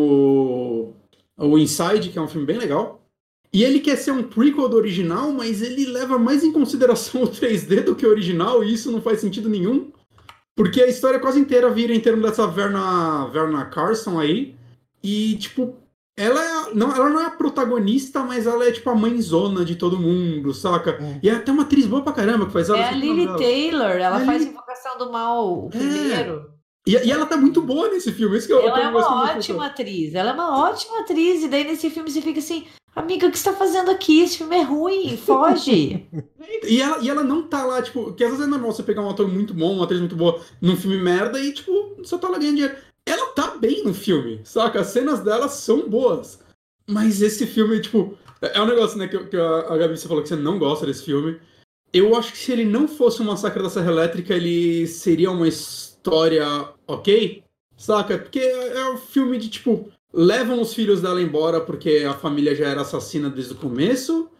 o, o Inside, que é um filme bem legal. E ele quer ser um prequel do original, mas ele leva mais em consideração o três D do que o original, e isso não faz sentido nenhum. Porque a história quase inteira vira em torno dessa Verna, Verna Carson aí. E, tipo, ela, é a- não, ela não é a protagonista, mas ela é, tipo, a mãezona de todo mundo, saca? Hum. E é até uma atriz boa pra caramba que faz ela. É a esqueci o nome Lily dela. Taylor, ela É a faz Lily- Invocação do Mal, o É. primeiro. E, e ela tá muito boa nesse filme. Isso que eu, Ela que eu é gosto uma muito. ótima atriz, ela é uma ótima atriz, e daí nesse filme você fica assim, amiga, o que você tá fazendo aqui? Esse filme é ruim, foge. E ela, e ela não tá lá, tipo, que às vezes é normal você pegar um ator muito bom, uma atriz muito boa num filme merda e, tipo, só tá lá ganhando dinheiro. Ela tá bem no filme, saca? As cenas dela são boas. Mas esse filme, tipo, é um negócio, né, que, que a, a Gabi, você falou que você não gosta desse filme. Eu acho que se ele não fosse um Massacre da Serra Elétrica, ele seria uma história ok, saca? Porque é um filme de, tipo, levam os filhos dela embora porque a família já era assassina desde o começo.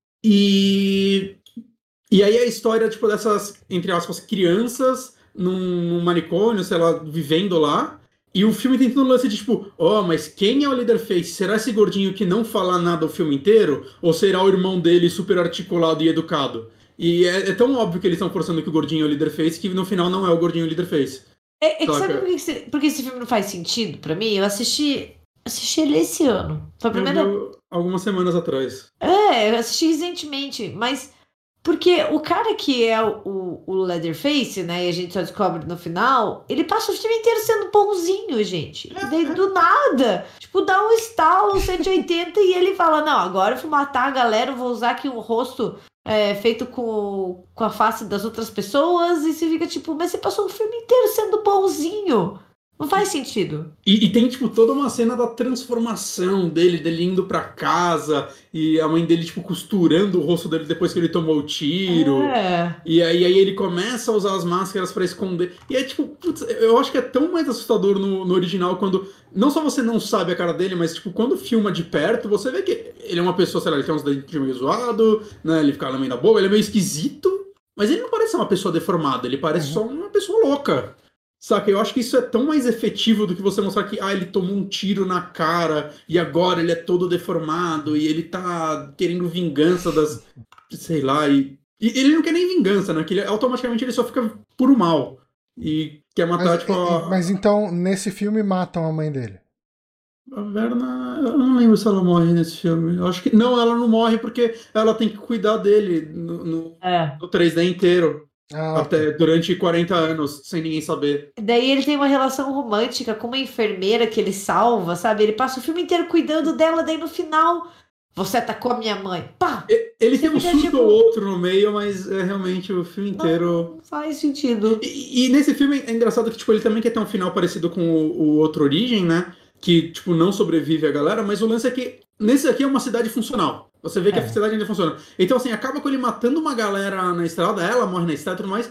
E... E aí a história, tipo, dessas, entre aspas, crianças num, num manicômio, sei lá, vivendo lá. E o filme tem todo um lance de, tipo, ó, oh, mas quem é o Leatherface? Será esse gordinho que não fala nada o filme inteiro? Ou será o irmão dele super articulado e educado? E é, é tão óbvio que eles estão forçando que o gordinho é o Leatherface que no final não é o gordinho o Leatherface. É, é que sabe por que, esse, por que esse filme não faz sentido pra mim? Eu assisti, assisti ele esse ano. Foi a primeira... Eu, algumas semanas atrás. É, eu assisti recentemente, mas... Porque o cara que é o, o Leatherface, né, e a gente só descobre no final, ele passa o filme inteiro sendo bonzinho, gente. E daí, do nada, tipo, dá um estalo, cento e oitenta, e ele fala, não, agora eu vou matar a galera, eu vou usar aqui um rosto é, feito com, com a face das outras pessoas, e você fica tipo, mas você passou o filme inteiro sendo bonzinho. Não faz sentido. E, e tem, tipo, toda uma cena da transformação dele, dele indo pra casa, e a mãe dele, tipo, costurando o rosto dele depois que ele tomou o tiro. É. E aí, aí ele começa a usar as máscaras pra esconder. E é, tipo, putz, eu acho que é tão mais assustador no, no original quando... Não só você não sabe a cara dele, mas, tipo, quando filma de perto, você vê que ele é uma pessoa, sei lá, ele tem uns dentes meio zoado, né, ele fica meio da boca, ele é meio esquisito, mas ele não parece uma pessoa deformada, ele parece uhum. só uma pessoa louca. Saca? Eu acho que isso é tão mais efetivo do que você mostrar que ah, ele tomou um tiro na cara e agora ele é todo deformado e ele tá querendo vingança das... sei lá, e, e ele não quer nem vingança, né? Que ele, automaticamente ele só fica puro mal e quer matar, mas, tipo... A... Mas então, nesse filme, matam a mãe dele? A Verna... Eu não lembro se ela morre nesse filme. Eu acho que... Não, ela não morre porque ela tem que cuidar dele no, no, é. no três D inteiro. Ah, até okay. Durante quarenta anos, sem ninguém saber. Daí ele tem uma relação romântica com uma enfermeira que ele salva, sabe? Ele passa o filme inteiro cuidando dela, daí no final, você atacou a minha mãe. Pá! Ele tem um susto tipo... ou outro no meio, mas é realmente o filme inteiro... Não faz sentido. E, e nesse filme é engraçado que tipo, ele também quer ter um final parecido com o, o outro Origem, né? Que tipo, não sobrevive a galera, mas o lance é que nesse aqui é uma cidade funcional. Você vê que é. a cidade ainda funciona. Então, assim, acaba com ele matando uma galera na estrada, ela morre na estrada e tudo mais.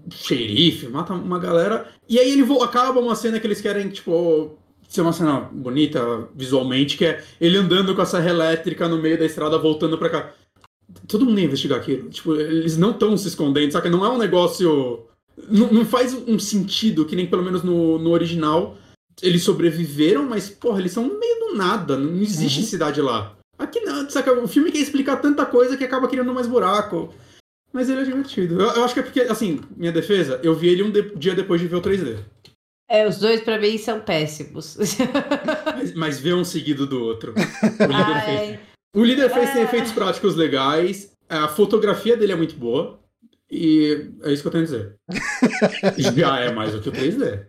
Xerife, mata uma galera. E aí ele vo- acaba uma cena que eles querem, tipo, ser uma cena bonita visualmente, que é ele andando com a serra elétrica no meio da estrada, voltando pra cá. Todo mundo ia investigar aquilo. Tipo, eles não estão se escondendo, sabe? Não é um negócio... Não, não faz um sentido, que nem pelo menos no, no original. Eles sobreviveram, mas, porra, eles são no meio do nada. Não existe uhum. cidade lá. Aqui não, saca? O filme quer explicar tanta coisa que acaba criando mais buraco. Mas ele é divertido. Eu, eu acho que é porque, assim, minha defesa, eu vi ele um de- dia depois de ver o três D. É, os dois pra mim são péssimos. mas, mas vê um seguido do outro. O Leatherface, o Leatherface é... tem efeitos práticos legais, a fotografia dele é muito boa, e é isso que eu tenho a dizer. Já é mais do que o três D.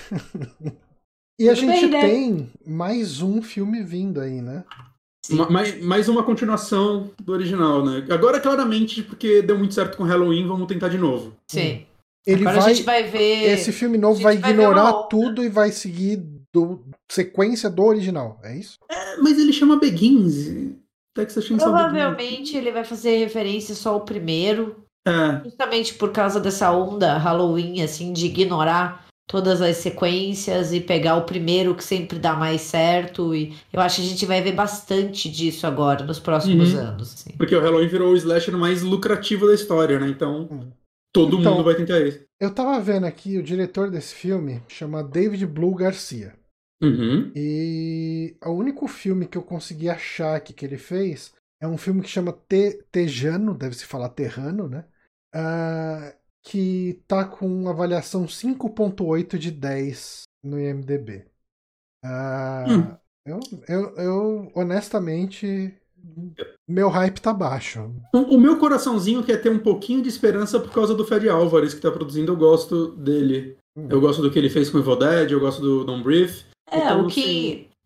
E a gente bem, né? tem mais um filme vindo aí, né? Mais, mais uma continuação do original, né? Agora, claramente, porque deu muito certo com Halloween, vamos tentar de novo. Sim. Ele Agora vai, a gente vai ver... Esse filme novo vai ignorar vai tudo e vai seguir do, sequência do original, é isso? É, mas ele chama Begins. Texas Chainsaw Provavelmente ele vai fazer referência só ao primeiro. É. Justamente por causa dessa onda Halloween, assim, de ignorar todas as sequências e pegar o primeiro que sempre dá mais certo. E eu acho que a gente vai ver bastante disso agora, nos próximos uhum. anos. Assim. Porque o Halloween virou o slasher mais lucrativo da história, né? Então, uhum. todo então, mundo vai tentar isso. Eu tava vendo aqui, o diretor desse filme chama David Blue Garcia. Uhum. E o único filme que eu consegui achar aqui que ele fez é um filme que chama Te- Tejano, deve se falar Terrano, né? Uh, que tá com avaliação cinco ponto oito de dez no I M D B. Uh, hum. eu, eu, eu, honestamente, meu hype tá baixo. O, o meu coraçãozinho quer ter um pouquinho de esperança por causa do Fede Álvares que tá produzindo, eu gosto dele. Hum. Eu gosto do que ele fez com o Evil Dead, eu gosto do Don't Breathe. É, então, o que... Assim...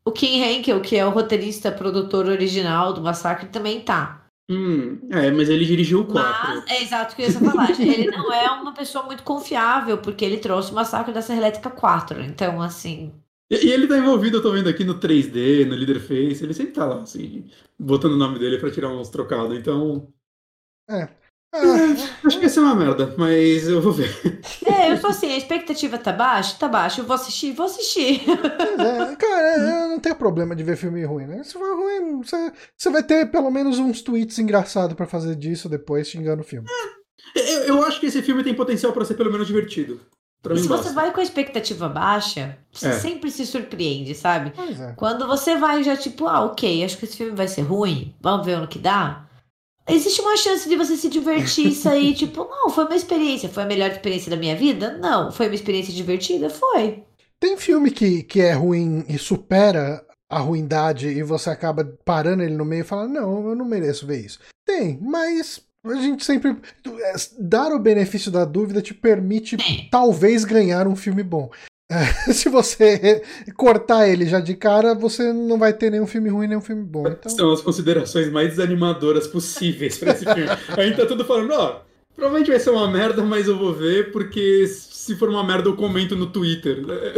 O Kim Henkel, que é o roteirista, produtor original do Massacre, também tá. Hum, é, mas ele dirigiu o quatro. Mas, é exato o que eu ia falar. Ele não é uma pessoa muito confiável, porque ele trouxe o Massacre da Serra Elétrica quatro. Então, assim. E, e ele tá envolvido, eu tô vendo aqui no três D, no Leaderface, ele sempre tá lá, assim, botando o nome dele pra tirar uns trocados, então. É. É, acho que ia ser uma merda, mas eu vou ver. É, eu sou assim, a expectativa tá baixa? Tá baixa. Eu vou assistir? Vou assistir. Pois é, cara, eu não tenho problema de ver filme ruim, né? Se for ruim, você, você vai ter pelo menos uns tweets engraçados pra fazer disso depois, xingando o filme. Eu, eu acho que esse filme tem potencial pra ser pelo menos divertido. Pra E mim se basta. você vai com a expectativa baixa, você É. sempre se surpreende, sabe? Pois é. Quando você vai já tipo, ah, ok, acho que esse filme vai ser ruim, vamos ver no que dá. Existe uma chance de você se divertir e sair, tipo, não, foi uma experiência. Foi a melhor experiência da minha vida? Não. Foi uma experiência divertida? Foi. Tem filme que, que é ruim e supera a ruindade e você acaba parando ele no meio e falando, não, eu não mereço ver isso. Tem, mas a gente sempre... Dar o benefício da dúvida te permite Tem. talvez ganhar um filme bom. É, se você cortar ele já de cara, você não vai ter nenhum filme ruim, nenhum filme bom. Então... São as considerações mais desanimadoras possíveis pra esse filme. A gente tá tudo falando, ó, provavelmente vai ser uma merda, mas eu vou ver, porque se for uma merda eu comento no Twitter.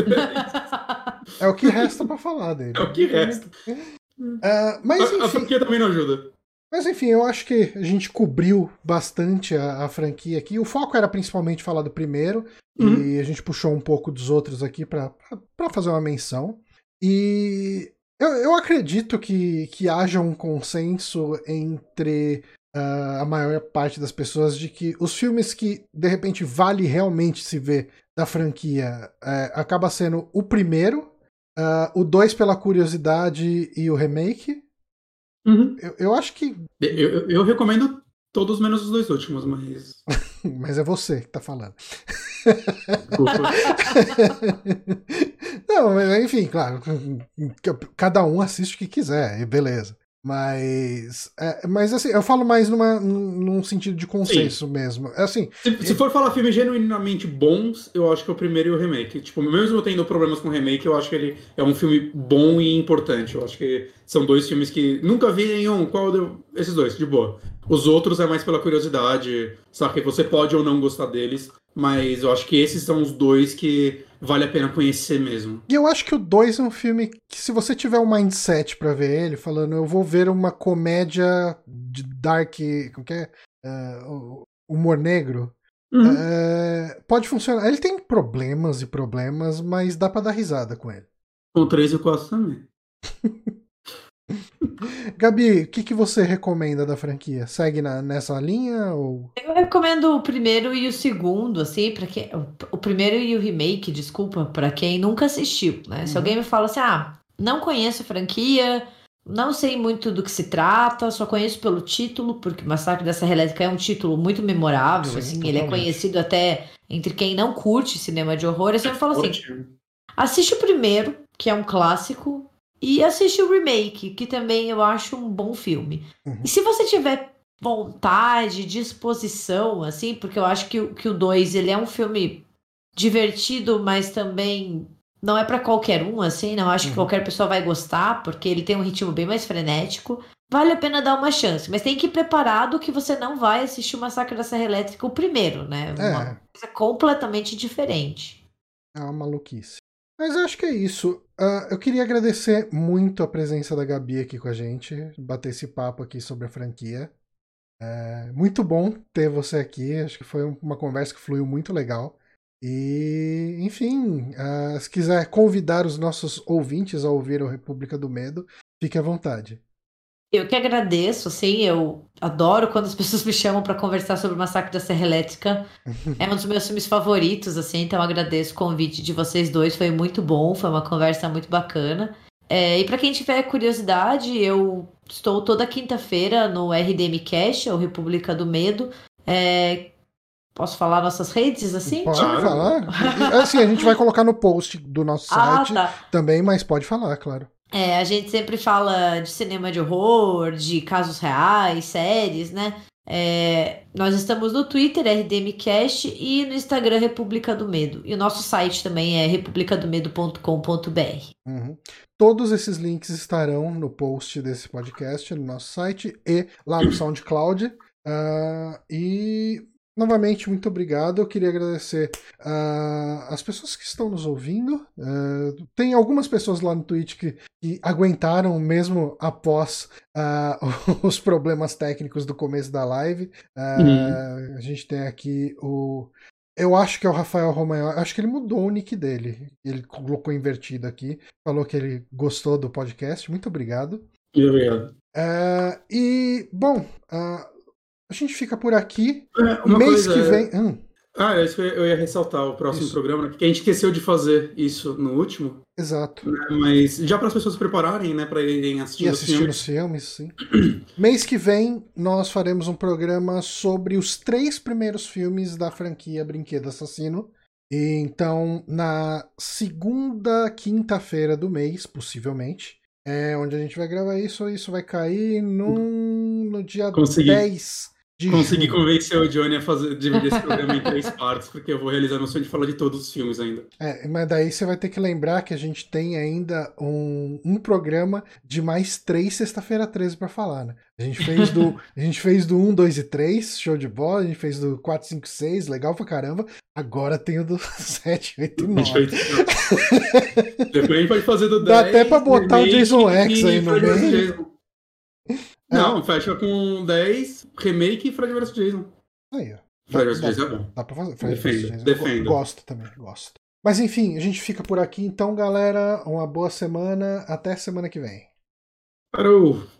É o que resta pra falar dele. É o que resta. Uh, mas A, a enfim, franquia também não ajuda. mas enfim, eu acho que a gente cobriu bastante a, a franquia aqui. O foco era principalmente falar do primeiro, Uhum. e a gente puxou um pouco dos outros aqui pra pra fazer uma menção. E eu, eu acredito que, que haja um consenso entre uh, a maior parte das pessoas de que os filmes que de repente vale realmente se ver da franquia uh, acaba sendo o primeiro, uh, o dois pela curiosidade e o remake. Uhum. Eu, eu acho que. Eu, eu, eu recomendo todos menos os dois últimos, mas. Mas é você que tá falando. Desculpa. Não, mas enfim, claro. Cada um assiste o que quiser, e beleza. Mas. É, mas assim, eu falo mais numa, num sentido de consenso Sim. mesmo. Assim, se, se for falar filmes genuinamente bons, eu acho que é o primeiro e o remake. Tipo, mesmo eu tendo problemas com o remake, eu acho que ele é um filme bom e importante. Eu acho que são dois filmes que nunca vi nenhum. Qual deu? Esses dois, de boa. Os outros é mais pela curiosidade, sabe? Você pode ou não gostar deles, mas eu acho que esses são os dois que vale a pena conhecer mesmo. E eu acho que o dois é um filme que, se você tiver um mindset pra ver ele, falando, eu vou ver uma comédia de dark, como que é? Uh, humor negro, uhum. uh, pode funcionar. Ele tem problemas e problemas, mas dá pra dar risada com ele. Com o três e o quatro também. Gabi, o que, que você recomenda da franquia? Segue na, nessa linha? Ou... Eu recomendo o primeiro e o segundo, assim, para quem. O primeiro e o remake, desculpa, para quem nunca assistiu, né? Uhum. Se alguém me fala assim, ah, não conheço a franquia, não sei muito do que se trata, só conheço pelo título, porque Massacre da Serra Elétrica é um título muito memorável, Sim, assim, totalmente. Ele é conhecido até entre quem não curte cinema de horror. Eu sempre falo assim, assiste o primeiro, que é um clássico, e assiste o remake, que também eu acho um bom filme. Uhum. E se você tiver vontade, disposição, assim, porque eu acho que, que o dois, ele é um filme divertido, mas também não é pra qualquer um, assim, não acho uhum. que qualquer pessoa vai gostar, porque ele tem um ritmo bem mais frenético. Vale a pena dar uma chance, mas tem que ir preparado que você não vai assistir o Massacre da Serra Elétrica o primeiro, né? É. Uma coisa completamente diferente. É uma maluquice. Mas eu acho que é isso. Uh, eu queria agradecer muito a presença da Gabi aqui com a gente, bater esse papo aqui sobre a franquia. É muito bom ter você aqui, acho que foi uma conversa que fluiu muito legal. E, enfim, uh, se quiser convidar os nossos ouvintes a ouvir o República do Medo, fique à vontade. Eu que agradeço, assim, eu adoro quando as pessoas me chamam para conversar sobre o Massacre da Serra Elétrica. É um dos meus filmes favoritos, assim, então eu agradeço o convite de vocês dois, foi muito bom, foi uma conversa muito bacana. É, e para quem tiver curiosidade, eu estou toda quinta-feira no R D M Cast, o República do Medo. É, posso falar nossas redes, assim? Pode falar. Assim, a gente vai colocar no post do nosso site ah, tá. também, mas pode falar, claro. É, a gente sempre fala de cinema de horror, de casos reais, séries, né? É, nós estamos no Twitter, R D M Cast, e no Instagram, República do Medo. E o nosso site também é republica do medo ponto com ponto b r. Uhum. Todos esses links estarão no post desse podcast, no nosso site e lá no SoundCloud. Uh, e, novamente, muito obrigado. Eu queria agradecer uh, as pessoas que estão nos ouvindo. Uh, tem algumas pessoas lá no Twitch que, que aguentaram mesmo após uh, os problemas técnicos do começo da live. Uh, uhum. A gente tem aqui o... Eu acho que é o Rafael Romagnoli. Acho que ele mudou o nick dele. Ele colocou invertido aqui. Falou que ele gostou do podcast. Muito obrigado. Muito obrigado. Uh, e, bom, uh, a gente fica por aqui. É, uma Mês coisa, que vem... Hum. Ah, é isso que eu ia ressaltar, o próximo isso. programa, porque a gente esqueceu de fazer isso no último. Exato. Né? Mas já para as pessoas se prepararem, né, para irem assistir, e assistir os filmes. os filmes, sim. Mês que vem nós faremos um programa sobre os três primeiros filmes da franquia Brinquedo Assassino. E então, na segunda quinta-feira do mês, possivelmente, é onde a gente vai gravar isso. Isso vai cair no, no dia Consegui. dez de Consegui junho. convencer o Johnny a fazer, dividir esse programa em três partes, porque eu vou realizar meu sonho de falar de todos os filmes ainda. É, mas daí você vai ter que lembrar que a gente tem ainda um, um programa de mais três sexta-feira treze pra falar, né? A gente fez do a gente fez do um, dois e três, show de bola. A gente fez do quatro, cinco, seis, legal pra caramba. Agora tem o do sete, oito e nove. Depois a gente pode fazer do Dá dez. até pra botar o Jason X aí no meio. Não, fecha com dez, remake e Fred versus. Jason. Aí, ó. Fred versus. Jason é bom. Dá pra fazer. Fred defendo, Jason. defendo. Gosto também, gosto. Mas enfim, a gente fica por aqui então, galera. Uma boa semana. Até semana que vem. Parou!